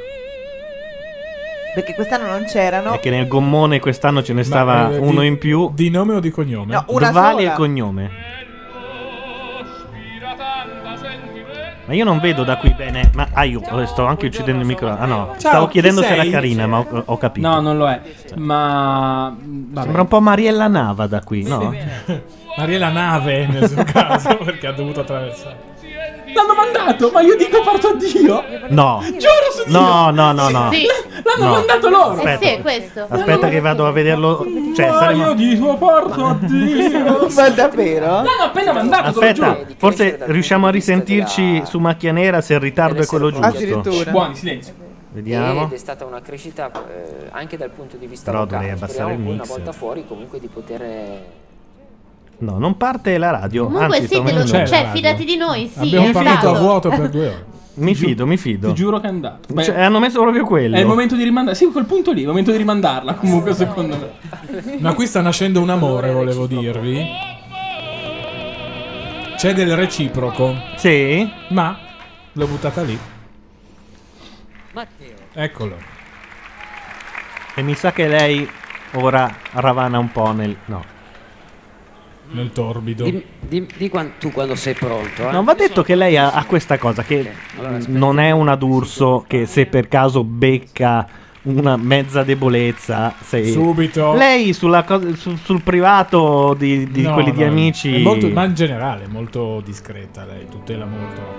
Perché quest'anno non c'erano. è che nel gommone quest'anno ce ne stava uno in più. Di nome o di cognome? No, una Dvali è sola. il cognome. Ma io non vedo da qui bene. Ma io sto anche uccidendo il microfono. Ah no, Ciao, stavo chi chiedendo se sei? era carina, ma ho capito. No, non lo è. Ma vabbè. Sembra un po' Mariella Nava da qui, no? Mariella Nave nel suo caso perché ha dovuto attraversare. L'hanno mandato, ma io dico parto a Dio. No. Giuro su Dio. No. Sì. L'hanno No. mandato loro. Sì, sì, è questo. Aspetta che vado a vederlo. Cioè, Ma saremo... io dico parto a Dio. Ma davvero? L'hanno appena mandato, te lo Aspetta, giuro. forse riusciamo a risentirci su Macchia Nera se il ritardo è quello giusto. Addirittura. Buoni, silenzio. Vediamo. Ed è stata una crescita anche dal punto di vista Però locale. dovrei abbassare Speriamo il poi una mix. volta fuori comunque di poter No, non parte la radio. Comunque Anzi, sì, sto te lo venendo- cioè, fidati di noi, sì. Abbiamo è parlato stato. a vuoto per 2 ore. Mi fido. Ti giuro che è andato. Beh, Cioè, hanno messo proprio quello. è il momento di rimandare. Sì, quel punto lì, è il momento di rimandarla. Comunque, secondo me. Ma qui sta nascendo un amore, volevo dirvi. C'è del reciproco. Sì? Ma l'ho buttata lì. Matteo. Eccolo. E mi sa che lei ora ravana un po' nel... No. Nel torbido. Di tu quando sei pronto. Non va detto che lei ha questa cosa, che non è una d'Urso che se per caso becca una mezza debolezza sei... Subito. Lei sul privato di No, quelli di no, amici... è molto, ma in generale è molto discreta lei, tutela molto la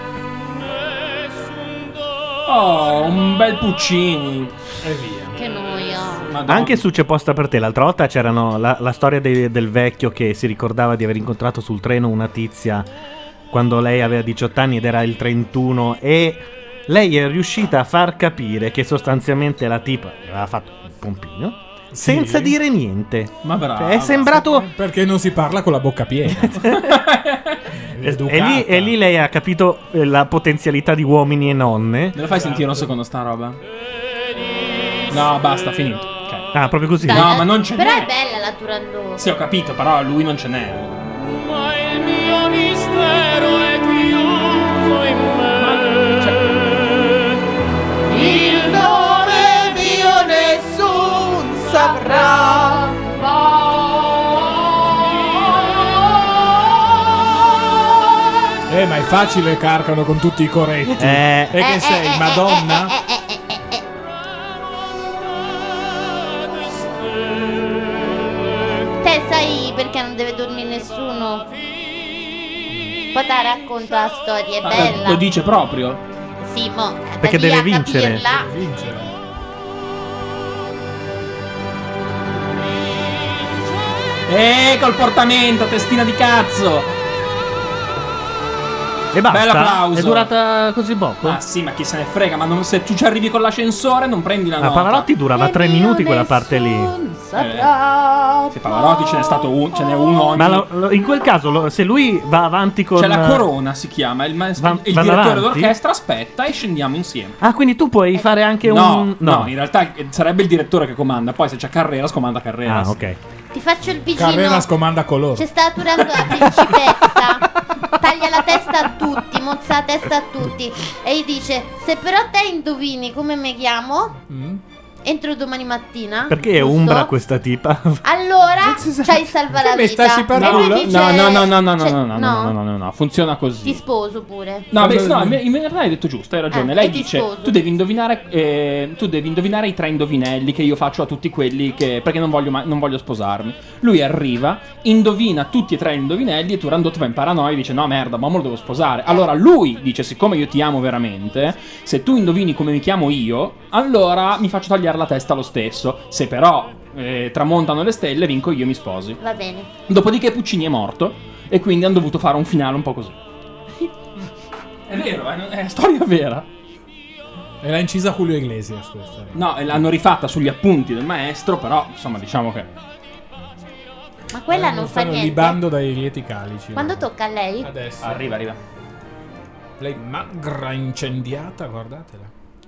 cosa. Oh, un bel Puccini. E via. Che noia. Madonna. Anche su C'è posta per te, l'altra volta c'erano la storia del vecchio che si ricordava di aver incontrato sul treno una tizia quando lei aveva 18 anni ed era il 31 e lei è riuscita a far capire che sostanzialmente la tipa aveva fatto un pompino senza dire niente. Ma bravo. Cioè, è sembrato... Perché non si parla con la bocca piena. E lì lei ha capito la potenzialità di uomini e nonne. Me lo fai sentire un secondo sta roba? No, basta, finito. Ok. Ah, proprio così? No, ma non ce Però n'è. è bella la Turandot. Sì, ho capito, però lui non ce n'è. Ma il mio mistero è chiuso in me. Il nome mio nessun saprà. Ma è facile, Carcano, con tutti i coretti. E che sei, Madonna? Te sai perché non deve dormire nessuno? Poi te racconto la storia, è bella. Lo dice proprio? Sì, mo. Perché da lì deve a vincere. capirla. Col portamento, testina di cazzo. E basta? Bello applauso. È durata così poco? Ma sì, ma chi se ne frega, ma se tu ci arrivi con l'ascensore non prendi la nota. Pavarotti durava 3 minuti quella parte lì. Se Pavarotti ce n'è stato ce n'è uno ogni... Ma in quel caso, se lui va avanti con... C'è la corona, si chiama, il direttore avanti? d'orchestra aspetta e scendiamo insieme. Ah, quindi tu puoi fare anche No, in realtà sarebbe il direttore che comanda, poi se c'è Carreras comanda Carreras. Ah, ok. Ti faccio il vicino. Carreras comanda coloro. C'è sta durando la principessa. Taglia la testa a tutti, mozza la testa a tutti. E gli dice: se però te indovini come mi chiamo entro domani mattina, Perché è giusto? Umbra questa tipa? Allora c'hai salva la mi vita. stai E lui dice, No, funziona così. ti sposo pure. No, in realtà hai detto giusto, hai ragione. Lei e ti dice: sposo. tu devi indovinare i 3 indovinelli che io faccio a tutti quelli perché non voglio sposarmi. Lui arriva, indovina tutti e 3 indovinelli e Turandot va in paranoia e dice: no, merda, ma me lo devo sposare. Allora lui dice: siccome io ti amo veramente, se tu indovini come mi chiamo io, allora mi faccio tagliare la testa lo stesso. Se però tramontano le stelle, vinco io e mi sposi. Va bene. Dopodiché Puccini è morto e quindi hanno dovuto fare un finale un po' così. È vero, è storia vera. E l'ha incisa Julio Iglesias questa. No, l'hanno rifatta sugli appunti del maestro, però insomma diciamo che... Ma quella non fa stanno niente. libando dai lieti calici. Quando tocca a lei? Adesso. Arriva. Lei magra incendiata, guardatela.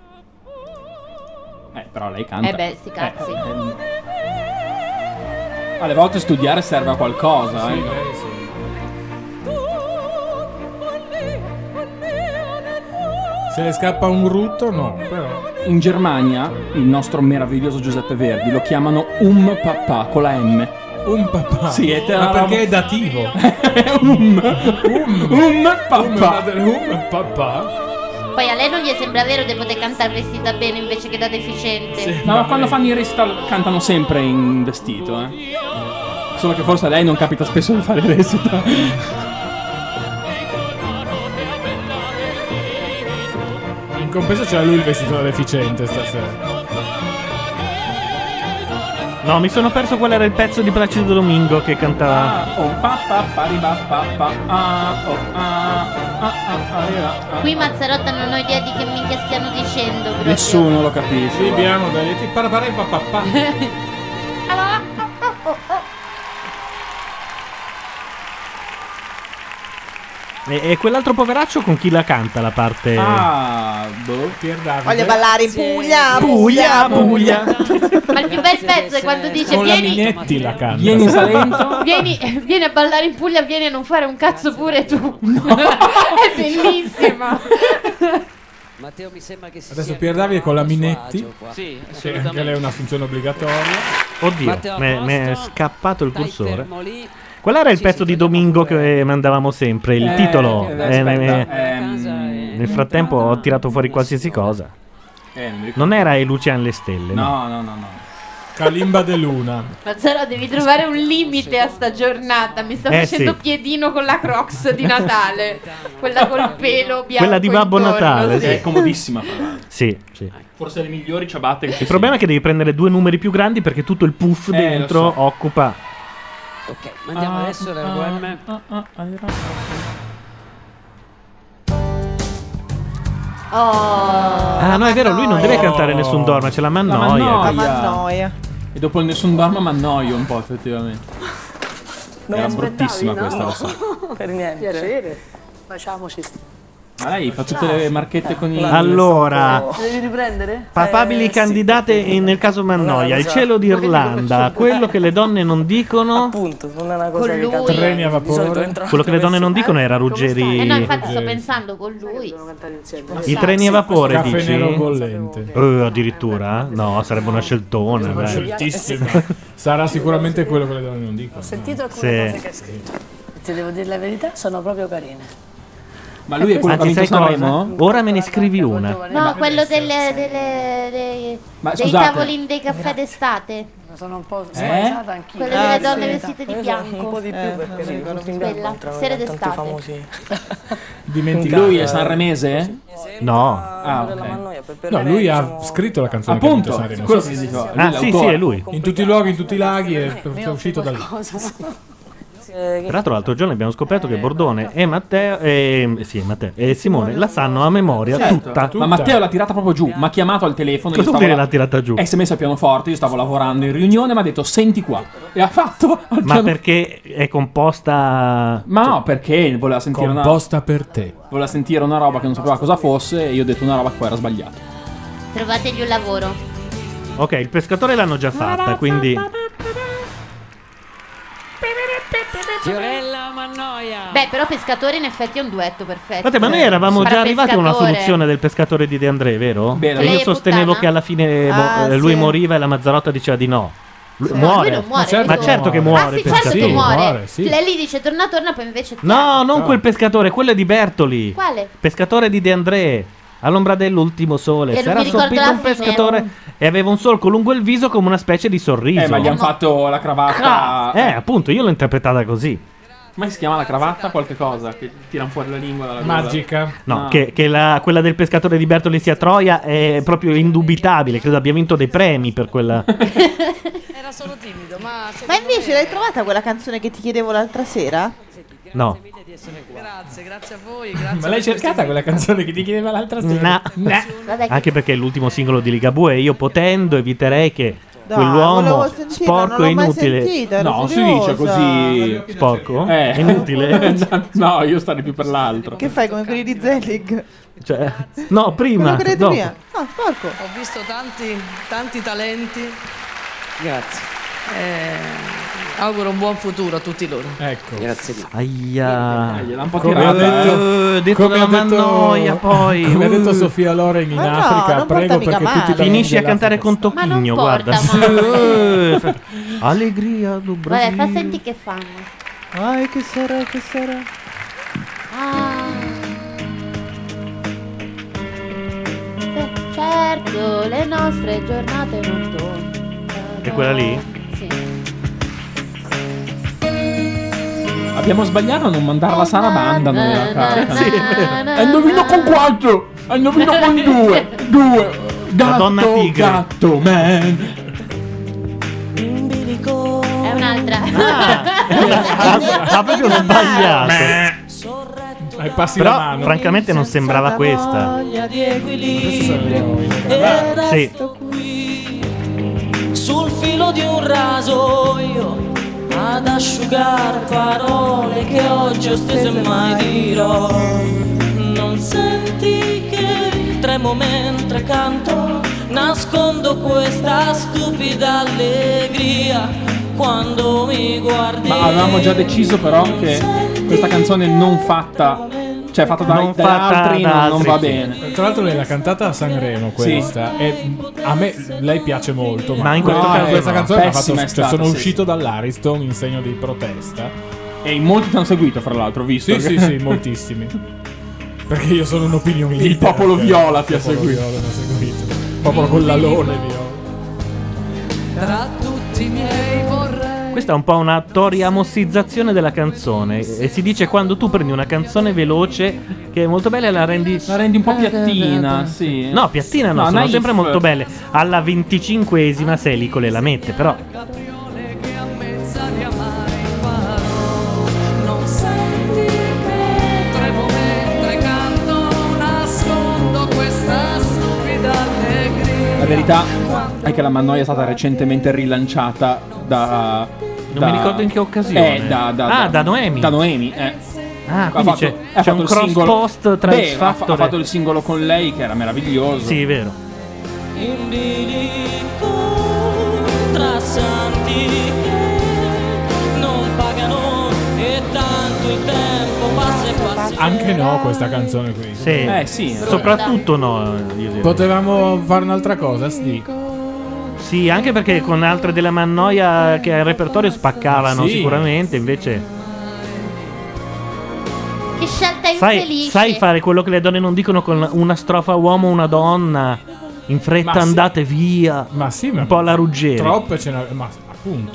Però lei canta. Sti cazzi. Alle volte studiare serve a qualcosa, Sì, lei sì. Se le scappa un rutto, no, però. In Germania, il nostro meraviglioso Giuseppe Verdi lo chiamano papà con la M. Papà? Sì, ma perché è dativo? Papà? Poi a lei non gli sembra vero di poter cantare vestita bene invece che da deficiente? No, ma quando fanno i recital cantano sempre in vestito, Solo che forse a lei non capita spesso di fare i recital. In compenso c'era lui il vestito da deficiente stasera. No, mi sono perso qual era il pezzo di Placido Domingo che cantava. Qui Mazzarotta non ho idea di che minchia stiano dicendo proprio. Nessuno lo capisce. Abbiamo dai papà. E quell'altro poveraccio con chi la canta la parte? Pier Davide. Voglio ballare in Puglia. Puglia. Ma il più bel pezzo è quando dice: Con la vieni, Minetti la canta. Vieni in Salento. vieni a ballare in Puglia, vieni a non fare un cazzo pure tu. È bellissima. Matteo, mi sembra che Adesso Pier Davide con la Minetti. Sì, Che anche lei è una funzione obbligatoria. Oddio, mi è scappato il cursore. Qual era il pezzo di Domingo che mandavamo sempre? Il titolo? Nel frattempo ho tirato fuori qualsiasi cosa. Non era E Lucian le stelle? No. Calimba de Luna. Mazzarotta, devi trovare un limite a sta giornata. Mi sta facendo sì. piedino con la Crocs di Natale. Quella col pelo bianco. Quella di Babbo intorno, Natale, sì. sì. È comodissima, fra l'altro. Sì. Forse le migliori ciabatte che Il problema è che devi prendere 2 numeri più grandi perché tutto il puff dentro lo so. occupa. Ok, mandiamo adesso l'RVM. Ah, no, è vero, lui non deve cantare Nessun Dorma, c'è la Mannoia. Mannoia. E dopo il Nessun Dorma mi annoio un po', effettivamente. Era bruttissima questa, lo so. Per niente. Piacere. Facciamoci. Ma lei fa tutte le marchette con i... Allora, Devi riprendere? papabili candidate nel caso Mannoia, Il cielo d'Irlanda, Quello che le donne non dicono. Appunto, non è una cosa Con che lui. canta. Treni a vapore. Quello che le donne non dicono era Ruggeri. No, infatti sto pensando con lui. I treni a vapore, Caffè dici? nero bollente. Addirittura? No, sarebbe una sceltona. Una dai. sceltissima. Sarà sicuramente quello che le donne non dicono. Ho sentito alcune Sì. cose che hai scritto. Ti devo dire la verità, sono proprio carine. Ma lui è quello che ha Anzi, vinto sai Sanremo? cosa? Ora me ne scrivi una. No, quello dei scusate. tavolini dei caffè d'estate. Sono un po' spaesata anch'io. Quelle delle donne vestite di Un bianco. po' di più perché Quella, sera d'estate. Dimenticato. Lui è sanremese? No. Ah, ok. No, lui ha scritto la canzone che ha vinto Appunto, Sanremo. quello Sì, che sì, dicevo. sì. Ah, sì, è lui. In tutti i luoghi, in tutti i laghi è uscito da lì. Tra l'altro l'altro giorno abbiamo scoperto che Bordone e Matteo e Simone la sanno a memoria tutta. Ma Matteo l'ha tirata proprio giù, mi ha chiamato al telefono. Cosa vuol dire l'ha tirata giù? E si è messo al pianoforte, io stavo lavorando in riunione, mi ha detto senti qua. E ha fatto al Ma perché è composta... Ma no, perché voleva sentire composta per te. Voleva sentire una roba che non sapeva cosa fosse e io ho detto una roba che poi era sbagliata. Trovategli un lavoro. Ok, il pescatore l'hanno già fatta, quindi... Fiorella Mannoia. Beh, però pescatori in effetti è un duetto perfetto. Guardate, ma noi eravamo già arrivati a una Pescatore. soluzione del pescatore di De André, vero? Bene. E io Lei è sostenevo puttana? che alla fine Ah, lui sì. moriva e la Mazzarotta diceva di no. Lui Muore. non muore, Ma certo che muore. Ah, il sì, certo pescatore. che muore. sì. Lei gli dice torna, poi invece... No, non quel pescatore, quello è di Bertoli. Quale? Pescatore di De André. All'ombra dell'ultimo sole. E Si non era mi ricordo soppito la un fine. pescatore e aveva un solco lungo il viso come una specie di sorriso. Ma gli hanno fatto la cravatta. Appunto, io l'ho interpretata così. Come si chiama la cravatta? Qualche cosa che tirano fuori la lingua dalla gola. Magica. No, Ah. che quella del pescatore di Bertoli sia Troia è proprio indubitabile. Credo abbia vinto dei premi per quella. Era solo timido, ma... Ma invece l'hai trovata quella canzone che ti chiedevo l'altra sera? No. Grazie a voi, grazie. Ma l'hai cercata quella canzone che ti chiedeva l'altra sera? No. Anche perché è l'ultimo singolo di Ligabue e io potendo eviterei che Dai, quell'uomo volevo sentirla, sporco non e l'ho mai inutile. sentita, ero No, si curiosa. dice così. Sporco? Inutile? No, io starei più per l'altro. Che fai come quelli di Zelig? Cioè, no, prima. Quello che hai detto dopo. prima? No, sporco. Ho visto tanti talenti. Grazie. Auguro un buon futuro a tutti loro. Ecco. Grazie mille. Aia. Gliel'ha un po' Come tirata. ha detto, detto dalla Mannoia, poi. Come ha detto Sofia Loren in Ma no, Africa, non prego porta mica perché tutti i bambini Finisci a dell'Africa- cantare con Ma non Tocchigno, porta guarda. Allegria do Vabbè, Brasil. fa senti che fanno. Ai, che sarà, che sarà? Certo, le nostre giornate non tornano. È quella lì? Sì. Abbiamo sbagliato a non mandare la Sarabanda noi a casa. Sì, è vero. E indovino con 4. E indovino con 2. 2. Gatto, Donna tigre. gatto, man. È un'altra. Ha proprio sbagliato. Ai passi la Però, mano. francamente, non sembrava questa. Di equilibrio Sì. resto qui sul filo di un rasoio ad asciugare parole che oggi ho steso e mai dirò. Non senti che tremo mentre canto, nascondo questa stupida allegria quando mi guardi. Ma avevamo già deciso però che questa canzone non fatta, cioè fatta da, Non da fatta altri, da non altri, va sì. bene. Tra l'altro lei l'ha cantata a Sanremo questa e a me lei piace molto, Ma in questo caso questa no. canzone mi ha fatto, Pessima è cioè, stata, sono sì. uscito dall'Ariston in segno di protesta. E in molti ti hanno seguito, fra l'altro, visto? Sì, sì, sì, moltissimi. Perché io sono un opinion leader. Il popolo viola ti ha Il popolo seguito. viola mi ha seguito. Il popolo con l'alone viola. Tra tutti i miei vorrei. Questa è un po' una toriamossizzazione della canzone. E si dice quando tu prendi una canzone veloce che è molto bella e la rendi un po' piattina, sì. No, piattina no, sono naif. sempre molto belle. Alla 25esima Selicole la mette, però Non senti che Tremo mentre canto, nascondo questa stupida allegria. La verità è che la Mannoia è stata recentemente rilanciata da... non mi ricordo in che occasione. Da Noemi. Da Noemi, Ah, Ha quindi fatto- c'è ha fatto un il cross singolo- post tra Beh, X ha Factor fatto e- il singolo con lei che era meraviglioso. Sì, vero. in bilico tra santi che non pagano e tanto il tempo passa e passa. Anche no questa canzone qui. Sì. sì. Soprattutto no, io direi. Potevamo fare un'altra cosa, Sti. Sì, anche perché con altre della Mannoia che al repertorio spaccavano Sì. sicuramente, invece Che scelta infelice. sai fare quello che le donne non dicono con una strofa uomo, una donna, in fretta Ma sì. andate via. Ma sì, ma un po' alla Ruggeri. troppe ce n'è, ma appunto.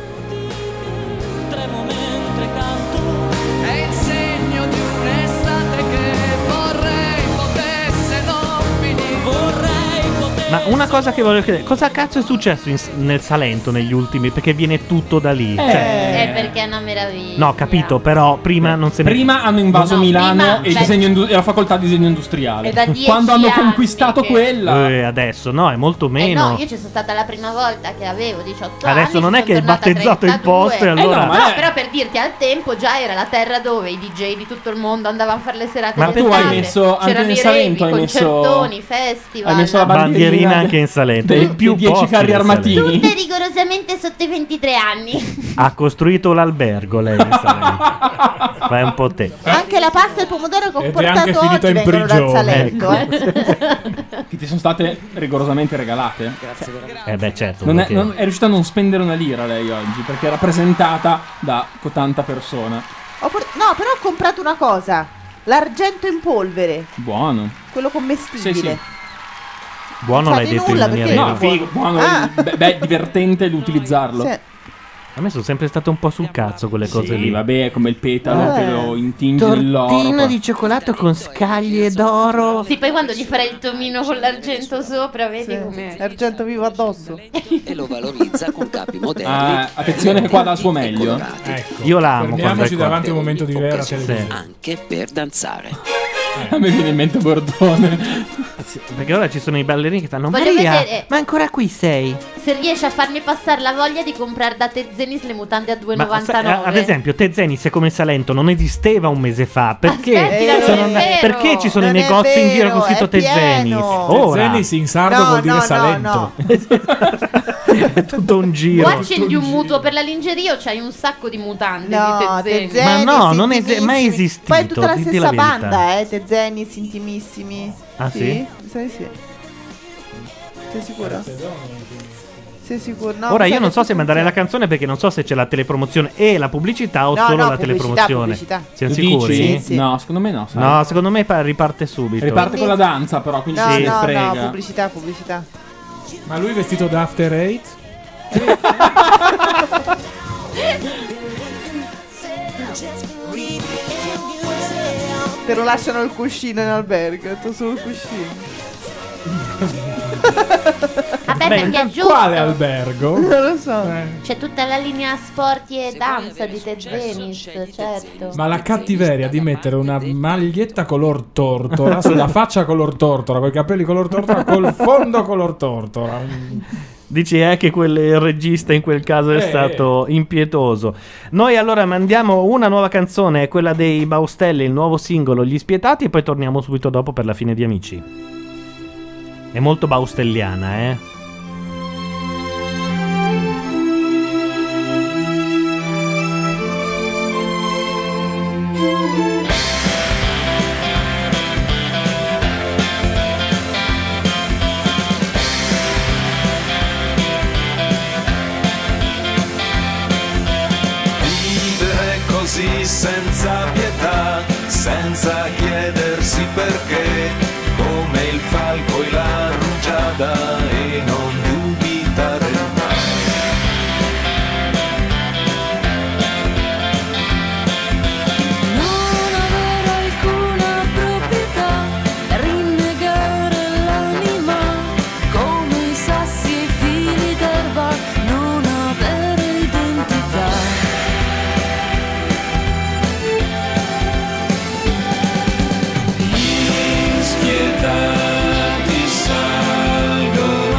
È il segno di un'estate che vorrei potesse non finire. Vorrei Ma una cosa che voglio chiedere, cosa cazzo è successo nel Salento negli ultimi? Perché viene tutto da lì. È perché è una meraviglia. No, capito, però prima non se ne... Prima hanno invaso No, Milano prima- e la facoltà di disegno industriale. È da 10 Quando hanno anni conquistato che- quella... adesso no, è molto meno. No, io ci sono stata la prima volta che avevo 18 anni. Adesso non è sono che hai tornata a battezzato il 32. posto e allora... No, però per dirti, al tempo già era la terra dove i DJ di tutto il mondo andavano a fare le serate Ma d'estate. tu hai messo anche C'erano nel i Salento, ravi, hai messo- concertoni, festival. Hai messo la bandierina anche in Salento. dei- E più dei 10 posti carri nel armatini. Tutte rigorosamente sotto i 23 anni. Ha costruito l'albergo lei in Salento. Fai un po' te. Anche la pasta e il pomodoro che ho Ed è anche portato finito oggi in vengono dal prigione. Salento. Che ti sono state rigorosamente regalate? Beh, certo. Non è, perché- non- è riuscita a non spendere una lira lei oggi, perché era presentata da tanta persona. No, però ho comprato una cosa. L'argento in polvere. Buono. Quello commestibile. Sì, sì. Buono Non l'hai sa di detto nulla, in maniera perché- No, ironica. figo, buono. Ah. Beh, divertente l'utilizzarlo. Sì. A me sono sempre state un po' sul cazzo quelle cose Sì, lì. vabbè, è come il petalo che lo intingi nell'oro. Tortino poi- di cioccolato con scaglie d'oro. Sì, poi quando gli farai il tomino con l'argento sopra, vedi come... Argento vivo addosso. E lo valorizza con capi moderni. Attenzione che qua dà il suo meglio. Io l'amo quando è Fermiamoci qua. davanti a un momento di vera televisione. Anche per danzare. A me viene in mente Bordone. Perché ora ci sono i ballerini che fanno Voglio Maria, vedere- ma ancora qui sei? Se riesci a farmi passare la voglia di comprare da Tezzenis le mutande a Ma 2,99. ad esempio Tezzenis è come Salento, non esisteva un mese fa. Perché? Aspetti, non è vero. Perché ci sono Non i è negozi in giro vero, con scritto è pieno. Tezzenis? Ora Tezzenis in sardo No, vuol dire no, no, Salento. è tutto un giro. O accendi un mutuo per la lingerie o c'hai un sacco di mutande No, di Tezzenis. Tezzenis, Ma no, non è intimissimi. mai esistito, Poi è tutta la diti stessa la verità. banda, Tezzenis, intimissimi. Ah, sì? Sì, sì. Sei sicuro? Sei sicuro? No, Ora mi sa io non che so se mandare la canzone perché non so se c'è la telepromozione e la pubblicità o No, solo no, la pubblicità, telepromozione. pubblicità. Siamo Tu sicuri? dici? Sì. No, secondo me no. sai. No, secondo me riparte subito. Riparte con la danza, però, quindi No, si no, frega. no, pubblicità, pubblicità. Ma lui vestito da After Eight? Te lo lasciano il cuscino in albergo, tu sul cuscino. Vabbè, perché è giusto. Quale albergo? Non lo so. C'è tutta la linea sporti e danza di Tezzenis, certo. Ma la cattiveria di mettere una maglietta color tortora sulla faccia color tortora, con i capelli color tortora, col fondo color tortora. Dici che il regista in quel caso è stato impietoso. Noi allora mandiamo una nuova canzone, è quella dei Baustelli, il nuovo singolo Gli Spietati, e poi torniamo subito dopo per la fine di Amici. È molto baustelliana, Vivere così senza pietà, senza chiedersi perché, come il falco e la rugiada, e non dubitare mai. Non avere alcuna proprietà, rinnegare l'anima, come i sassi e i fili d'erba, non avere identità. Gli spietati salgono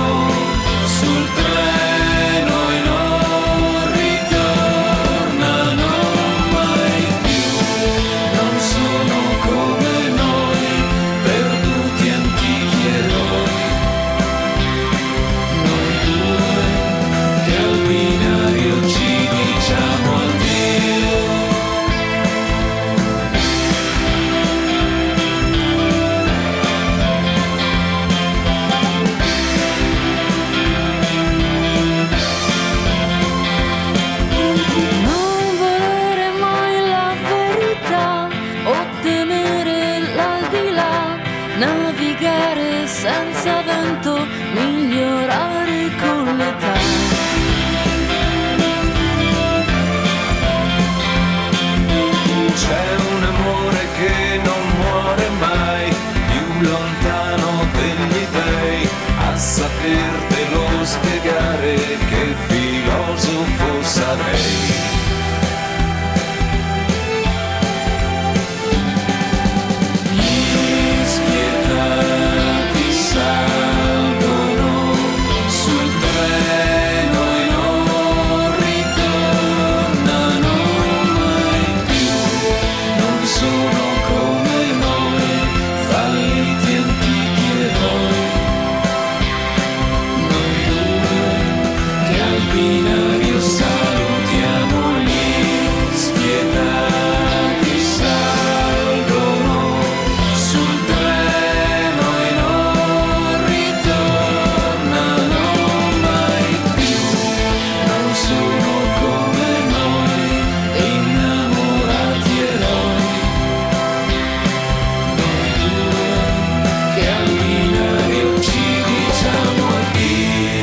sarei. Gli spietati salgono sul treno e non ritornano mai più, non sono come noi, falliti antichi eroi. Noi due che al binario salutiamo, gli spietati salgono sul treno e non ritornano mai più, non sono come noi, innamorati eroi. Noi due che al binario ci diciamo addio.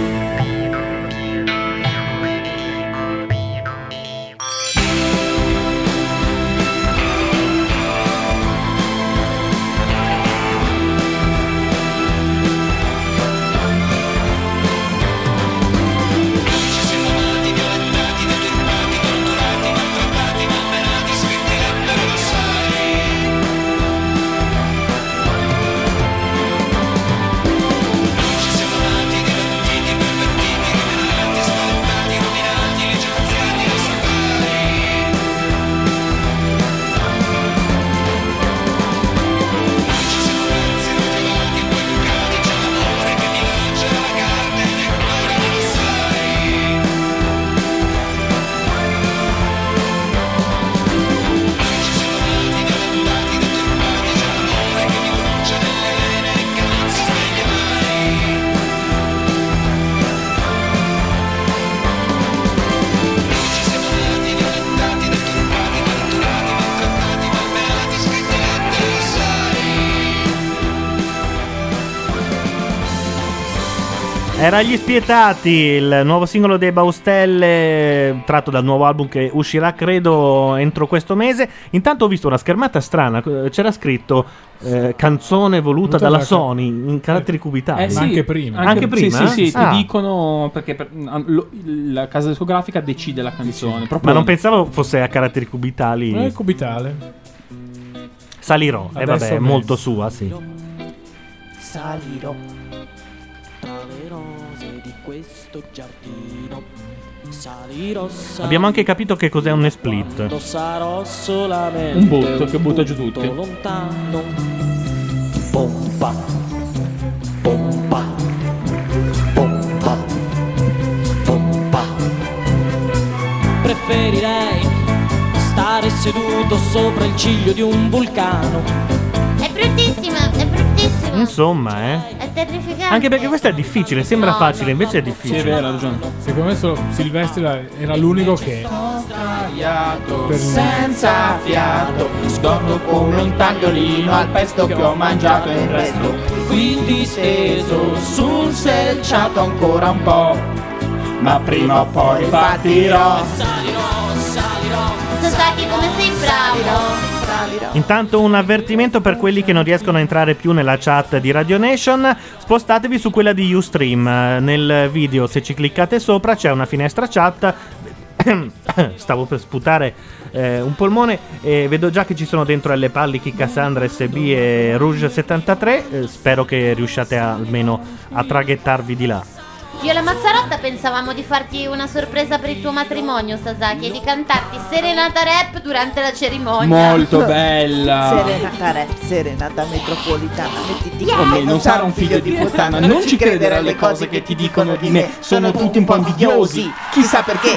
Era Gli Spietati, il nuovo singolo dei Baustelle, tratto dal nuovo album che uscirà credo entro questo mese. Intanto ho visto una schermata strana, c'era scritto canzone voluta dalla Sony in caratteri cubitali. Sì, anche prima. Anche prima? Sì, Ah. ti dicono perché la casa discografica decide la canzone. Proprio Ma non pensavo fosse a caratteri cubitali. È cubitale. Salirò, e Adesso vabbè, è mezzo. molto sua, sì. Salirò tra le rose di questo giardino. Salirò, Abbiamo anche capito che cos'è un split. quando sarò solamente Un botto che butta giù punto tutti. lontano. Pompa, pompa, pompa, pompa. Preferirei stare seduto sopra il ciglio di un vulcano. È bruttissima, è bruttissima. Insomma, È terrificante. Anche perché questo è difficile, sembra facile, invece è difficile. Sì, è vero, ha ragione. Secondo me solo Silvestri era l'unico che per- senza fiato, scordo come un tagliolino al pesto che ho mangiato in resto. Qui disteso sul selciato ancora un po', ma prima o poi partirò. Sasaki, come sei bravo. Intanto un avvertimento per quelli che non riescono a entrare più nella chat di Radio Nation: spostatevi su quella di Ustream. Nel video, se ci cliccate sopra, c'è una finestra chat. Stavo per sputare un polmone e vedo già che ci sono dentro Elle Pallichi, Cassandra SB e Rouge 73. Spero che riusciate almeno a traghettarvi di là. Io e la Mazzarotta pensavamo di farti una sorpresa per il tuo matrimonio, Sasaki, e di cantarti Serenata Rap durante la cerimonia. Molto bella. Serenata rap, serenata metropolitana. Mettiti Oh, come non sarà un figlio di puttana. Non ci credere alle cose che ti dicono di me. Sono tutti un po' invidiosi. Chissà perché.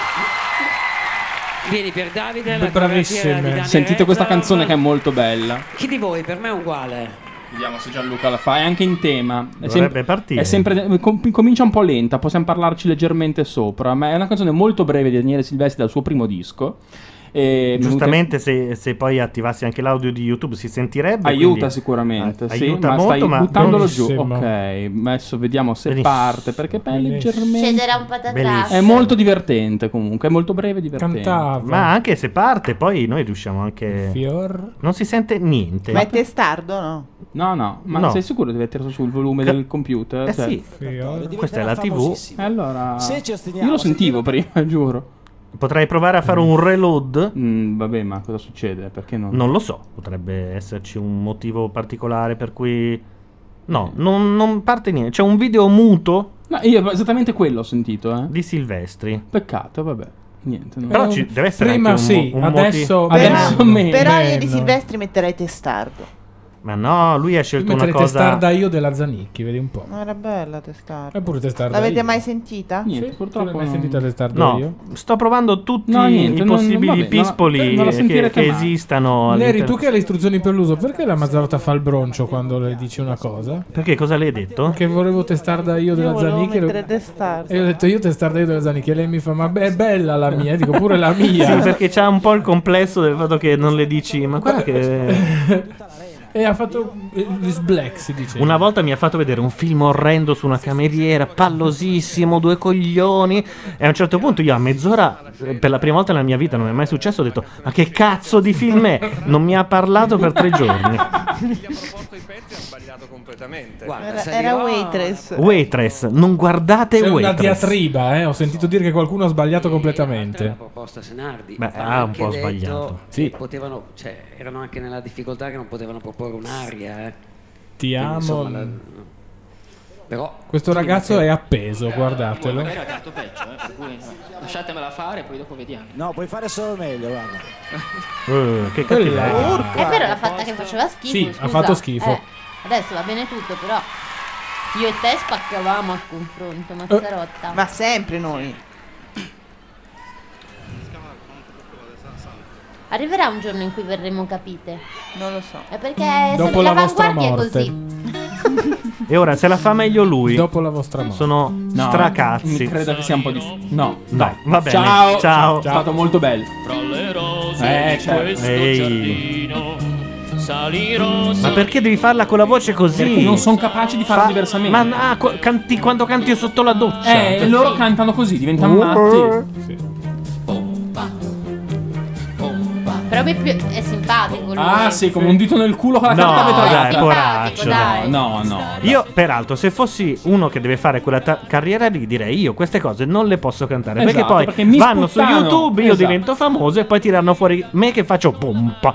Vieni per Davide, Bravissime. la coreografia di Dani Sentite questa Rezza. canzone che è molto bella. Chi di voi? Per me è uguale. Vediamo se Gianluca la fa. È anche in tema. Dovrebbe partire. È sempre, comincia un po' lenta. Possiamo parlarci leggermente sopra. Ma è una canzone molto breve di Daniele Silvestri dal suo primo disco. E Giustamente, se poi attivassi anche l'audio di YouTube si sentirebbe. aiuta quindi sicuramente, sì, aiuta ma molto, stai ma buttandolo benissimo. giù. Ok, adesso vediamo se Benissimo. parte perché è leggermente Scederà un patatrasso. è molto divertente comunque, è molto breve e divertente. Ma anche se parte, poi noi riusciamo anche. Non si sente niente. Ma è testardo, no? No, ma No. sei sicuro di mettere sul volume del computer? Cioè, sì. Questa è la TV. Allora, Se ci ostiniamo, io lo sentivo prima, giuro. Potrei provare a fare un reload. Vabbè, ma cosa succede? Perché non? Non lo so, potrebbe esserci un motivo particolare per cui. No, non parte niente. C'è un video muto. No, io esattamente quello ho sentito, di Silvestri. Peccato, vabbè. Niente. non- Però ci deve essere Prima anche sì, un adesso motivo. Però io di Silvestri metterei testardo. Ma no, lui ha scelto una Mettere cosa. testarda io della Zanicchi, vedi un po'. Non era bella testarda. Eppure testarda L'avete io. mai sentita? Niente, Sì, purtroppo tu l'hai mai non- sentita testarda No, io? sto provando tutti No, niente, i non- possibili vabbè, pispoli non la che sentirete mai. esistano. Neri, all'interno- tu che hai le istruzioni per l'uso, perché la Mazzarotta fa il broncio quando le dici una cosa? Perché cosa le hai detto? Che volevo testarda io della volevo Zanicchi. mettere testarda. E io ho detto io testarda io della Zanicchi. E lei mi fa, ma beh, è bella la mia. Dico pure la mia. Sì, perché c'ha un po' il complesso del fatto che non le dici. Ma guarda che. E ha fatto il black, si dice. Una volta mi ha fatto vedere un film orrendo su una cameriera, pallosissimo, due coglioni. E a un certo punto io a mezz'ora, per la prima volta nella mia vita, non è mai successo, ho detto: ma che cazzo di film è? Non mi ha parlato per 3 giorni. Era Waitress. Waitress, non guardate C'è una Waitress. diatriba, ho sentito dire che qualcuno ha sbagliato completamente. Proposta Senardi. Beh, ha ha un anche po' detto sbagliato. che Sì. potevano, cioè, erano anche nella difficoltà che non potevano proporre un'aria. Ti Quindi, amo. insomma, però Questo ragazzo è appeso, guardatelo. Magari ha fatto peggio, per cui lasciatemela fare, poi dopo vediamo. No, puoi fare solo meglio, guarda. Che Quella- cattiveria. È vero, l'ha fatta che faceva schifo. Sì, scusa. ha fatto schifo. Adesso va bene tutto, però. Io e te spaccavamo al confronto, Mazzarotta. Ma sempre noi. Arriverà un giorno in cui verremo capite. Non lo so. È perché Dopo la vostra l'avanguardia è morte. così. E ora se la fa meglio lui. Dopo la vostra morte. Sono No, stracazzi. mi credo che sia un po' di. No, Dai, va bene. Ciao, Ciao. È stato molto bello. Tra le rose di certo. questo Ehi. giardino salirò. Ma perché devi farla con la voce così? Perché non sono capaci di farlo diversamente. Ma quando canti sotto la doccia. E loro cantano così, diventano matti. Sì. Però è simpatico lui. Ah, sì, come un dito nel culo con la No, carta vetrata. dai, poraccio. dai. No. Io, peraltro, se fossi uno che deve fare quella carriera lì, direi io queste cose non le posso cantare. Esatto, perché poi perché mi vanno su sputtano. YouTube, io Esatto. divento famoso e poi tirano fuori me che faccio pompa.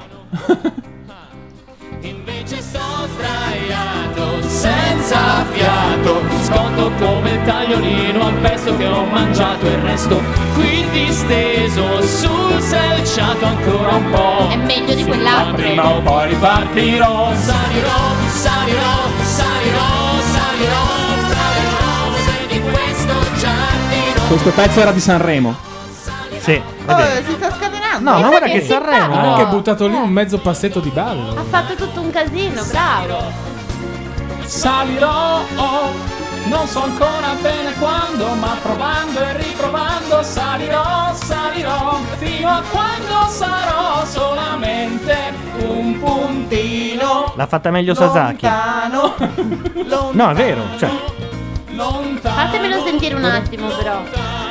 Invece sto sdraiato senza fiato, scondo come il tagliolino al pesto che ho mangiato e resto qui disteso sul selciato ancora un po'. È meglio di Ma quell'altro. prima o poi ripartirò. Salirò tra le rose di questo giardino. Questo pezzo era di Sanremo. Sì, Oh, si sta scatenando. No, ma guarda che che Sanremo. Ha anche buttato lì un mezzo passetto di ballo. Ha fatto tutto un casino, bravo. Salirò, non so ancora bene quando, ma provando e riprovando salirò fino a quando sarò solamente un puntino. L'ha fatta meglio Sasaki. Lontano, No, è vero. Cioè, lontano. Fatemelo sentire un attimo, però.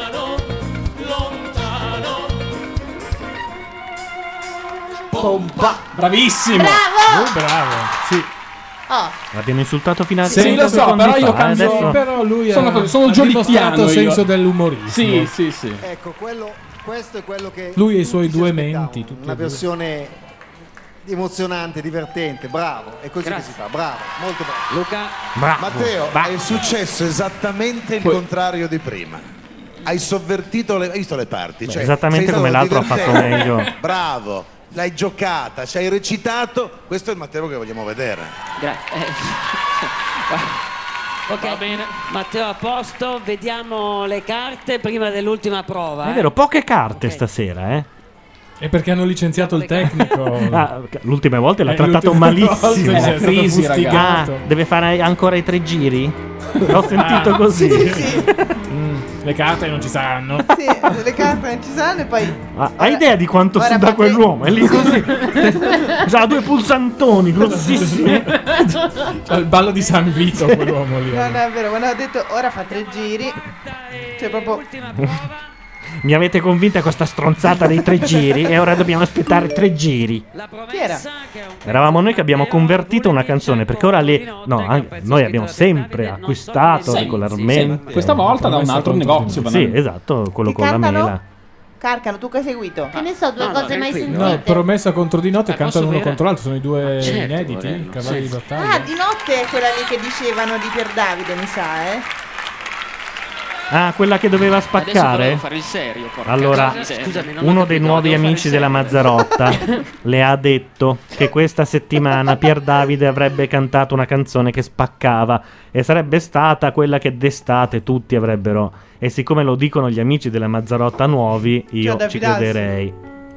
Pompa. Bravissimo. Bravo! Bravo. Sì. Oh, l'abbiamo insultato fino a Sì, 30 lo so, secondi però io fa, cambio- adesso- Però lui Sono ha, così, sono ha giolittiano dimostrato io. senso dell'umorismo. Sì. Ecco, questo è quello che Lui e i suoi tutti si due aspettavano, menti, tutti una e due. versione emozionante, divertente, bravo, è così che si fa, bravo, molto bravo. Luca, Matteo, è successo esattamente il contrario di prima. Hai sovvertito hai visto le parti? Cioè, esattamente sei come stato l'altro ha fatto divertente. meglio. Bravo, l'hai giocata, ci hai recitato. Questo è il Matteo che vogliamo vedere. grazie. Ok, Va bene. Matteo a posto, vediamo le carte prima dell'ultima prova. È vero, poche carte stasera, eh. È perché hanno licenziato il tecnico. Ah, l'ultima volta l'ha L'ultima trattato volta malissimo. c'è stato crisi, fustigato. Deve fare ancora i 3 giri? Ho sentito così. Sì, sì. Le carte non ci saranno. Sì, le carte non ci saranno e poi... Hai idea di quanto ora suda fate- quell'uomo? È lì così. Ha due pulsantoni grossissimi. C'ha il ballo di San Vito quell'uomo lì. No, è vero, quando ho detto ora fa 3 giri, cioè proprio... Mi avete convinta a questa stronzata dei 3 giri e ora dobbiamo aspettare 3 giri. Chi era? Eravamo noi che abbiamo convertito una canzone perché ora noi abbiamo sempre acquistato regolarmente. Questa volta da un altro negozio. Sì, esatto, quello con la cantano? mela. Carcano, tu che hai seguito? Che ne so, due cose mai sentite. No, promessa contro di notte cantano uno bere? contro l'altro, sono i due Certo, inediti, vorrei. cavalli di battaglia. Ah, di notte è quella lì che dicevano di Pier Davide, mi sa, Ah, quella che doveva Adesso però spaccare? devo fare il serio, porca Allora, miseria. Scusami, non ho uno dei capito, nuovi devo fare amici il della serio. Mazzarotta le ha detto che questa settimana Pier Davide avrebbe cantato una canzone che spaccava e sarebbe stata quella che d'estate tutti avrebbero. E siccome lo dicono gli amici della Mazzarotta nuovi, io da ci fidarsi. crederei.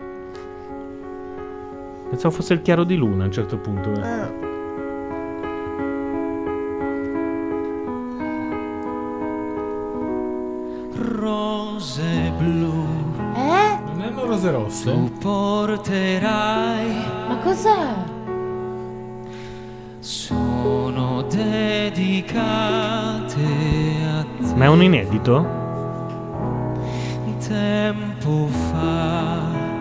Pensavo fosse il chiaro di luna a un certo punto. Rose blu. Non è un rose rosse? Tu porterai. Ma cos'è? Sono dedicate a te. Ma è un inedito? Tempo fa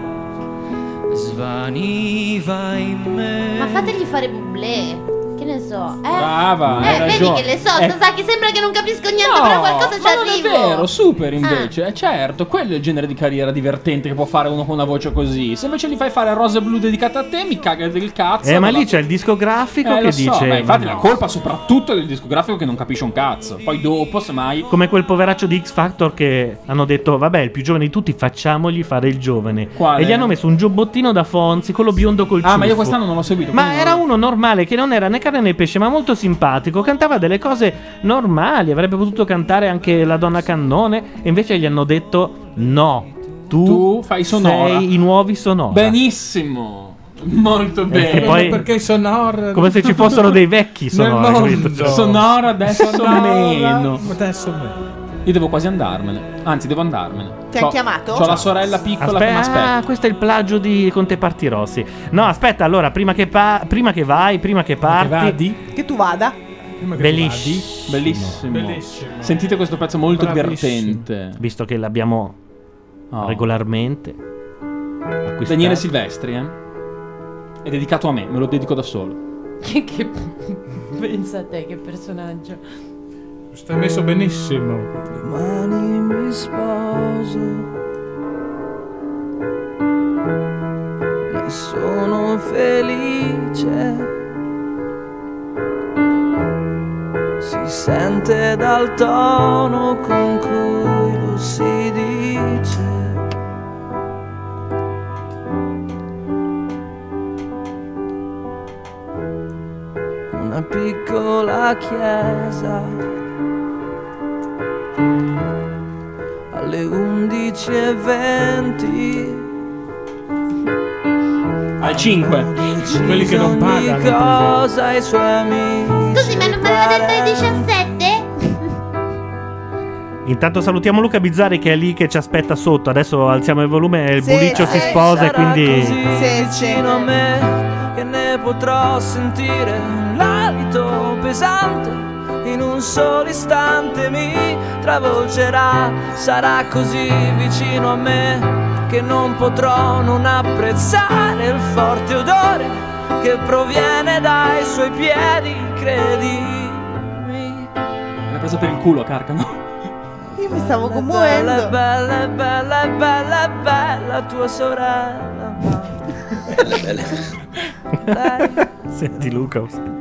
svaniva in me. Ma fategli fare bublé. Che ne so. Brava, hai vedi ragione. che le so, Eh. Sasaki, sembra che non capisco niente, No, però qualcosa ci ma non arrivo. è vero, super invece. Certo, quello è il genere di carriera divertente che può fare uno con una voce così. Se invece gli fai fare Rose Blu dedicata a te, mi caga del cazzo. Ma lì c'è il discografico lo che so, dice. ma infatti "Ma la no". colpa soprattutto è del discografico che non capisce un cazzo. Poi dopo, semmai. Come quel poveraccio di X Factor che hanno detto vabbè il più giovane di tutti facciamogli fare il giovane. Quale? E gli hanno messo un giubbottino da Fonzi, quello biondo col ciuffo. Ah, ma io quest'anno non l'ho seguito. Ma quindi era non- uno normale che non era né carne né pesce ma molto simpatico. Cantava delle cose normali. Avrebbe potuto cantare anche La Donna Cannone e invece gli hanno detto no, tu fai sonora. sei i nuovi sonora. Benissimo. Molto bene. E poi- Perché i sonor... come se ci fossero dei vecchi sonora, Nel capito? mondo. Sonora adesso Sonora, meno. Adesso meno. Io devo quasi andarmene. Anzi, devo andarmene. Ti han chiamato? Ho la sorella piccola che mi aspetta. Ah, questo è il plagio di Conte Partirossi. No, aspetta, allora, prima che vai, prima che parti. Che tu vada. Bellissimo. Bellissimo. Sentite questo pezzo molto Bravissimo. divertente. Visto che l'abbiamo regolarmente acquistato. Daniele Silvestri, È dedicato a me, me lo dedico da solo. Che pensa a te, che personaggio. Stai messo benissimo. Domani mi sposo. Ne sono felice. Si sente dal tono con cui lo si dice. Una piccola chiesa alle 11:20. Al 5. Quelli che non pagano. Cosa ai suoi amici. Scusi, ma non me l'aveva detto alle 17? Intanto salutiamo Luca Bizzarri che è lì che ci aspetta sotto. Adesso alziamo il volume e il Sì, Buliccio si sposa e sarà quindi così vicino a me che ne potrò sentire l'alito pesante. In un solo istante mi travolgerà. Sarà così vicino a me che non potrò non apprezzare il forte odore che proviene dai suoi piedi, credimi. L'ha presa per il culo, Carcano. Io mi stavo Bella, commuovendo. bella, bella, bella, bella tua sorella. senti Luca.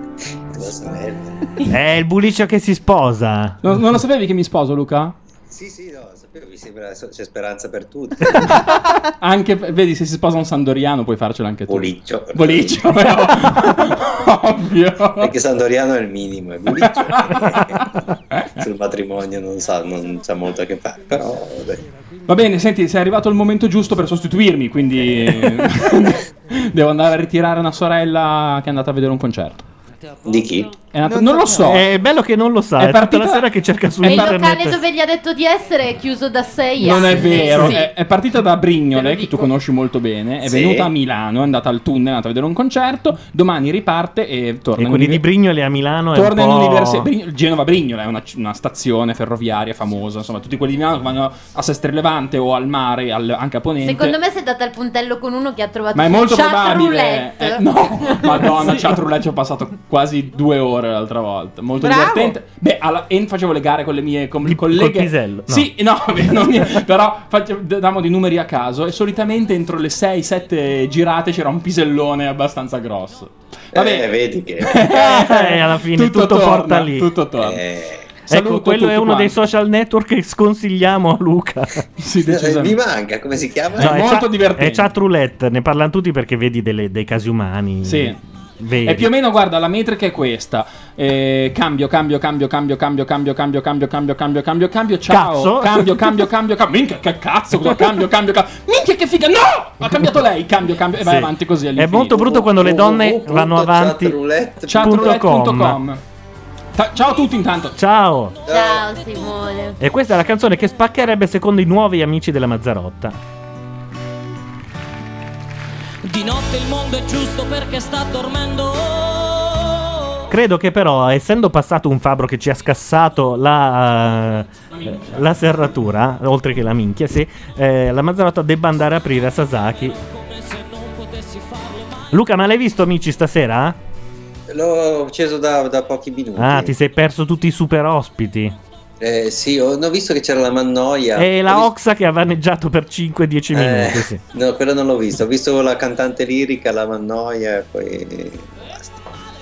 È il Buliccio che si sposa. Non lo sapevi che mi sposo, Luca? Sì, sì, no, sapevo, mi sembra c'è speranza per tutti. Anche, vedi, se si sposa un Sandoriano puoi farcelo anche tu. Boliccio. Boliccio, però. Ovvio. Perché Sandoriano è il minimo, è Boliccio. Sul matrimonio non c'ha molto a che fare, però vabbè. Va bene, senti, sei arrivato il momento giusto per sostituirmi, quindi devo andare a ritirare una sorella che è andata a vedere un concerto. Di chi? Non lo so. È bello che non lo sa. È tutta la sera che cerca su E il internet. locale dove gli ha detto di essere è chiuso da 6 anni. Non è vero, Sì. è partita da Brignole, che tu conosci molto bene, è Sì. venuta a Milano, è andata al tunnel, è andata a vedere un concerto, domani riparte e torna E quelli di Brignole a Milano torna è in un po'... università. Genova Brignole è una stazione ferroviaria famosa, insomma, tutti quelli di Milano che vanno a Sestri Levante o al mare, anche a Ponente. Secondo me sei data al puntello con uno che ha trovato Ma è su molto chat probabile. roulette. No, Madonna, Sì. chat roulette ci ho passato quasi 2 ore l'altra volta. Molto Bravo. divertente. Beh, facevo le gare con le mie colleghe. col pisello, no. Sì, no, però davamo dei numeri a caso e solitamente entro le 6-7 girate c'era un pisellone abbastanza grosso. Vabbè, vedi che alla fine tutto torna, porta lì. Tutto torna. Ecco, quello è uno dei social network che sconsigliamo a Luca. mi manca, come si chiama? No, è chat roulette, ne parlano tutti perché vedi dei casi umani. Sì. Veri. E più o meno, guarda, la metrica è questa. Cambio. Ciao. Cazzo? Cambio. Minchia, che cazzo, cosa cambio. Minchia, che figa. No! Ha cambiato lei. Cambio. E vai Sì. avanti così È all'infinito. molto brutto quando le donne vanno avanti. Chatroulette.com. Ciao a tutti intanto. Ciao. Ciao Simone. E questa è la canzone che spaccherebbe secondo i nuovi amici della Mazzarotta. Di notte il mondo è giusto perché sta dormendo. Credo che però, essendo passato un fabbro che ci ha scassato la serratura, oltre che la minchia, sì, la Mazzarotta debba andare a aprire a Sasaki. Luca, ma l'hai visto Amici stasera? L'ho acceso da pochi minuti. Ah, ti sei perso tutti i super ospiti. Sì, ho visto che c'era la Mannoia. E la Oxa che ha vaneggiato per 5-10 minuti, sì. No, quello non l'ho visto. Ho visto la cantante lirica, la Mannoia e poi basta.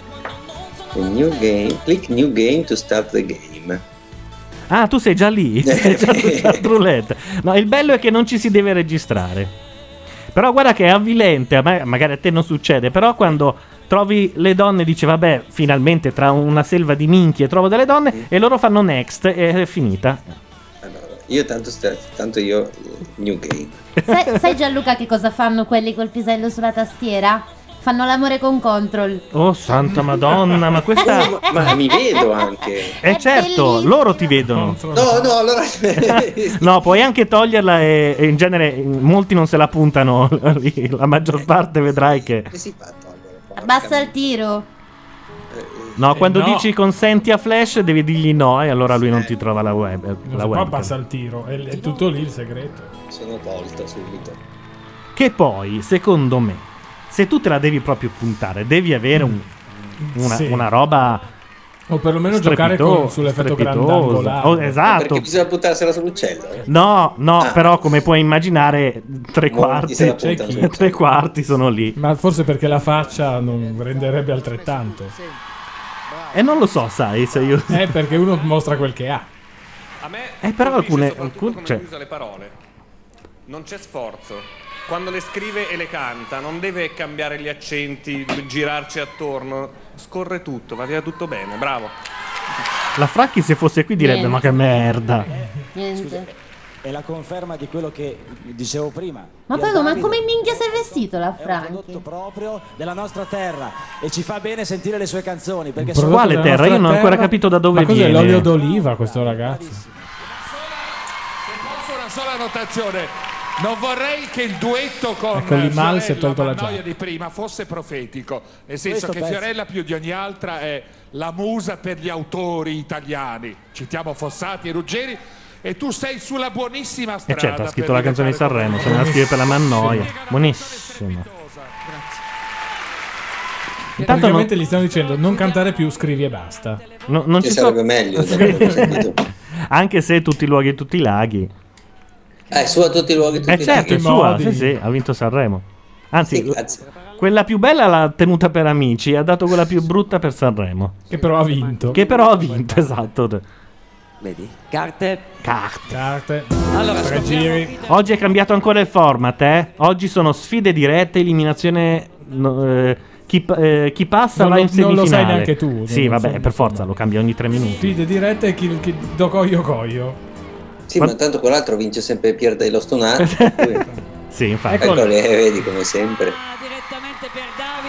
New game. Click new game to start the game. Ah, tu sei già lì? Sei già su chat roulette. No, il bello è che non ci si deve registrare. Però guarda che è avvilente, a me, magari a te non succede, però quando trovi le donne dici vabbè, finalmente tra una selva di minchie trovo delle donne e loro fanno next e è finita. Io tanto io new game. Sai Gianluca che cosa fanno quelli col pisello sulla tastiera? Fanno l'amore con Control. Oh santa madonna, ma questa... ma mi vedo anche. Certo, bellissimo. loro ti vedono. No, allora No, puoi anche toglierla e in genere molti non se la puntano lì, la maggior parte vedrai che... si fa a togliere? Abbassa il tiro. No, quando no. dici consenti a Flash devi dirgli no e allora lui non ti trova la web. Non La si può webcam. passare il tiro, è tutto lì il segreto. Sono tolto subito. Che poi, secondo me, se tu te la devi proprio puntare, devi avere Sì. una roba... O perlomeno giocare sull'effetto grandangolare. Oh, esatto. Perché bisogna puntarsela sull'uccello. No, però come puoi immaginare, tre Molti se la quarti, puntano sul tre quarti sono lì. Ma forse perché la faccia non renderebbe altrettanto. E non lo so, sai, se io... Perché uno mostra quel che ha. A me però colpisce alcune- soprattutto come cioè- usa le parole. Non c'è sforzo. Quando le scrive e le canta, non deve cambiare gli accenti, girarci attorno. Scorre tutto, va via tutto bene, bravo. La Fracchi se fosse qui direbbe Niente. ma che merda. Niente. È la conferma di quello che dicevo prima. Ma poi ma come minchia sei vestito la È un Franchi? prodotto proprio della nostra terra e ci fa bene sentire le sue canzoni perché Prodotto Quale della terra? nostra Io non ho ancora capito da dove Ma cos'è viene. l'olio d'oliva questo ragazzo? Una sola notazione. Non vorrei che il duetto con Ecco, Limal si è Fiorella tolto la Mannoia giacca. di prima fosse profetico, nel senso Questo che pezzo- Fiorella più di ogni altra è la musa per gli autori italiani. Citiamo Fossati e Ruggeri e tu sei sulla buonissima E strada. certo, ha scritto per la canzone di diventare Sanremo, se me la scrive per la Mannoia. Buonissimo. Intanto Praticamente gli stanno dicendo non cantare più, scrivi e basta. non Che ci sarebbe so- meglio, Sì. dopo che ho sentito. Anche se tutti i luoghi e tutti i laghi. Su a tutti i luoghi, tutti i Certo, è laghi. sua, sì, ha vinto Sanremo. Anzi, Sì, grazie. quella più bella l'ha tenuta per Amici, ha dato quella più brutta per Sanremo. Che però ha vinto. Esatto. Vedi? Carte. Carte. Allora, Tre giri. Oggi è cambiato ancora il format, Oggi sono sfide dirette, eliminazione. Chi passa Non va lo- in semifinale. non lo sai neanche tu, Sì, non lo vabbè, sai. per forza lo cambia ogni 3 minuti. Sfide dirette e chi do coio. Sì, ma tanto quell'altro vince sempre Pier dello Stonato. Sì, infatti. Eccole, vedi come sempre. Direttamente per Davide,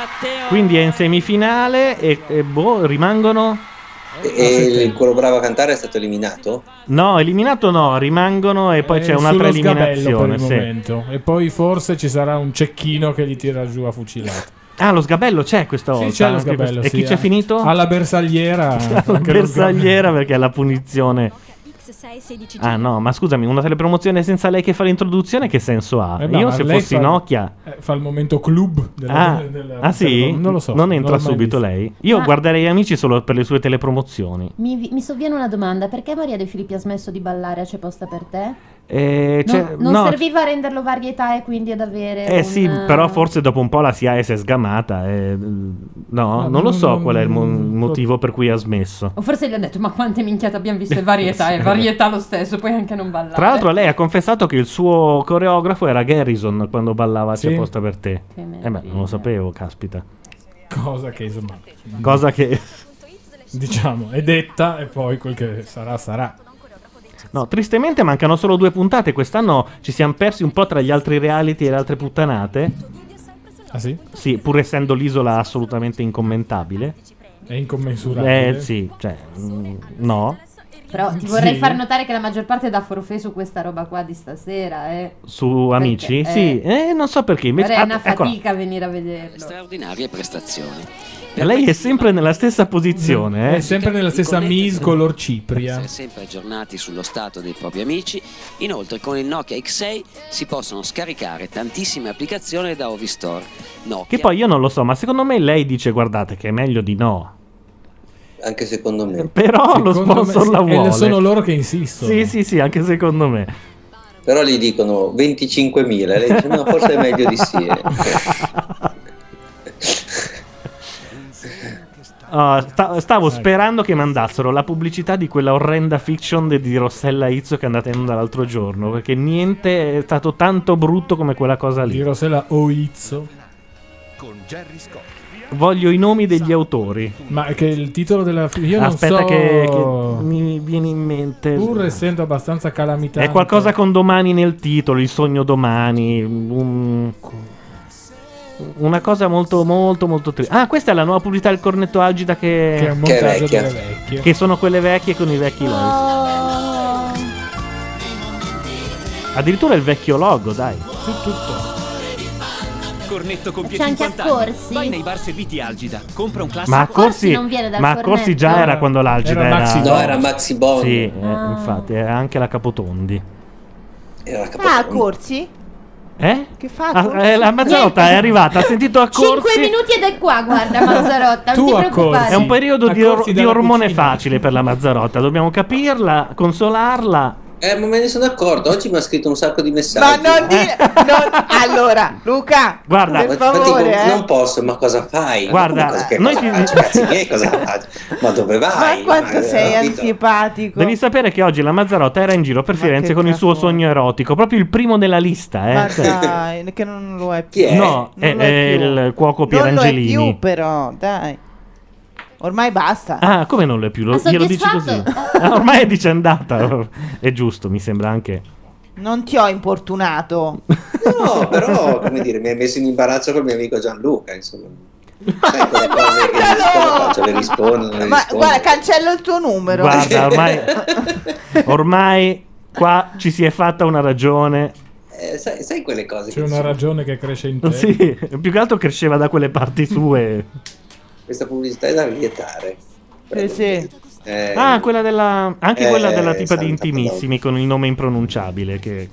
Quindi è in semifinale e rimangono... E quello bravo a cantare è stato eliminato? No, eliminato no, rimangono e poi c'è un'altra sullo sgabello eliminazione. per il momento. E poi forse ci sarà un cecchino che li tira giù a fucilato. Ah, lo sgabello c'è questa volta. Sì, c'è lo anche sgabello. questo. Sì, E chi c'è finito? Alla bersagliera. Alla bersagliera perché è la punizione. Ah no, ma scusami, una telepromozione senza lei che fa l'introduzione che senso ha? no, Io ma se lei fossi fa- Nokia... Fa il momento club della, Ah sì? Non lo so. Non entra l'ho mai subito visto. lei? Io Ma- guarderei Amici solo per le sue telepromozioni. Mi sovviene una domanda, perché Maria De Filippi ha smesso di ballare a C'è posta per te? No, Non serviva a renderlo varietà e quindi ad avere sì, però forse dopo un po' la SIAE si è sgamata. No, non lo so qual è il motivo per cui ha smesso. O forse gli ha detto, ma quante minchiate abbiamo visto in varietà, è varietà lo stesso, puoi anche non ballare. Tra l'altro lei ha confessato che il suo coreografo era Garrison quando ballava C'è Sì. posta per te. Che Non lo sapevo, caspita. Cosa che insomma. Cosa che... Diciamo, è detta e poi quel che sarà sarà. No, tristemente mancano solo 2 puntate. Quest'anno ci siamo persi un po' tra gli altri reality e le altre puttanate. Ah sì? Sì, pur essendo l'isola assolutamente incommentabile. È incommensurabile. Sì, cioè, no. Però ti vorrei far notare che la maggior parte dà forfè su questa roba qua di stasera, Su Amici? Perché, Sì, non so perché. Invece, Ora è una eccola. fatica venire a vederlo. Straordinarie prestazioni. Lei è sempre nella stessa posizione, È sempre nella stessa Miss color cipria. Essere sempre aggiornati sullo stato dei propri amici. Inoltre con il Nokia X6 si possono scaricare tantissime applicazioni da Ovistore. Che poi io non lo so, ma secondo me lei dice guardate che è meglio di no. Anche secondo me. Però lo sponsor la vuole. E sono loro che insistono. Sì, anche secondo me. Però gli dicono 25.000. Lei dice no, forse è meglio di sì. Stavo sperando che mandassero la pubblicità di quella orrenda fiction di Rossella Izzo che è andata in onda l'altro giorno, perché niente è stato tanto brutto come quella cosa lì. Di Rossella Oizzo. Con Gerry Scott. Voglio i nomi degli autori. Ma che il titolo della io non Aspetta so che mi viene in mente. Pur essendo abbastanza calamitante. È qualcosa con domani nel titolo, il sogno domani. Una cosa molto molto molto triste. Ah, questa è la nuova pubblicità del cornetto Algida che è un montaggio delle vecchie. Che sono quelle vecchie con i vecchi logo. Addirittura il vecchio logo, dai. Su tutto. Cornetto compie C'è anche 50 anni. Accorsi? Vai nei bar serviti Algida, compra un classico. Ma Accorsi, non viene dal ma Accorsi già cornetto? era quando l'Algida Era era. Maxi No, era Maxi Bond. Sì, infatti, è anche la Capotondi. Era Ah, Corsi? Che fa? la Mazzarotta è arrivata, ha sentito Accorsi. 5 minuti ed è qua, guarda Mazzarotta, non ti preoccupare. È un periodo di, Accorsi di dalla ormone cucina. facile per la Mazzarotta. Dobbiamo capirla, consolarla. Ma me ne sono accorto, oggi mi ha scritto un sacco di Ma messaggi. non dire. Allora, Luca, Guarda, per Ma dico, favore, non posso, ma cosa fai? Guarda, Ma che noi cosa ti- faccio? Cazzi miei, cosa faccio? Ma dove vai? Ma quanto sei capito? antipatico. Devi sapere che oggi la Mazzarotta era in giro per Firenze che con il suo cavolo. sogno erotico, proprio il primo nella lista. Ma Cioè, dai, che non lo è più. Chi è? no, Non è, lo è più. il cuoco Non lo è Pierangelini. più, però, dai. Ormai basta. Ah, come non lo è più? Ma Glielo dici così? soddisfatto? Ormai è decendata. È giusto, mi sembra anche. Non ti ho importunato. No, però, come dire, mi hai messo in imbarazzo col mio amico Gianluca, insomma. Sai quelle cose che faccio, le rispondo, le Ma rispondo. guarda, cancello il tuo numero. Guarda, ormai qua ci si è fatta una ragione. Sai quelle cose C'è che una ragione che cresce in te. Sì, più che altro cresceva da quelle parti sue. questa pubblicità è da vietare. Sì. Ah, quella della. Anche quella della tipa di Santa Intimissimi con il nome impronunciabile. Che.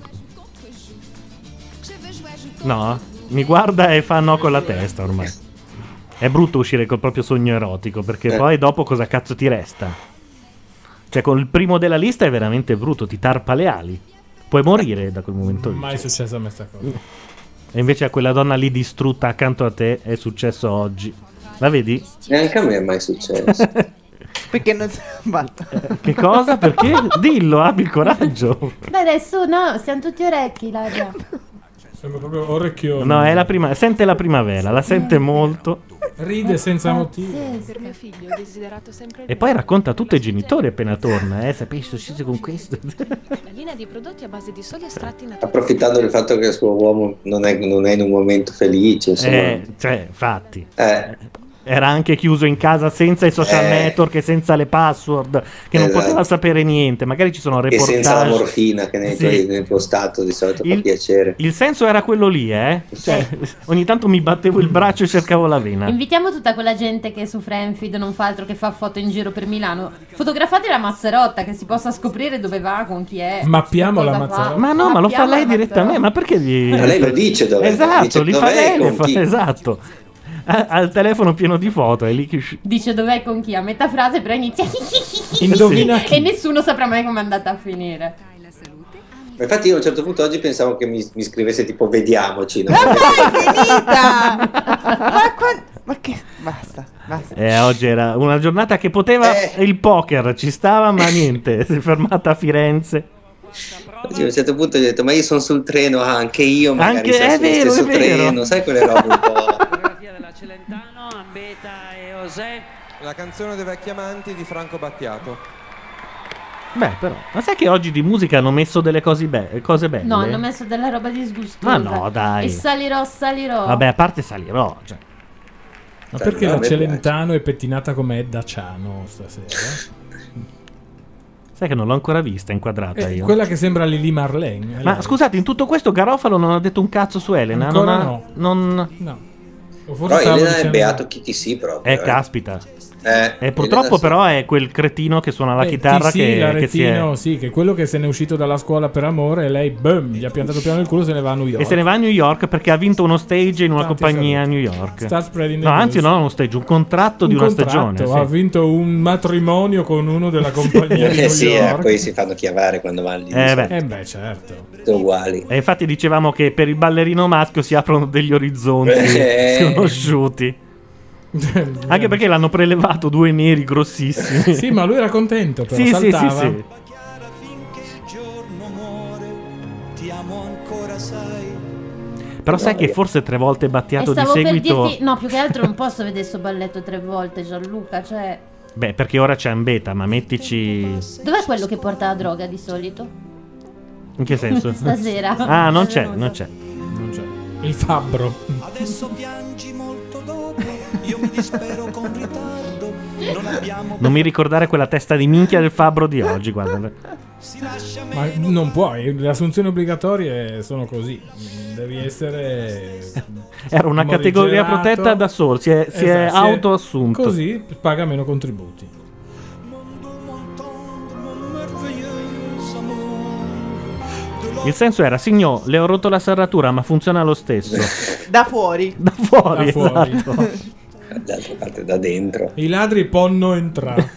No, mi guarda e fa no con la testa ormai. È brutto uscire col proprio sogno erotico perché poi dopo cosa cazzo ti resta? Cioè, con il primo della lista è veramente brutto, ti tarpa le ali. Puoi morire da quel momento lì. Mai successa a me sta cosa. E invece a quella donna lì distrutta accanto a te è successo oggi. La vedi? Neanche a me è mai successo. Perché non si batta. Che cosa? Perché? Dillo, abbi il coraggio. Dai, adesso no, siamo tutti orecchi, Laria. Sembra proprio orecchione. No, è la prima. Sente la primavera, la sente molto. Ride senza motivo. Per mio figlio ho desiderato sempre il E poi racconta a tutti i genitori appena torna, sapete, sono sceso con questo. la linea di prodotti a base di soli estratti naturali. Approfittando del fatto che il suo uomo non è in un momento felice, insomma. Infatti. Era anche chiuso in casa senza i social network e senza le password, che non poteva sapere niente. Magari ci sono E reportage. senza la morfina che nel tuo stato di solito fa piacere. Il senso era quello lì, Cioè, ogni tanto mi battevo il braccio e cercavo la vena. Invitiamo tutta quella gente che su Friendfeed non fa altro che fa foto in giro per Milano. Fotografate la Mazzarotta, che si possa scoprire dove va, con chi è. Mappiamo la cosa fa. Mazzarotta. Ma no, ma lo fa Mappiamo lei la direttamente. Ma perché gli. Ma lei lo dice dove. Esatto, dice li fa dov'è e lei. con chi. Esatto. Ha il telefono pieno di foto, è lì che. Dice dov'è con chi, a metà frase però inizia Indovina chi. e nessuno saprà mai come è andata a finire. Ma infatti io a un certo punto oggi pensavo che mi scrivesse tipo vediamoci. No? Ma che. Basta. Oggi era una giornata che poteva. Il poker ci stava, ma niente. Si è fermata a Firenze. Oggi a un certo punto ho detto ma io sono sul treno, anche io magari sei sullo vero, stesso è vero. treno, sai quelle robe un po'. della Celentano, Ambeta e José. La canzone dei vecchi amanti di Franco Battiato. Beh, però, ma sai che oggi di musica hanno messo delle cose belle? No, hanno messo della roba disgustosa. Ma no, dai. E salirò. Vabbè, a parte salirò. Cioè. Ma perché la Celentano è pettinata come Edda Ciano stasera? Sai che non l'ho ancora vista inquadrata io. Quella che sembra Lili Marlene. Ma scusate, in tutto questo Garofalo non ha detto un cazzo su Elena? Ancora no. O Però Elena è beato chi ti sì proprio. Caspita. E purtroppo però è quel cretino che suona la chitarra che si è... sì, che è quello che se n'è uscito dalla scuola per amore e lei gli ha piantato piano nel culo e se ne va a New York. E se ne va a New York perché ha vinto uno stage in una compagnia a New York. Start spreading the No, anzi news. no, uno stage, un contratto di una stagione. Ha vinto un matrimonio con uno della compagnia di New sì, York. poi si fanno chiamare quando vanno lì. Beh, certo. Tutte uguali. E infatti dicevamo che per il ballerino maschio si aprono degli orizzonti sconosciuti. Anche perché l'hanno prelevato due neri grossissimi. Sì, ma lui era contento, però sì, saltava. sì. Però sai che forse 3 volte Battiato di seguito. Per dirti, no, più che altro non posso vedere sto balletto 3 volte, Gianluca, cioè. Beh, perché ora c'è Ambeta, ma mettici. Dov'è quello che porta la droga di solito? In che senso? Stasera. Ah, non c'è. Il fabbro. Adesso piangi molto dopo, io mi dispero con ritardo. Non abbiamo. Non mi ricordare quella testa di minchia del fabbro di oggi, guarda. Ma non puoi, le assunzioni obbligatorie sono così. Devi essere. Era una categoria protetta da solo, si è autoassunto. Così paga meno contributi. Il senso era, signor, le ho rotto la serratura, ma funziona lo stesso. Da fuori. Da fuori, Da fuori. esatto. D'altra parte da dentro. I ladri ponno entrare.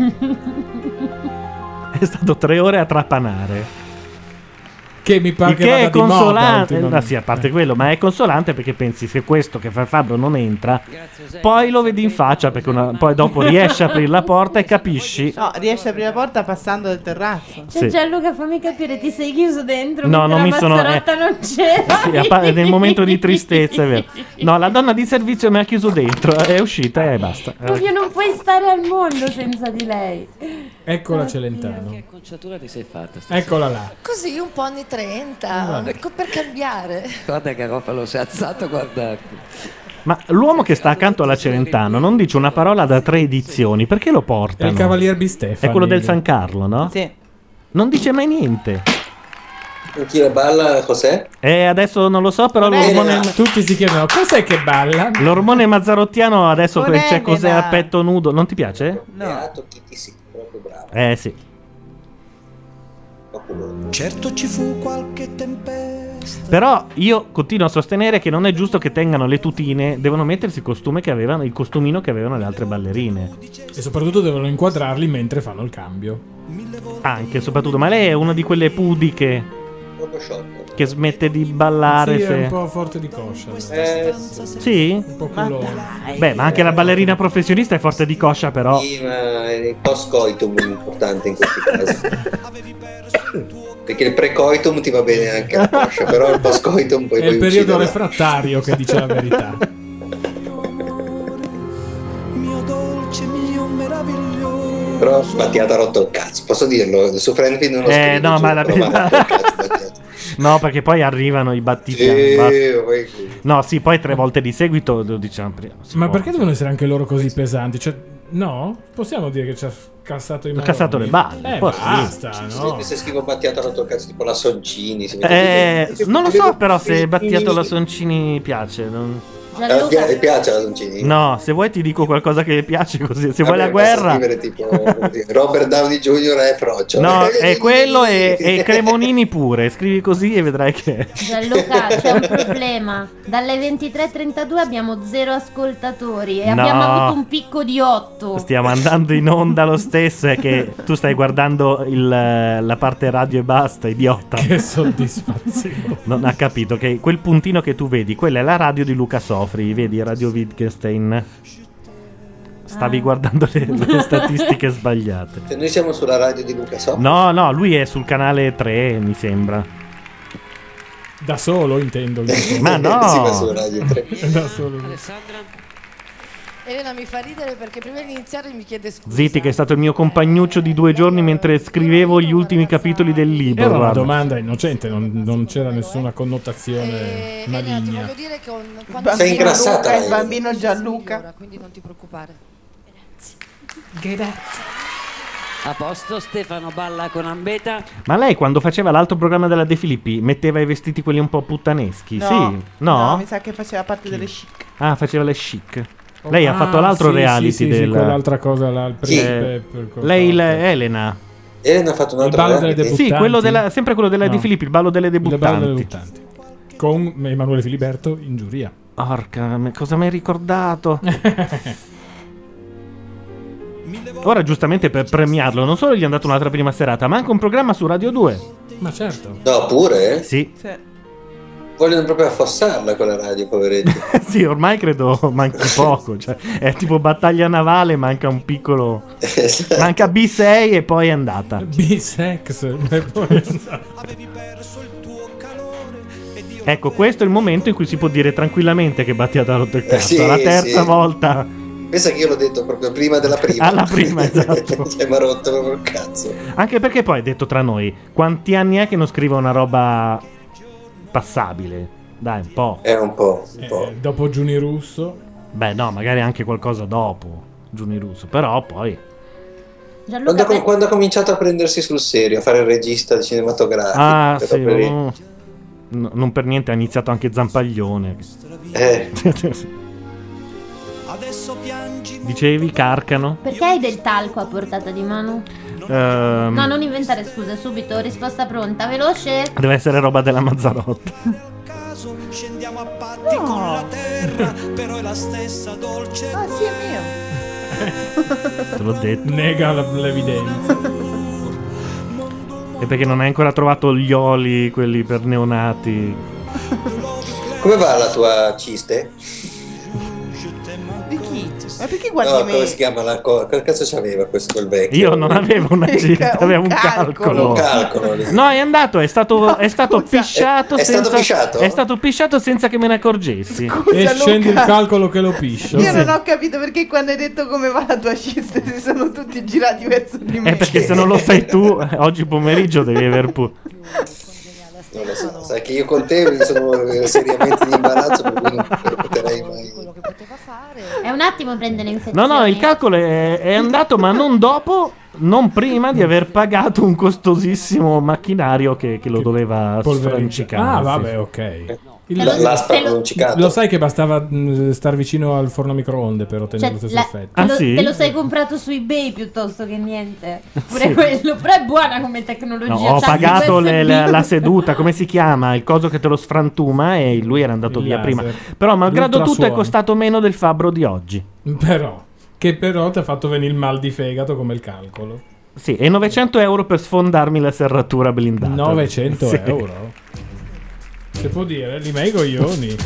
È stato 3 ore a trapanare. Che mi pare che che vada è di moda consolante. ultimamente. Sì, a parte quello, ma è consolante perché pensi se questo che fa il fabbro non entra, poi lo vedi in faccia perché poi dopo riesci a aprire la porta e capisci. No, riesci a aprire la porta passando dal terrazzo. Cioè, Gianluca, fammi capire, ti sei chiuso dentro? No, mentre non mi la sono- Mazzarotta non c'era. Sì, nel momento di tristezza, è vero. No, la donna di servizio mi ha chiuso dentro, è uscita e basta. Proprio non puoi stare al mondo senza di lei. Eccola Celentano. Che conciatura ti sei fatta? Eccola là. Così un po' anni 30, ecco, per cambiare. Guarda che Garofalo si è alzato, guardate. Ma l'uomo che sta accanto alla Celentano non dice una parola da 3 edizioni, perché lo portano? È il Cavalier Bistefani. È quello del San Carlo, no? Sì. Non dice mai niente. Chi la balla cos'è? Adesso non lo so, però Non è l'ormone. Elena. Tutti si chiedono cos'è che balla. L'ormone mazzarottiano adesso Non c'è è cos'è Elena. a petto nudo. Non ti piace? Beato chi ti sì, proprio bravo. Sì. Certo ci fu qualche tempesta. Però io continuo a sostenere che non è giusto che tengano le tutine, devono mettersi il costume che avevano, il costumino che avevano le altre ballerine. E soprattutto devono inquadrarli mentre fanno il cambio. Anche, soprattutto, ma lei è una di quelle pudiche Proprio sciotto. che smette di ballare Sì, è se... un po' forte di coscia. Sì? Un po' culone. Beh, ma anche la ballerina professionista è forte di coscia, però. Sì, ma il post-coitum è importante in questi casi. Perché il pre-coitum ti va bene anche la coscia, però il post-coitum poi È il puoi periodo ucciderla. refrattario che dice la verità. Però Battiato ha rotto il cazzo, posso dirlo? Su Friendfeed non lo scrivo. No, ma la verità. No, perché poi arrivano i no, sì, poi 3 volte di seguito lo diciamo prima. Ma perché devono essere anche loro così pesanti? Cioè, no? Possiamo dire che ci ha cassato i maroni? Cassato le balle. Basta, no? Se scrivo Battiato ha rotto il cazzo, tipo la Soncini. Non lo so però se Battiato la Soncini piace. Le piace la Soncini? No, se vuoi ti dico qualcosa che le piace così. Se vuoi la guerra. Scrivere tipo Robert Downey Jr. è Frocio. No, è quello e Cremonini pure. Scrivi così e vedrai che. Gianluca, c'è un problema. Dalle 23:32 abbiamo 0 ascoltatori e No. abbiamo avuto un picco di 8. Stiamo andando in onda lo stesso. È che tu stai guardando la parte radio e basta, idiota. Che soddisfazione. Non ha capito che quel puntino che tu vedi, quella è la radio di Luca Sofri. Vedi Radio Wittgenstein? Stavi guardando le statistiche sbagliate. Se noi siamo sulla radio di Luca Sofri. No, lui è sul canale 3, mi sembra. Da solo intendo. Ma no. Sì, ma su Radio 3. Da solo. Elena mi fa ridere perché prima di iniziare mi chiede scusa. Zitti, che è stato il mio compagnuccio di 2 giorni mentre scrivevo gli ultimi capitoli del libro. Era una guarda. domanda innocente, non c'era nessuna connotazione maligna. Voglio dire che Sei ingrassata, Luca, il lei. bambino Gianluca. Quindi non ti preoccupare. Grazie. A posto, Stefano balla con Ambeta. Ma lei quando faceva l'altro programma della De Filippi metteva i vestiti quelli un po' puttaneschi? No, Sì? No? mi sa che faceva parte delle chic. Ah, faceva le chic. Lei ha fatto l'altro reality sì, del... quell'altra cosa là, il principe. Lei, Elena. Elena ha fatto un altro Il ballo delle reality? Sì, debuttanti. sempre quello della No. De Filippi, il ballo delle Il ballo debuttanti. delle debuttanti. Con Emanuele Filiberto in giuria. Porca, cosa mi hai ricordato? Ora giustamente per premiarlo non solo gli hanno dato un'altra prima serata, ma anche un programma su Radio 2. Ma certo. No, pure? Sì. Vogliono proprio affossarla con la radio, poveretti. Sì, ormai credo manchi poco, cioè, è tipo battaglia navale, manca un piccolo... Manca B6 e poi è andata. Bisex. E poi è andata. Ecco, questo è il momento in cui si può dire tranquillamente che Battiato ha rotto il cazzo. Sì, La terza sì. volta... Pensa che io l'ho detto proprio prima della prima. Alla prima, esatto. Cioè, mi ha rotto proprio il cazzo. Anche perché poi, detto tra noi, quanti anni è che non scrivo una roba passabile? Dai, un po'. Un po'. Dopo Giuni Russo. Beh, no, magari anche qualcosa dopo Giuni Russo, però poi... Quando ha cominciato a prendersi sul serio, a fare il regista cinematografico. Ah, per sì, opere lì. non per niente ha iniziato anche Zampaglione. Dicevi Carcano? Perché hai del talco a portata di mano? No, non inventare scuse, subito, risposta pronta, veloce. Deve essere roba della Mazzarotta. Scendiamo a patti con la terra, però è la stessa dolce. Ah, sì, è mio. Te l'ho detto. Nega l'evidenza. E perché non hai ancora trovato gli oli, quelli per neonati. Come va la tua ciste? Di chi? Ma perché guardi No, me? come si chiama la cosa? Che cazzo c'aveva questo quel vecchio? Io non avevo una gita, avevo un calcolo. Un calcolo lì. No, è andato, è stato pisciato. È stato pisciato? È stato pisciato senza che me ne accorgessi. E scendi il Luca. calcolo che lo piscio. Io non ho capito perché quando hai detto come va la tua ciste si sono tutti girati verso di me. Perché se non lo sai tu, oggi pomeriggio devi aver pure. Non lo so, sai che io con te mi sono seriamente in imbarazzo per cui non potrei mai. È un attimo prendere infezioni. No, il calcolo è andato, ma non dopo, non prima di aver pagato un costosissimo macchinario che lo doveva sfrancicare. Ah, sì. vabbè, ok. L'ha sfrancicato. Lo sai che bastava star vicino al forno a microonde per ottenere Cioè, lo stesso effetto. te lo sei comprato su eBay piuttosto che niente. Pure quello, però è buona come tecnologia. No, ho c'ha pagato USB. la seduta, come si chiama? Il coso che te lo sfrantuma e lui era andato Il via laser. prima. Però malgrado tutto è L'ultrasuono. costato meno del fabbro di oggi. Che però ti ha fatto venire il mal di fegato come il calcolo. Sì, e 900 euro per sfondarmi la serratura blindata. 900 Sì. euro? Si può dire, li miei coglioni.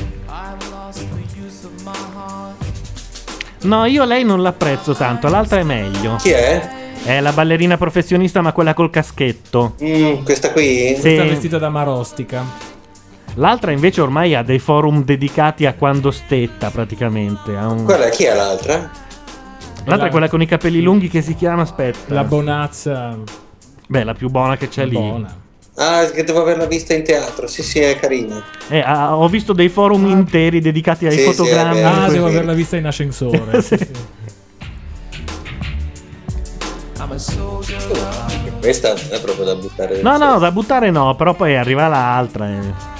No, io lei non l'apprezzo tanto, l'altra è meglio. Chi è? È la ballerina professionista, ma quella col caschetto. Questa qui? Sì. Questa vestita da marostica. L'altra invece ormai ha dei forum dedicati a quando stetta, praticamente. Ha un... Quella chi è l'altra? L'altra è quella con i capelli lunghi che si chiama, aspetta. La Bonazza. Beh, la più buona che c'è lì. Buona. Ah, che devo averla vista in teatro. Sì, è carina. Ho visto dei forum interi dedicati ai fotogrammi. Devo averla vista in ascensore. Sì. Questa non è proprio da buttare. No, da buttare no, però poi arriva l'altra.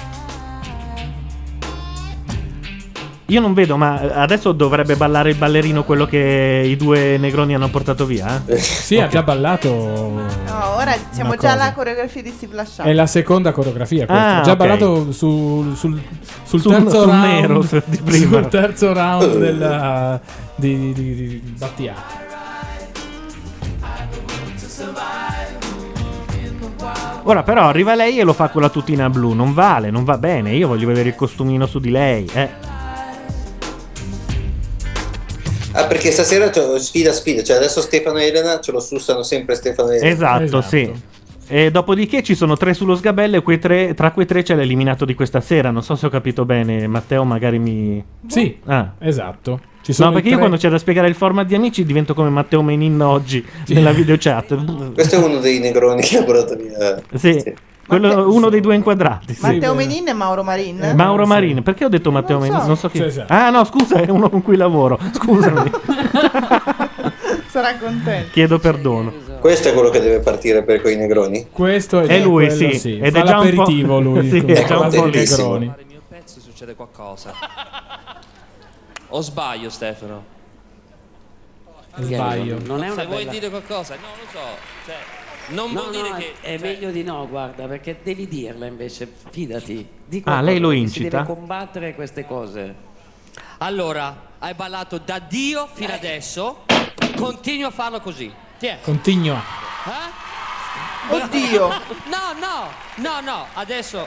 Io non vedo, ma adesso dovrebbe ballare il ballerino quello che i due negroni hanno portato via? Sì, ha già ballato. No, ora siamo già alla coreografia di Steve Lasciano. È la seconda coreografia. Questa. Già ballato sul terzo round. Nero, di prima. Sul terzo round di Battiato. Ora però arriva lei e lo fa con la tutina blu. Non vale, non va bene. Io voglio vedere il costumino su di lei. Ah, perché stasera sfida. Cioè adesso Stefano e Elena ce lo sussano sempre Stefano e Elena. Esatto, sì. E dopodiché ci sono 3 sullo sgabello e tra quei 3 c'è l'eliminato di questa sera. Non so se ho capito bene. Matteo magari mi... Sì, esatto. No, perché io quando c'è da spiegare il format di Amici divento come Matteo Menin oggi nella videochat. Questo è uno dei negroni che ha portato via. Sì. Uno dei 2 inquadrati. Matteo Menin e Mauro Marin. Mauro Marin, perché ho detto Matteo Menin? Non so chi. Ah, no, scusa, è uno con cui lavoro. Scusami. Sarà contento. Chiedo perdono. Questo è quello che deve partire per quei negroni. Questo è lui, quello, sì. Ed è già l'aperitivo un po'... lui. Sì, è già un po' negroni. Il mio pezzo succede qualcosa. O sbaglio, Stefano? Sbaglio. Non è una Se vuoi bella... dire qualcosa, no, non so. Cioè, non vuol dire che è meglio di no, guarda, perché devi dirla invece, fidati. Lei lo Si incita? deve combattere queste cose. Allora, hai ballato da Dio fino adesso, continua a farlo così. Continua. Oddio. No, adesso...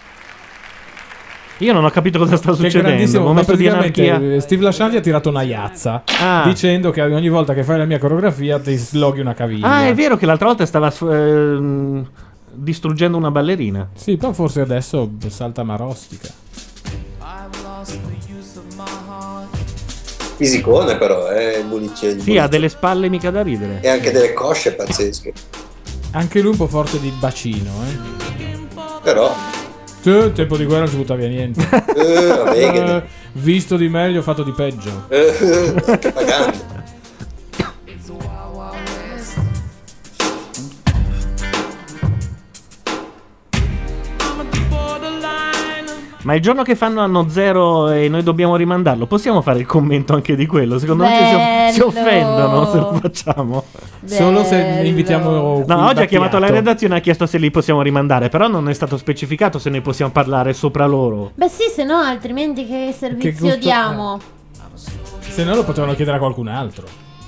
Io non ho capito cosa sta succedendo. Un momento di anarchia. Steve Lasciani ha tirato una iazza dicendo che ogni volta che fai la mia coreografia ti sloghi una caviglia. Ah, è vero che l'altra volta stava distruggendo una ballerina. Sì, però forse adesso salta marostica. Fisicone però, Bulicci. Sì, ha delle spalle mica da ridere. E anche delle cosce pazzesche. Anche lui un po' forte di bacino, Però tempo di guerra non ci butta via niente. Visto di meglio, fatto di peggio. Pagando. Ma il giorno che fanno anno 0 e noi dobbiamo rimandarlo, possiamo fare il commento anche di quello? Secondo me si offendono se lo facciamo. Solo se invitiamo. No, oggi ha chiamato la redazione e ha chiesto se li possiamo rimandare, però non è stato specificato se noi possiamo parlare sopra loro. Beh sì, se no altrimenti che servizio diamo? Se no lo potevano chiedere a qualcun altro.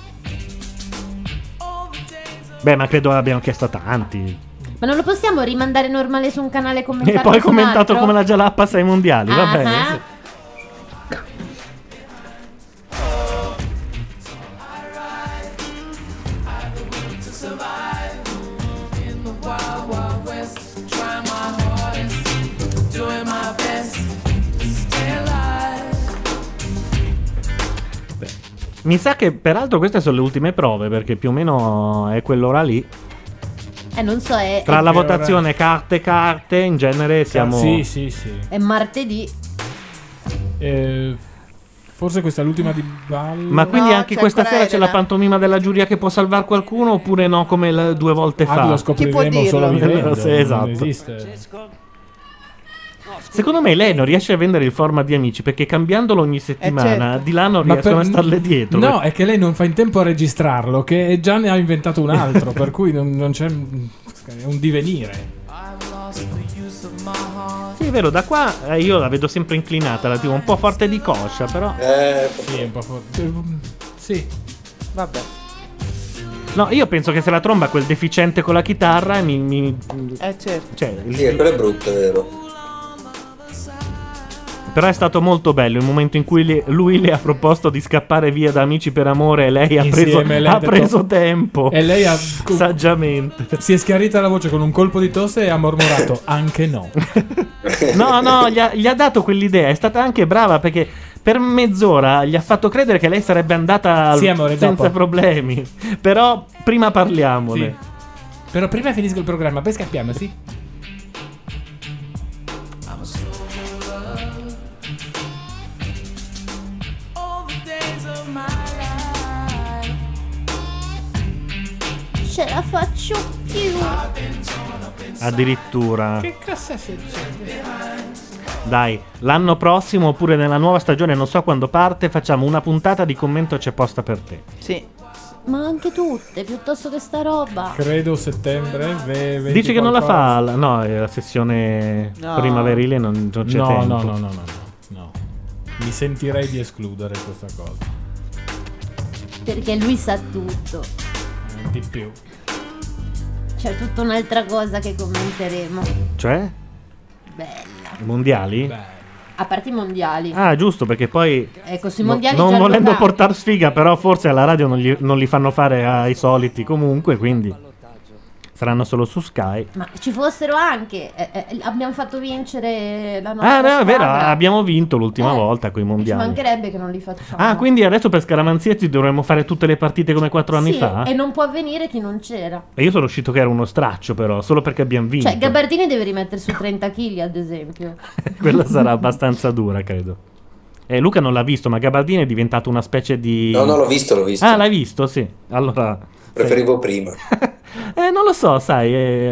Beh, ma credo l'abbiano chiesto a tanti. Ma non lo possiamo rimandare normale su un canale commentato? E poi su un commentato altro? come la Jalappas ai mondiali, va bene. Sì. Mi sa che peraltro queste sono le ultime prove, perché più o meno è quell'ora lì. Non so, Tra la votazione carte, in genere siamo... Sì. È martedì. Forse questa è l'ultima di ballo. Ma quindi anche questa sera c'è la pantomima della giuria che può salvare qualcuno, oppure no, come 2 volte fa? Lo scopriremo solo vivendo. Sì, esatto. Non esiste. Secondo me lei non riesce a vendere il format di Amici, perché cambiandolo ogni settimana certo. di là non riescono a starle dietro. No, è che lei non fa in tempo a registrarlo, che già ne ha inventato un altro, per cui non c'è è un divenire. Sì, è vero, da qua io la vedo sempre inclinata, la tipo un po' forte di coscia, però. Sì, un po' forte. Sì. Vabbè. No, io penso che se la tromba quel deficiente con la chitarra certo. Cioè, quello è brutto, è vero. Però è stato molto bello il momento in cui lui le ha proposto di scappare via da Amici per amore e lei ha preso tempo. E lei ha saggiamente. Si è schiarita la voce con un colpo di tosse e ha mormorato anche no. No, gli ha dato quell'idea. È stata anche brava perché per mezz'ora gli ha fatto credere che lei sarebbe andata Sì, amore, senza dopo. problemi. Però prima parliamone. Sì. Però prima finisco il programma, poi scappiamo, sì? Ce la faccio più. Addirittura. Che cosa succede? Dai, l'anno prossimo oppure nella nuova stagione, non so quando parte, facciamo una puntata di Commento c'è posta per te. Sì. Ma anche tutte, piuttosto che sta roba. Credo settembre. 20 Dici che non la qualcosa. fa? No, la sessione No. primaverile non c'è No, tempo. no. Mi sentirei di escludere questa cosa. Perché lui sa tutto. Di più. C'è tutta un'altra cosa che commenteremo. Cioè? Bella. I mondiali? A parte i mondiali. Ah, giusto, perché poi Ecco, sui mondiali non già volendo giocati. portare sfiga, però forse alla radio non li fanno fare ai soliti comunque, quindi saranno solo su Sky. Ma ci fossero anche. Abbiamo fatto vincere la nostra Ah, no, è vero, squadra. abbiamo vinto l'ultima volta con i Ci mondiali. mancherebbe che non li facciamo. Ah, quindi adesso per scaramanzietti dovremmo fare tutte le partite come 4 anni Sì, fa? e non può avvenire chi non c'era. E io sono uscito che era uno straccio, però, solo perché abbiamo vinto. Cioè, Gabardini deve rimettere su 30 kg, ad esempio. Quella sarà abbastanza dura, credo. Luca non l'ha visto, ma Gabardini è diventato una specie di... No, l'ho visto. Ah, l'hai visto? Sì. Allora... Preferivo prima. Non lo so, sai.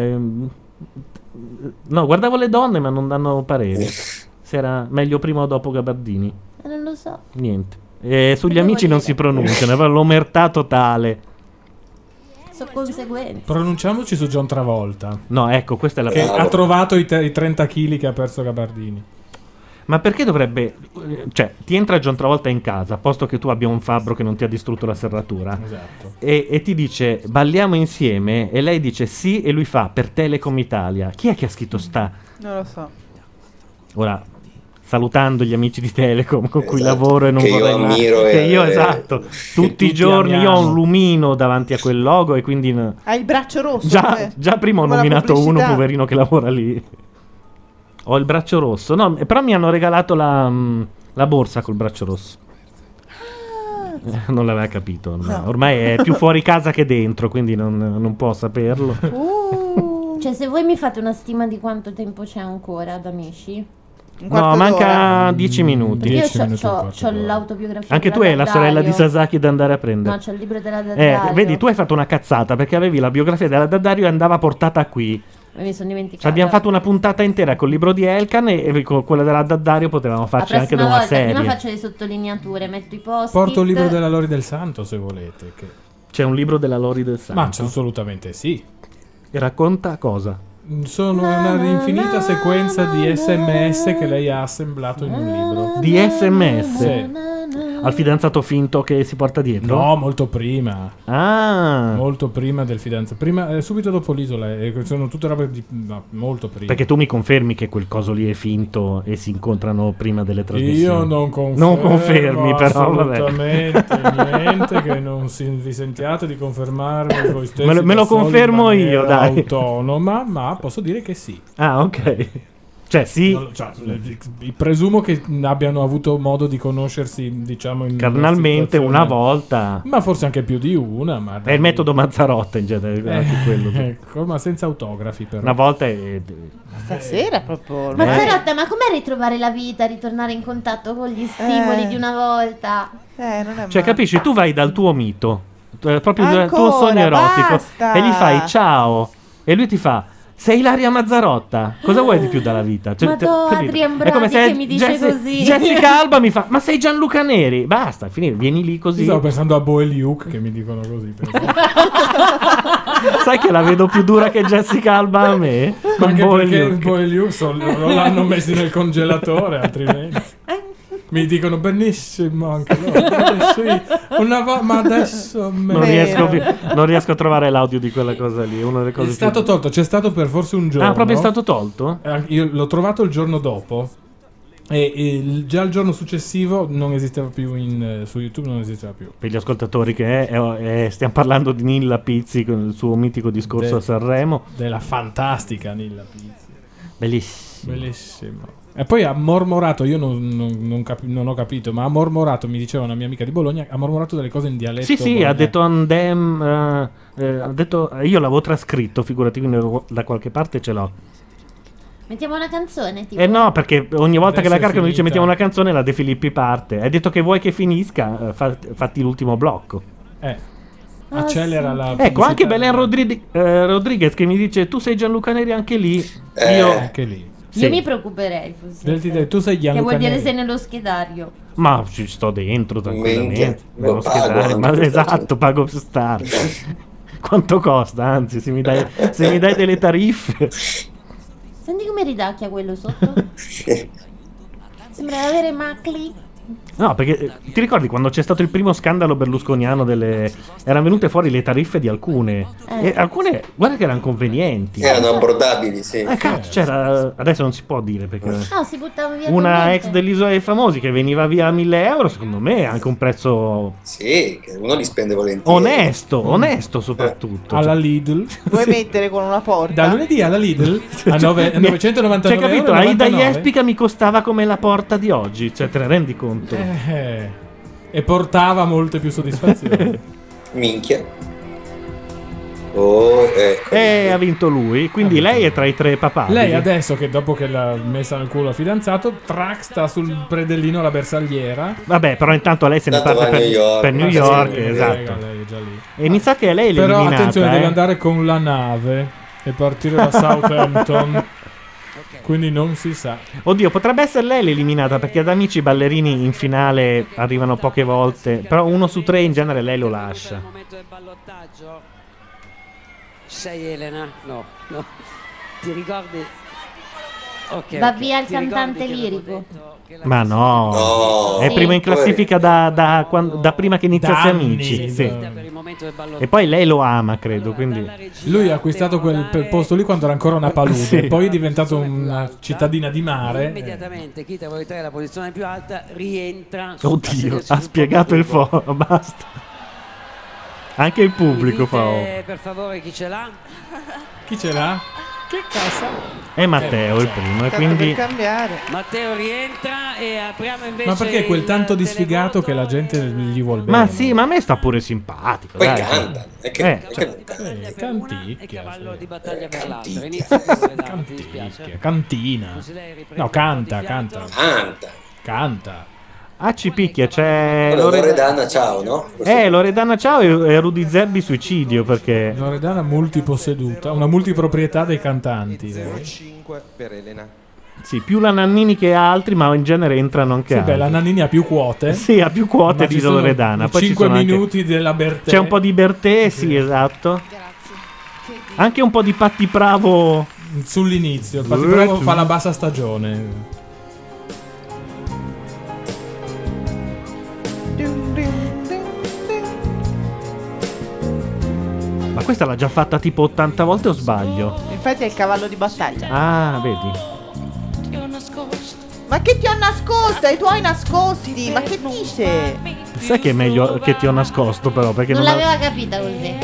No, guardavo le donne, ma non danno pareri. Se era meglio prima o dopo Gabardini. Non lo so. Niente. Sugli amici non si pronunciano, è l'omertà totale. Sono conseguenze. Pronunciamoci su John Travolta. No, ecco, questa è la Che prima. ha trovato i 30 kg che ha perso Gabardini. Ma perché dovrebbe... Cioè, ti entra John Travolta in casa, posto che tu abbia un fabbro che non ti ha distrutto la serratura. Esatto. E ti dice, balliamo insieme, e lei dice sì, e lui fa, per Telecom Italia. Chi è che ha scritto sta? Non lo so. Ora, salutando gli amici di Telecom con cui Esatto, lavoro e non che io vorrei mai- ammiro che e- io, esatto, tutti tutti i giorni io ho amiamo. un lumino davanti a quel logo e quindi... Ha il braccio rosso. Già prima ho come la nominato uno, pubblicità. poverino, che lavora lì. Ho il braccio rosso. No, però mi hanno regalato la borsa col braccio rosso. Non l'aveva capito. No. Ormai è più fuori casa che dentro, quindi non può saperlo. Cioè, se voi mi fate una stima di quanto tempo c'è ancora ad amici? No, manca 10 minuti. Io c'ho l'autobiografia. Anche tu della hai la sorella di Daddario. Sasaki da andare a prendere. No, c'ho il libro della Daddario. Vedi, tu hai fatto una cazzata perché avevi la biografia della Daddario e andava portata qui. Mi sono dimenticata. Ci abbiamo fatto una puntata intera col libro di Elkan e con quella della Daddario potevamo La farci anche prossima una volta, serie. prima faccio le sottolineature, metto i post. Porto il libro della Lori del Santo, se volete. Che... C'è un libro della Lori del Santo. Ma assolutamente sì. E racconta cosa? Sono una infinita sequenza di SMS che lei ha assemblato in un libro. Di SMS? Sì. Al fidanzato finto che si porta dietro? No, molto prima. Ah. Molto prima del fidanzato. Prima, subito dopo l'isola. Sono tutte robe molto prima. Perché tu mi confermi che quel coso lì è finto e si incontrano prima delle trasmissioni? Io non confermo. Non confermi, però vabbè. Assolutamente niente. Che non vi sentiate di confermarmi voi stessi. Me lo da soli in confermo io, maniera dai. autonoma, ma posso dire che sì. Ah, ok. Cioè, sì. Presumo che abbiano avuto modo di conoscersi, diciamo, in Carnalmente una una situazione- volta. Ma forse anche più di una. Ma È il metodo Mazzarotta in genere. anche quello. Ecco, ma senza autografi però. Una volta è... Stasera proprio. Mazzarotta, ma com'è ritrovare la vita, ritornare in contatto con gli stimoli di una volta? Non è Cioè, male. capisci? Tu vai dal tuo mito, proprio il tuo Ancora, sogno erotico, basta. e gli fai ciao. E lui ti fa: sei Ilaria Mazzarotta, cosa vuoi di più dalla vita? Madò, capito? Adrian È come Brandi se che mi dice così. Jessica Alba mi fa: ma sei Gianluca Neri? Basta, finire, vieni lì così. Stavo pensando a Bo e Luke che mi dicono così. Sai che la vedo più dura che Jessica Alba a me? Ma anche Bo e perché Luke. Bo e Luke non l'hanno messi nel congelatore, altrimenti. Mi dicono benissimo anche loro. Sì, ma adesso Non riesco a trovare l'audio di quella cosa lì. È una delle cose è stato più... tolto, c'è stato per forse un giorno. Ah, proprio è stato tolto? Io l'ho trovato il giorno dopo. E già il giorno successivo non esisteva più su YouTube, non esisteva più. Per gli ascoltatori che stiamo parlando di Nilla Pizzi con il suo mitico discorso a Sanremo. Della fantastica Nilla Pizzi. Bellissimo. Bellissimo. E poi ha mormorato, io non ho capito, ma ha mormorato, mi diceva una mia amica di Bologna, ha mormorato delle cose in dialetto. Sì, bolognese. ha detto andem, ha detto, io l'avevo trascritto, figurati, quindi da qualche parte ce l'ho. Mettiamo una canzone, tipo. No, perché ogni volta che Adesso la è Carcano dice finita. mettiamo una canzone, la De Filippi parte. Hai detto che vuoi che finisca, fatti l'ultimo blocco. Accelera la Ecco, pubblicità. anche Belen Rodriguez che mi dice tu sei Gianluca Neri anche lì. Io anche lì. Io mi preoccuperei. Fosse. Tu sei Che Gianluca vuol dire Neri. sei nello schedario. Ma ci sto dentro tranquillamente. Minchia, Nello lo pago schedario, anche ma per esatto, pago per stare. Quanto costa? Anzi, se mi dai delle tariffe. Senti come ridacchia quello sotto? Sembra avere macli. No, perché ti ricordi quando c'è stato il primo scandalo berlusconiano erano venute fuori le tariffe di alcune. E alcune, guarda che erano convenienti. Erano abbordabili, sì. Cazzo, c'era. Adesso non si può dire perché. No, si buttava via Una con ex niente. dell'Isola dei Famosi che veniva via a 1.000 euro, secondo me è anche un prezzo Sì, che uno li spende volentieri. onesto soprattutto. Alla Lidl. Vuoi mettere con una porta? Da lunedì alla Lidl a 999 Cioè, capito? euro. Aida Jespica mi costava come la porta di oggi, cioè te ne rendi conto? E portava molte più soddisfazioni. Minchia. Oh, E ha vinto lui, quindi lei è tra i tre papà. Lei adesso che dopo che l'ha messa nel culo al fidanzato, track sta sul predellino la bersagliera. Vabbè, però intanto lei se ne Tanto parte va a New York. per New Ma York, sì, esatto. Lei è già lì. E mi sa che lei è Però l'eliminata. attenzione, deve andare con la nave e partire da Southampton. Quindi non si sa. Oddio, potrebbe essere lei l'eliminata perché ad amici i ballerini in finale arrivano poche volte. Però 1 su 3 in genere lei lo lascia. Ci sei Elena? No. Ti ricordi? Ok, Va ok. via il Ti ricordi cantante che avevo lirico. Ma no, No. è Sì. prima in classifica da prima che iniziasse Da anni, Amici. Sì. per il momento del ballottaggio? E poi lei lo ama, credo. Quindi Lui ha acquistato quel posto lì quando era ancora una palude. Sì. Poi è diventato una cittadina di mare. Immediatamente chi te vuole entrare la posizione più alta rientra. oddio, ha spiegato il foro, basta. Anche il pubblico fa. Per favore, chi ce l'ha? Chi ce l'ha? Che cassa? È Matteo il primo. E Tanto quindi per cambiare. Matteo rientra e apriamo invece. Ma perché è quel tanto di sfigato che la gente gli vuol bene? Ma sì, ma a me sta pure simpatico. Poi dai. canta. È che, Canticchia. Cavallo di battaglia per l'altro. Inizia pure, dai, ti dispiace. Cantina. No, canta. Ah, ci picchia, c'è Loredana, ciao, no? Loredana ciao e Rudy Zerbi suicidio perché Loredana multiposseduta, una multiproprietà dei cantanti. 0,5 per Elena. sì, più la Nannini che altri, ma in genere entrano anche Sì, altri. beh, la Nannini ha più quote. Sì, ha più quote Ma di ci sono Loredana. Poi ci 5 sono anche- minuti della Bertè. C'è un po' di Bertè, sì, esatto. Anche un po' di Patti Bravo sull'inizio. Il Patti Bravo fa la bassa stagione. Ma questa l'ha già fatta tipo 80 volte o sbaglio? Infatti è il cavallo di battaglia. Ah, vedi. Ma che ti ho nascosto? I tuoi nascosti? Ma che dice? Sai che è meglio che ti ho nascosto però perché Non non ha- l'aveva capita così.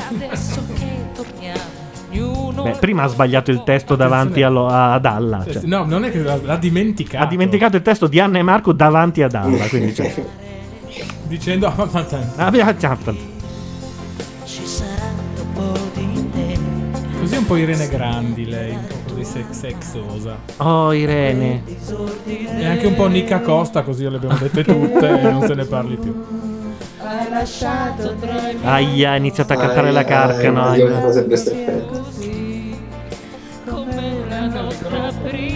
Beh, prima ha sbagliato il testo davanti ad Alla. Cioè, No, non è che l'ha dimenticato. ha dimenticato il testo di Anna e Marco davanti ad Alla. Quindi, cioè, Dicendo Ci sarà un po' di te. così è un po' Irene Grandi lei, un po' di sexosa. Oh, Irene. E anche un po' Nicca Costa, così le abbiamo dette tutte e non se ne parli più. Hai lasciato tra i miei Aia, ha iniziato a cantare la Carcano. Io aia. ho sempre stefano. così come la nostra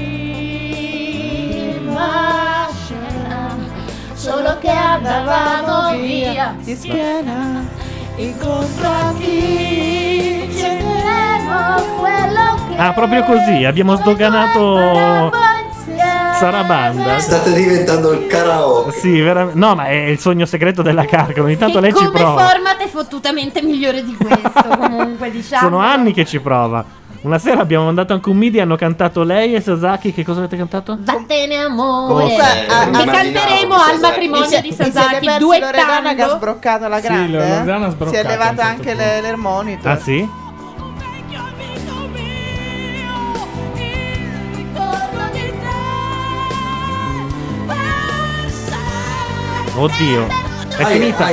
Prima scena, solo che andavamo via di schiena incontro a chi cercheremo quello che Ah, proprio così, abbiamo sdoganato Sarabanda. State diventando il karaoke. Sì, veramente. No, ma è il sogno segreto della Carcano. Ogni tanto lei ci come prova. format è fottutamente migliore di questo. Comunque, diciamo. Sono anni che ci prova. Una sera abbiamo mandato anche un MIDI, hanno cantato lei e Sasaki. Che cosa avete cantato? Vattene amore. Comunque, Che canteremo al matrimonio di Sasaki. Loredana che ha Duettando. sbroccato la Sì, grande. Loredana ha Si sbroccato è a levato un certo anche punto. l'ermonito. Ah, sì? Oddio. È finita.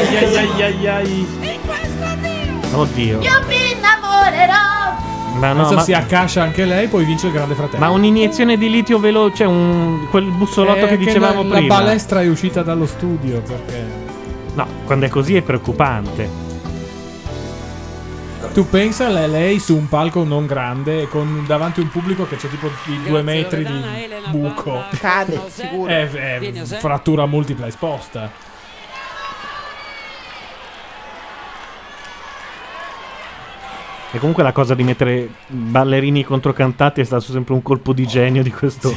Oddio. Io mi innamorerò. Ma no, Adesso ma, si accascia anche lei, poi vince il Grande Fratello. ma un'iniezione di litio veloce, quel bussolotto che dicevamo la prima. balestra è uscita dallo studio perché... No, quando è così è preoccupante. Tu pensa lei su un palco non grande con davanti un pubblico che c'è tipo di 2 metri di buco. Cade, sicuro. È frattura multipla esposta. E comunque la cosa di mettere ballerini contro cantanti è stato sempre un colpo di genio di questo.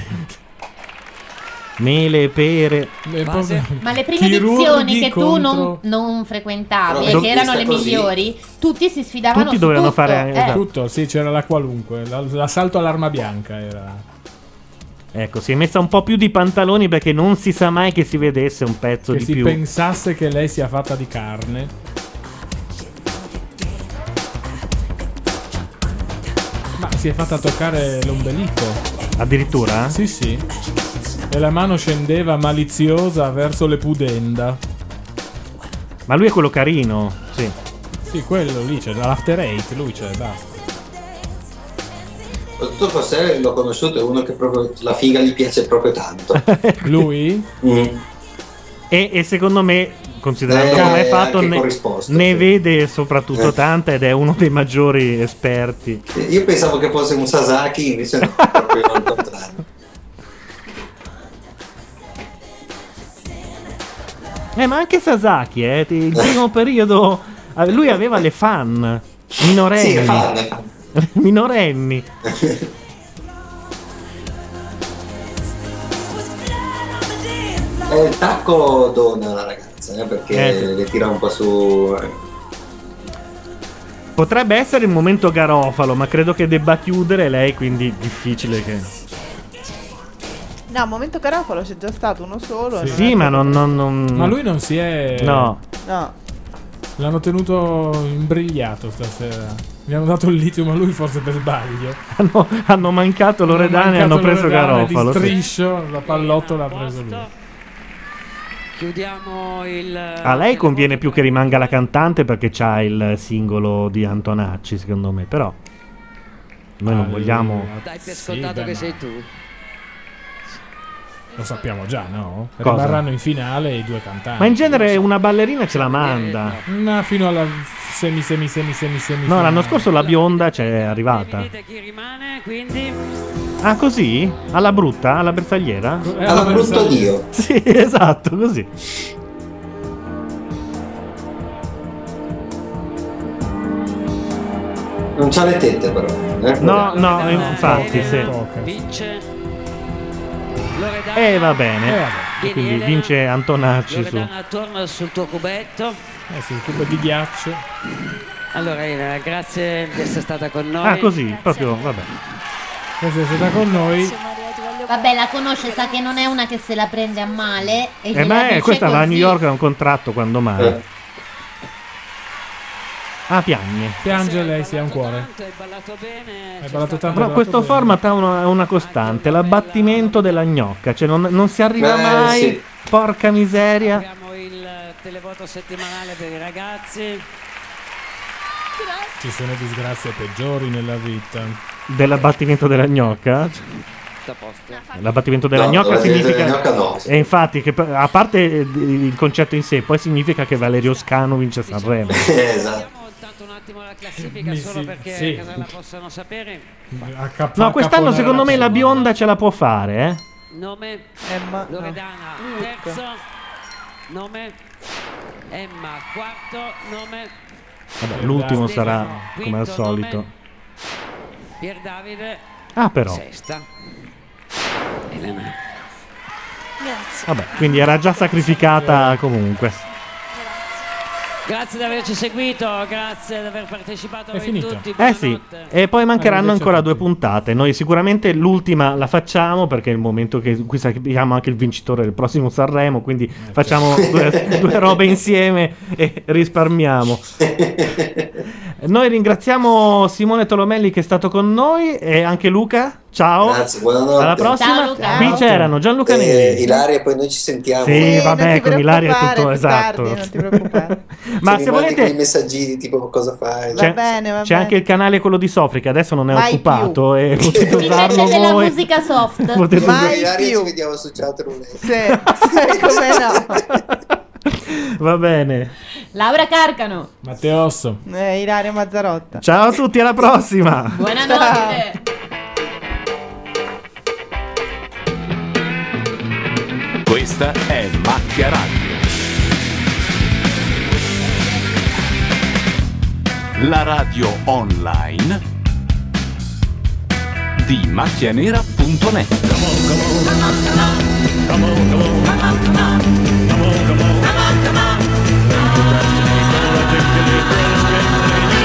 Mele, pere. Ma le prime edizioni che tu non frequentavi e che erano le migliori, tutti si sfidavano Tutti su dovevano tutto. fare Tutto, sì, c'era la qualunque. L'assalto all'arma bianca era. Ecco, si è messa un po' più di pantaloni perché non si sa mai che si vedesse un pezzo Che di si più. pensasse che lei sia fatta di carne. Ma si è fatta toccare l'ombelico. Addirittura? Sì, sì. E la mano scendeva maliziosa verso le pudenda. Ma lui è quello carino, sì. Sì, quello lì c'è l'after eight, lui c'è, basta. Soprattutto forse l'ho conosciuto, è uno che proprio la figa gli piace proprio tanto. Lui? E secondo me, considerando come è fatto, anche ne corrisposto, vede soprattutto tanta ed è uno dei maggiori esperti. Io pensavo che fosse un Sasaki, invece no, proprio al contrario. Ma anche Sasaki, il primo periodo, lui aveva le fan minorenni. Sì, fan. Minorenni. Il tacco dona alla ragazza, perché Sì. le tira un po' su. Potrebbe essere il momento Garofalo, ma credo che debba chiudere lei, quindi difficile che... No, momento Garofalo c'è già stato uno solo. Sì, ma non... Ma lui non si è... No. No. L'hanno tenuto imbrigliato stasera. Mi hanno dato il litio, ma lui forse per sbaglio. Hanno mancato Loredana e hanno preso Garofalo. Di sì. striscio, la pallottola l'ha preso lui. Chiudiamo il... A lei conviene più che rimanga la cantante perché c'ha il singolo di Antonacci, secondo me, però noi non vogliamo... Dai per scontato che sei tu. Lo sappiamo già, no? Cosa? Rimarranno in finale i due cantanti. Ma in genere una ballerina ce la manda. Ma fino alla semi. No, l'anno scorso la bionda c'è arrivata. Ah, così? Alla brutta? Alla bersagliera? Alla brutto Dio. Sì, esatto, così. Non c'ha le tette però. No, infatti, sì. Vince Va bene. E quindi vince Antonacci su. Loredana, torna sul tuo cubetto. Sul cubo di ghiaccio. Allora, Elena, grazie di essere stata con noi. Ah, così, proprio, vabbè. Grazie di essere stata con noi. Vabbè, la conosce, sa che non è una che se la prende a male. E gliela Ma dice questa va a così. New York, ha un contratto quando mai. Ah, piagne. Piange lei, sì, ha un cuore. Hai ballato tanto. Però questo format ha una costante, l'abbattimento della gnocca, cioè non si arriva mai, sì. porca miseria. Abbiamo il televoto settimanale per i ragazzi. Ci sono disgrazie peggiori nella vita. Dell'abbattimento della gnocca? Sta a posto. L'abbattimento della No, gnocca l'abbattimento significa... della gnocca no. E infatti, che a parte il concetto in sé, poi significa che Valerio Scanu vince Sanremo. Esatto. Un attimo la classifica solo perché sì. cosa la possano sapere. No, quest'anno secondo me la bionda ce la può fare, eh? Nome Emma. Loredana, terzo. Nome Emma, quarto. Nome Vabbè, l'ultimo Stefano, sarà come al quinto solito. nome. Pier Davide. Ah, però. Sesta. Elena. Grazie. Vabbè, quindi era già sacrificata comunque. Grazie di averci seguito, grazie di aver partecipato È voi finito. tutti. Sì, buonanotte. e poi mancheranno invece ancora tutti. 2 puntate. Noi sicuramente l'ultima la facciamo perché è il momento in cui sappiamo anche il vincitore del prossimo Sanremo, quindi facciamo due robe insieme e risparmiamo. Noi ringraziamo Simone Tolomelli che è stato con noi e anche Luca. Ciao. Grazie, buonanotte. Alla prossima. Ciao, Luca. Qui c'erano Gianluca Neri. Ilaria, poi noi ci sentiamo. Sì, vabbè, con Ilaria è tutto esatto. non ti preoccupare. Ma mi se mandi volete quei messaggini tipo cosa fai? c'è anche il canale quello di Sofri che adesso non è Mai occupato e potete Mi usarlo mette della voi. musica soft. Potete Mai Ilaria ci vediamo su chat roulette. Sì, come no. Va bene. Laura Carcano. Matteo Osso. Ilaria Mazzarotta. Ciao a tutti, alla prossima. Buonanotte. Questa è Macchia Radio. La radio online di macchianera.net.